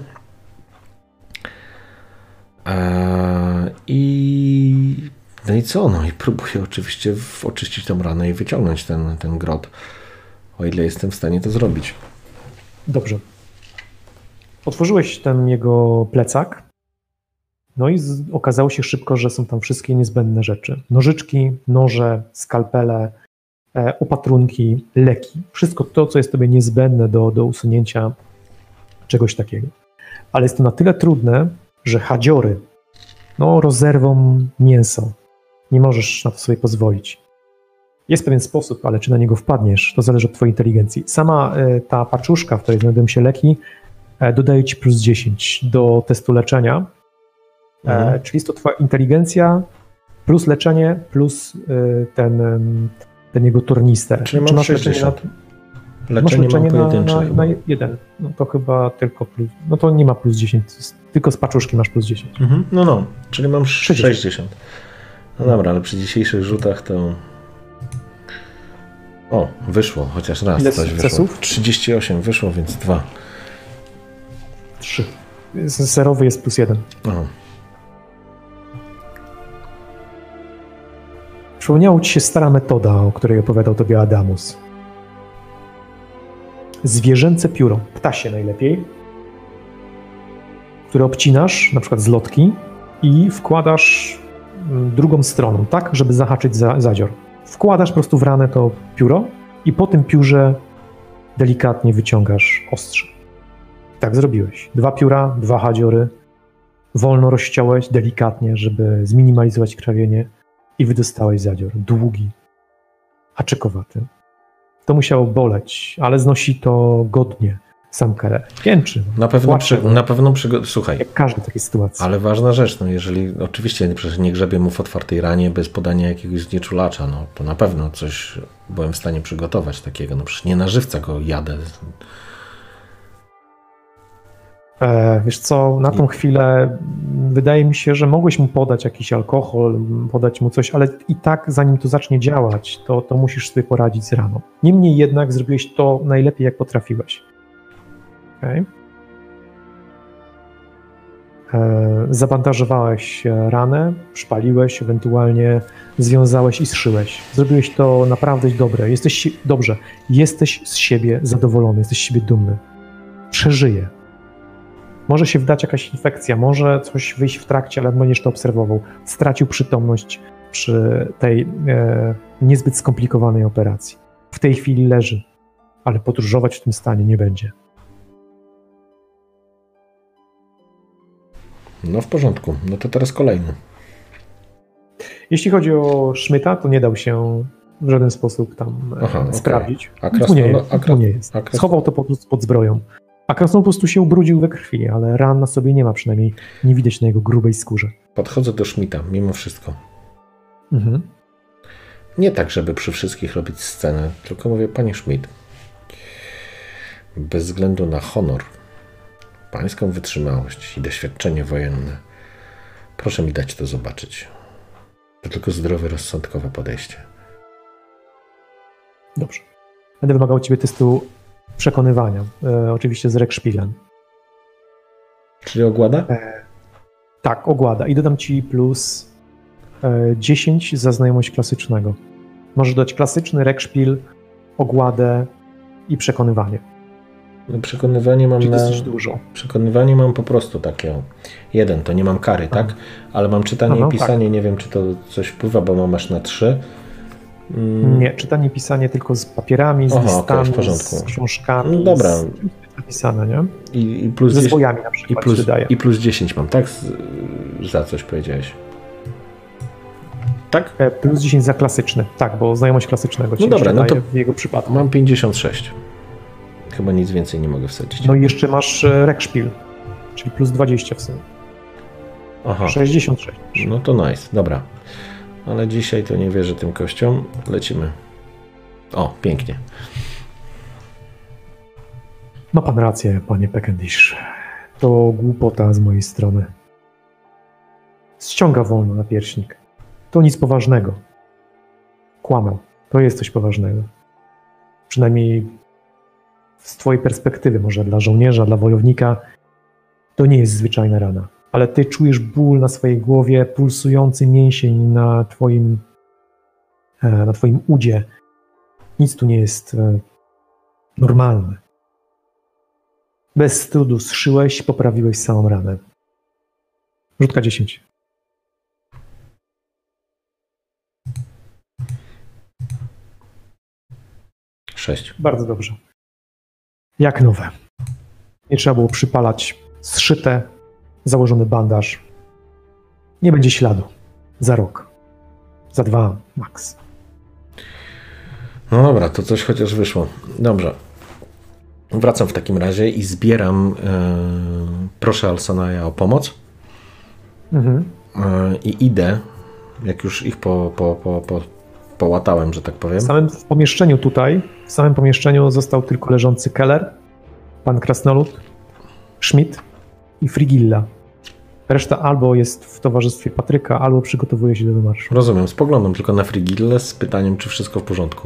Eee, I... No i co? No i próbuję oczywiście oczyścić tą ranę i wyciągnąć ten, ten grot, o ile jestem w stanie to zrobić. Dobrze. Otworzyłeś ten jego plecak, no i z, okazało się szybko, że są tam wszystkie niezbędne rzeczy. Nożyczki, noże, skalpele, e, opatrunki, leki. Wszystko to, co jest tobie niezbędne do, do usunięcia czegoś takiego. Ale jest to na tyle trudne, że hadziory no, rozerwą mięso. Nie możesz na to sobie pozwolić. Jest pewien sposób, ale czy na niego wpadniesz, to zależy od twojej inteligencji. Sama y, ta paczuszka, w której znajdują się leki, y, dodaje ci plus dziesięć do testu leczenia. Mhm. E, czyli jest to twoja inteligencja plus leczenie, plus y, ten, y, ten jego tornister. Czyli czy masz leczenie na, leczenie masz leczenie na, na, na jeden. No to chyba tylko plus... No to nie ma plus dziesięć. Tylko z paczuszki masz plus dziesięć. Mhm. No, no. Czyli mam sześćdziesiąt. No dobra, ale przy dzisiejszych rzutach to... O, wyszło, chociaż raz Ile coś sukcesów? wyszło. trzydzieści osiem wyszło, więc dwa. trzy. Zerowy jest plus jeden. Aha. Przypomniała ci się stara metoda, o której opowiadał tobie Adamus. Zwierzęce pióro, ptasie najlepiej, które obcinasz, na przykład z lotki, i wkładasz drugą stroną, tak, żeby zahaczyć za zadzior. Wkładasz po prostu w ranę to pióro i po tym piórze delikatnie wyciągasz ostrze. Tak zrobiłeś. Dwa pióra, dwa hadziory, wolno rozciąłeś delikatnie, żeby zminimalizować krwawienie i wydostałeś zadzior. Długi, haczykowaty. To musiało boleć, ale znosi to godnie sam Keller. Pięczy. Na pewno, przy, na pewno przy, słuchaj. Jak każdy takiej sytuacji. Ale ważna rzecz, no jeżeli oczywiście przecież nie grzebię mu w otwartej ranie bez podania jakiegoś znieczulacza, no to na pewno coś byłem w stanie przygotować takiego. No przecież nie na żywca go jadę. E, wiesz co, na tą chwilę wydaje mi się, że mogłeś mu podać jakiś alkohol, podać mu coś, ale i tak zanim to zacznie działać, to, to musisz sobie poradzić z raną. Niemniej jednak zrobiłeś to najlepiej, jak potrafiłeś. Okay. E, zabandażowałeś ranę, szpaliłeś, ewentualnie związałeś i zszyłeś. Zrobiłeś to naprawdę dobre. Jesteś dobrze. Jesteś z siebie zadowolony, jesteś z siebie dumny. Przeżyje. Może się wdać jakaś infekcja, może coś wyjść w trakcie, ale będziesz to obserwował. Stracił przytomność przy tej e, niezbyt skomplikowanej operacji. W tej chwili leży, ale podróżować w tym stanie nie będzie. No w porządku. No to teraz kolejny. Jeśli chodzi o Schmidta, to nie dał się w żaden sposób tam Aha, sprawdzić. Okay. A Nic mu nie jest. A nie jest. A Schował to pod, pod zbroją. A Krasnolud po prostu się ubrudził we krwi, ale ran na sobie nie ma, przynajmniej nie widać na jego grubej skórze. Podchodzę do Schmidta, mimo wszystko. Mhm. Nie tak, żeby przy wszystkich robić scenę, tylko mówię, panie Schmidt, bez względu na honor, pańską wytrzymałość i doświadczenie wojenne, proszę mi dać to zobaczyć. To tylko zdrowe, rozsądkowe podejście. Dobrze. Będę wymagał od ciebie testu przekonywania. E, oczywiście z Rekspilem. Czyli ogłada? E, tak, ogłada. I dodam ci plus e, dziesięć za znajomość klasycznego. Możesz dodać klasyczny, Rekspil, ogładę i przekonywanie. No, przekonywanie mam Czyli na... dosyć dużo. Przekonywanie mam po prostu takie. Jeden, to nie mam kary, tak? tak? Ale mam czytanie no, no, i pisanie, tak. Nie wiem, czy to coś wpływa, bo mam aż na trzy. Mm. Nie, czytanie i pisanie tylko z papierami, z Aha, listami, okay, w porządku. z książkami. No dobra. Z... napisane, nie? I, i plus Ze dziesięć, zwojami na przykład i plus, wydaje. I plus dziesięć mam, tak? Z, za coś powiedziałeś. Tak? E, plus dziesięć za klasyczny. Tak, bo znajomość klasycznego ci no dobra, no to w jego przypadku. Mam pięćdziesiąt sześć. Chyba nic więcej nie mogę wsadzić. No i jeszcze masz Rekspil, czyli plus dwadzieścia w sumie. Aha. sześćdziesiąt sześć. No to nice, dobra. Ale dzisiaj to nie wierzę tym kościom. Lecimy. O, pięknie. Ma pan rację, panie Peckendish. To głupota z mojej strony. Ściąga wolno na pierśnik. To nic poważnego. Kłamał. To jest coś poważnego. Przynajmniej z twojej perspektywy, może dla żołnierza, dla wojownika, to nie jest zwyczajna rana. Ale ty czujesz ból na swojej głowie, pulsujący mięsień na twoim, na twoim udzie. Nic tu nie jest normalne. Bez trudu zszyłeś, poprawiłeś samą ranę. Rzutka dziesięć. sześć. Bardzo dobrze. Jak nowe. Nie trzeba było przypalać. Zszyte, założony bandaż. Nie będzie śladu. Za rok. Za dwa max. No dobra, to coś chociaż wyszło. Dobrze. Wracam w takim razie i zbieram, yy, proszę Al-Sanaja o pomoc. Mhm. Yy, I idę, jak już ich po, po, po, po, połatałem, że tak powiem. W samym w pomieszczeniu tutaj, w samym pomieszczeniu został tylko leżący Keller, pan Krasnolud, Schmidt i Frigilla. Reszta albo jest w towarzystwie Patryka, albo przygotowuje się do wymarszu. Rozumiem, spoglądam tylko na Frigillę z pytaniem, czy wszystko w porządku.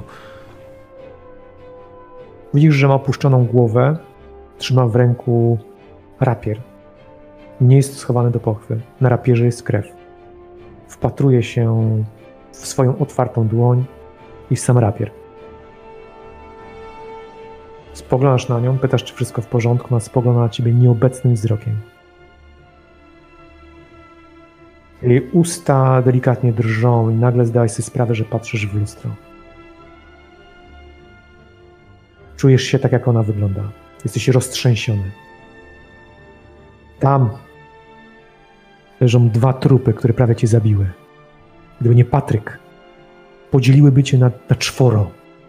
Widzisz, że ma opuszczoną głowę, trzyma w ręku rapier. Nie jest schowany do pochwy. Na rapierze jest krew. Wpatruje się w swoją otwartą dłoń i w sam rapier. Spoglądasz na nią, pytasz, czy wszystko w porządku, ona spogląda na ciebie nieobecnym wzrokiem. Jej usta delikatnie drżą i nagle zdajesz sobie sprawę, że patrzysz w lustro. Czujesz się tak, jak ona wygląda. Jesteś roztrzęsiony. Tam leżą dwa trupy, które prawie cię zabiły. Gdyby nie Patryk, podzieliłyby cię na, na czworo.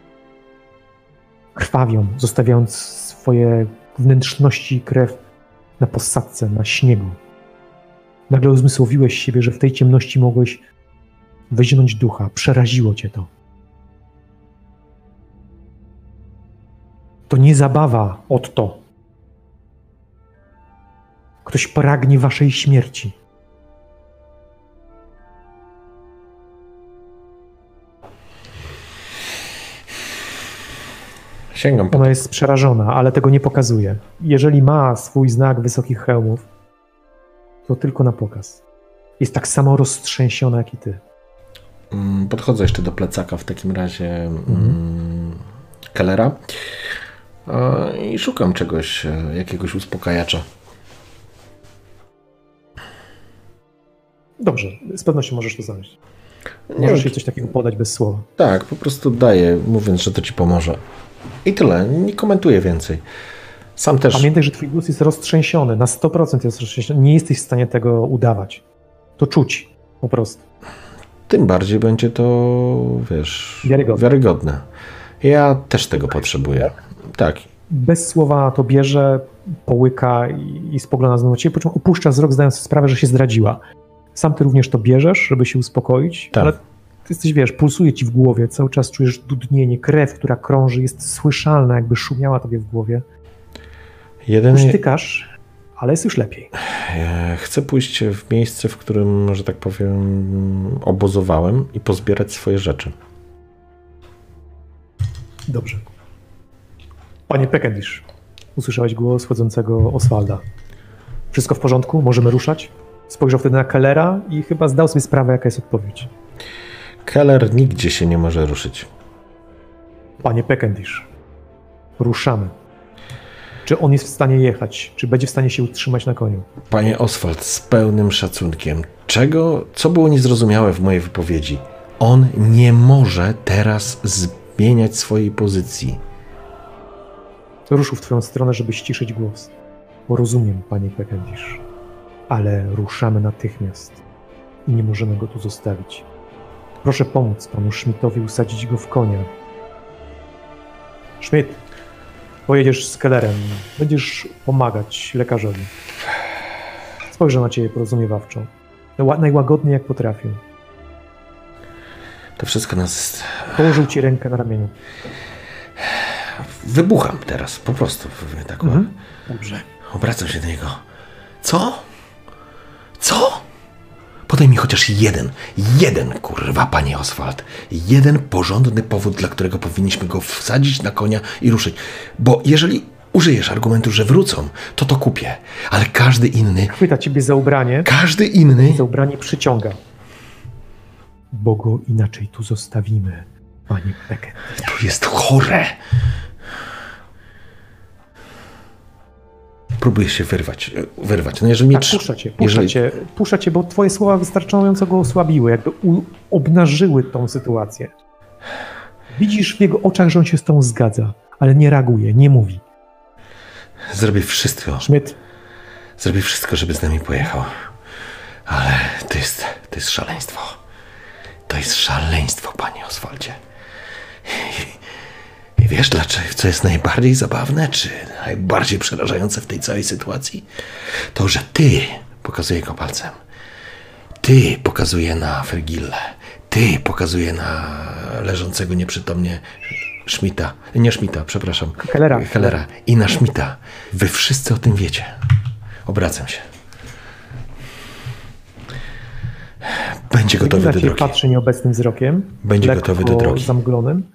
Krwawią, zostawiając swoje wnętrzności i krew na posadzce, na śniegu. Nagle uzmysłowiłeś siebie, że w tej ciemności mogłeś weźmieć ducha. Przeraziło cię to. To nie zabawa, Otto. Ktoś pragnie waszej śmierci. Sięgam po Ona jest przerażona, ale tego nie pokazuje. Jeżeli ma swój znak wysokich hełmów, to tylko na pokaz. Jest tak samo roztrzęsiona, jak i ty. Podchodzę jeszcze do plecaka w takim razie mhm. Kellera i szukam czegoś, jakiegoś uspokajacza. Dobrze, z pewnością możesz to znaleźć. Możesz jej coś takiego podać bez słowa. Tak, po prostu daję, mówiąc, że to ci pomoże. I tyle, nie komentuję więcej. Sam też... Pamiętaj, że twój głos jest roztrzęsiony, na sto procent jest roztrzęsiony. Nie jesteś w stanie tego udawać. To czuć, po prostu. Tym bardziej będzie to, wiesz, wiarygodne. wiarygodne. Ja też tego potrzebuję. Tak. Bez słowa to bierze, połyka i, i spogląda znowu na ciebie, po czym opuszcza wzrok, zdając sobie sprawę, że się zdradziła. Sam ty również to bierzesz, żeby się uspokoić, tak. Ale ty jesteś, wiesz, pulsuje ci w głowie, cały czas czujesz dudnienie, krew, która krąży, jest słyszalna, jakby szumiała tobie w głowie. Jedyny... Usztykasz, ale jest już lepiej. Chcę pójść w miejsce, w którym, że tak powiem, obozowałem i pozbierać swoje rzeczy. Dobrze. Panie Peckendish, usłyszałeś głos wchodzącego Oswalda. Wszystko w porządku? Możemy ruszać? Spojrzał wtedy na Kellera i chyba zdał sobie sprawę, jaka jest odpowiedź. Keller nigdzie się nie może ruszyć. Panie Peckendish, ruszamy. Czy on jest w stanie jechać? Czy będzie w stanie się utrzymać na koniu? Panie Oswald, z pełnym szacunkiem. Czego, co było niezrozumiałe w mojej wypowiedzi? On nie może teraz zmieniać swojej pozycji. Ruszył w twoją stronę, żeby ściszyć głos. Bo rozumiem, panie Peckendish, ale ruszamy natychmiast i nie możemy go tu zostawić. Proszę pomóc panu Schmidtowi usadzić go w konia. Schmidt, pojedziesz z Kellerem. Będziesz pomagać lekarzowi. Spojrzę na ciebie porozumiewawczo. Najłagodniej jak potrafił. To wszystko nas... Położył ci rękę na ramieniu. Wybucham teraz, po prostu. Tak, mhm. Dobrze. Obracam się do niego. Co? Co? Podaj mi chociaż jeden, jeden, kurwa, panie Oswald. Jeden porządny powód, dla którego powinniśmy go wsadzić na konia i ruszyć. Bo jeżeli użyjesz argumentu, że wrócą, to to kupię. Ale każdy inny... Chwyta ciebie za ubranie. Każdy inny... Za ubranie przyciąga. Bo go inaczej tu zostawimy, panie Peckendish. To jest chore. Próbuję się wyrwać. wyrwać. No jeżeli tak, trz... puszcza cię, puszcza, jeżeli... cię, puszcza cię, bo twoje słowa wystarczająco go osłabiły, jakby u... obnażyły tą sytuację. Widzisz w jego oczach, że on się z tą zgadza, ale nie reaguje, nie mówi. Zrobię wszystko. Schmidt. Zrobię wszystko, żeby z nami pojechał. Ale to jest, to jest szaleństwo. To jest szaleństwo, panie Oswaldzie. I, I wiesz, dlaczego, co jest najbardziej zabawne, czy najbardziej przerażające w tej całej sytuacji? To, że ty, pokazuję go palcem, ty pokazuje na Fergillę, ty pokazuje na leżącego nieprzytomnie Schmidta, nie Schmidta, przepraszam, Kellera. Kellera i na Schmidta. Wy wszyscy o tym wiecie. Obracam się. Będzie gotowy do drogi. Patrzy nieobecnym wzrokiem. Będzie gotowy do drogi. Zamglonym.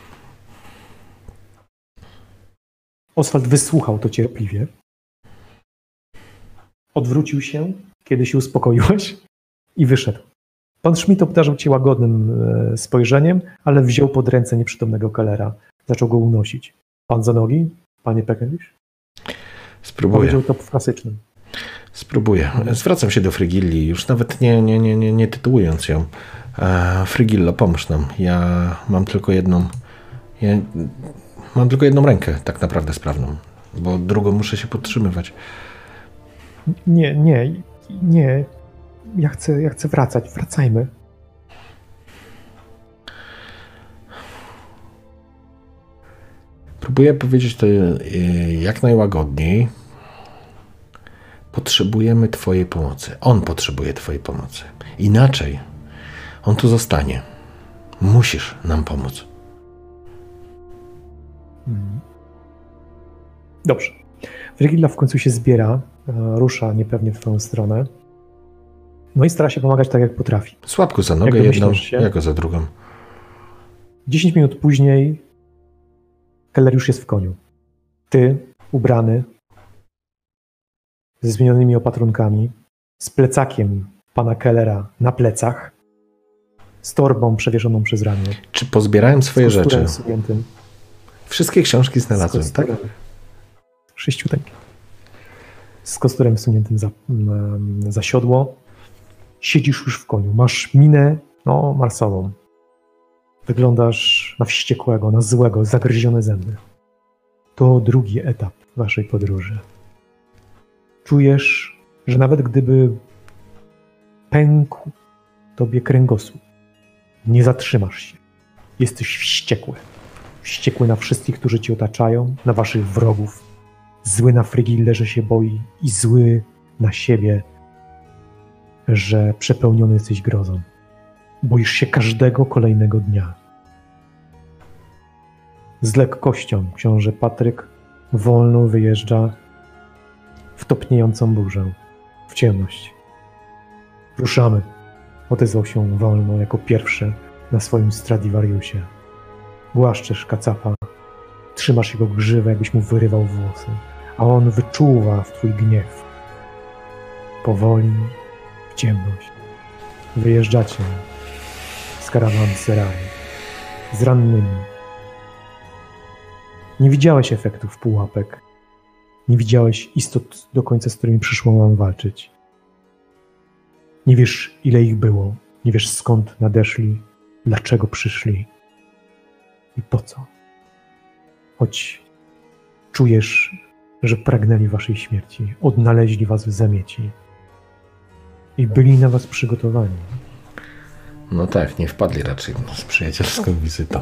Oswald wysłuchał to cierpliwie. Odwrócił się, kiedy się uspokoiłeś i wyszedł. Pan Schmidt obdarzył cię łagodnym e, spojrzeniem, ale wziął pod ręce nieprzytomnego Kellera. Zaczął go unosić. Pan za nogi? Panie Peckendish? Spróbuję. Powiedział to w klasycznym. Spróbuję. Zwracam się do Frigilli, już nawet nie, nie, nie, nie, nie tytułując ją. E, Frigillo, pomóż nam. Ja mam tylko jedną... Ja mam tylko jedną rękę tak naprawdę sprawną, bo drugą muszę się podtrzymywać. Nie, nie, nie. Ja chcę, ja chcę wracać. Wracajmy. Próbuję powiedzieć to jak najłagodniej. Potrzebujemy twojej pomocy. On potrzebuje twojej pomocy. Inaczej on tu zostanie. Musisz nam pomóc. Hmm. Dobrze. Frigilla w końcu się zbiera, rusza niepewnie w twoją stronę. No i stara się pomagać tak, jak potrafi. Słabku za nogę jedną, jako za drugą. Dziesięć minut później Keller już jest w koniu. Ty, ubrany, ze zmienionymi opatrunkami, z plecakiem pana Kellera na plecach, z torbą przewieszoną przez ramię. Czy pozbierałem swoje rzeczy? Suniętym, Wszystkie książki znalazłem, tak? Sześciuteńkie. Z kosturem wsuniętym za, za siodło. Siedzisz już w koniu. Masz minę, no, marsową. Wyglądasz na wściekłego, na złego, zagryzione zęby. To drugi etap waszej podróży. Czujesz, że nawet gdyby pękł tobie kręgosłup, nie zatrzymasz się. Jesteś wściekły. Wściekły na wszystkich, którzy cię otaczają, na waszych wrogów. Zły na Frigillę, że się boi i zły na siebie, że przepełniony jesteś grozą. Boisz się każdego kolejnego dnia. Z lekkością książę Patryk wolno wyjeżdża w topniejącą burzę, w ciemność. Ruszamy. Odezwał się wolno jako pierwszy na swoim Stradivariusie. Głaszczesz kacapa, trzymasz jego grzywę, jakbyś mu wyrywał włosy, a on wyczuwa w twój gniew. Powoli, w ciemność, wyjeżdżacie z karawanserami, z rannymi. Nie widziałeś efektów pułapek, nie widziałeś istot do końca, z którymi przyszło wam walczyć. Nie wiesz, ile ich było, nie wiesz, skąd nadeszli, dlaczego przyszli i po co. Choć czujesz, że pragnęli waszej śmierci, odnaleźli was w zamieci i byli na was przygotowani. No tak, nie wpadli raczej z przyjacielską wizytą.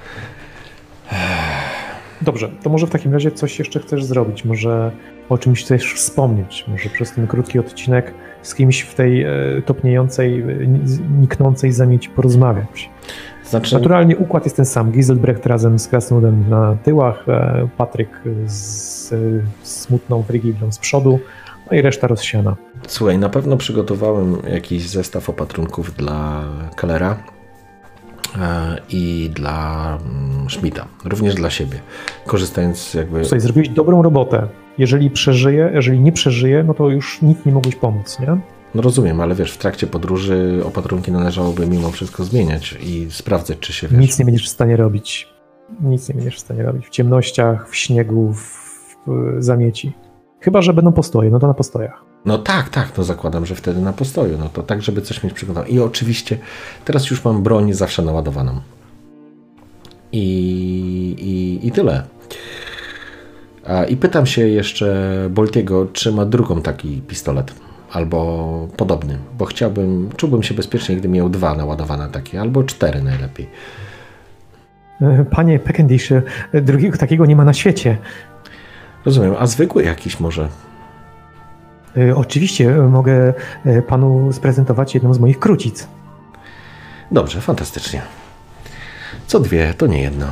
Dobrze, to może w takim razie coś jeszcze chcesz zrobić, może o czymś chcesz wspomnieć, może przez ten krótki odcinek z kimś w tej e, topniejącej, e, niknącej zamieci porozmawiać. Znaczy... Naturalnie układ jest ten sam. Giselbrecht razem z Krasnodem na tyłach, e, Patryk z, e, smutną Frigillą z przodu, no i reszta rozsiana. Słuchaj, na pewno przygotowałem jakiś zestaw opatrunków dla Kellera e, i dla mm, Schmidta, również dla siebie, korzystając jakby... Słuchaj, zrobiłeś dobrą robotę. Jeżeli przeżyje, jeżeli nie przeżyje, no to już nic nie mogłeś pomóc, nie? No rozumiem, ale wiesz, w trakcie podróży opatrunki należałoby mimo wszystko zmieniać i sprawdzać, czy się, wiesz... Nic nie będziesz w stanie robić. Nic nie będziesz w stanie robić. W ciemnościach, w śniegu, w, w zamieci. Chyba że będą postoje, no to na postojach. No tak, tak, no zakładam, że wtedy na postoju, no to tak, żeby coś mieć przygotowane. I oczywiście teraz już mam broń zawsze naładowaną. I, i, i tyle. A, I pytam się jeszcze Boltiego, czy ma drugą taki pistolet, albo podobny, bo chciałbym, czułbym się bezpiecznie, gdy miał dwa naładowane takie, albo cztery najlepiej. Panie Peckendish, drugiego takiego nie ma na świecie. Rozumiem, a zwykły jakiś może? Oczywiście, mogę panu sprezentować jedną z moich krucic. Dobrze, fantastycznie. Co dwie, to nie jedna.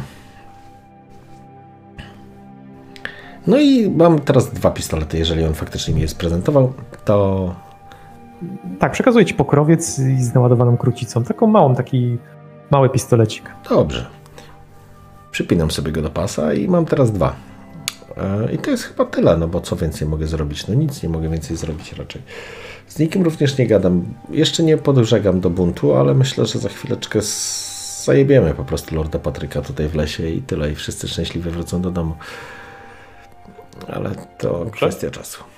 No i mam teraz dwa pistolety, jeżeli on faktycznie mi je sprezentował, to... Tak, przekazuję ci pokrowiec z naładowaną krucicą, taką małą, taki mały pistolecik. Dobrze. Przypinam sobie go do pasa i mam teraz dwa. I to jest chyba tyle, no bo co więcej mogę zrobić? No nic nie mogę więcej zrobić raczej. Z nikim również nie gadam. Jeszcze nie podżegam do buntu, ale myślę, że za chwileczkę zajebiemy po prostu Lorda Patryka tutaj w lesie i tyle. I wszyscy szczęśliwie wrócą do domu. Ale to Dobrze. kwestia czasu.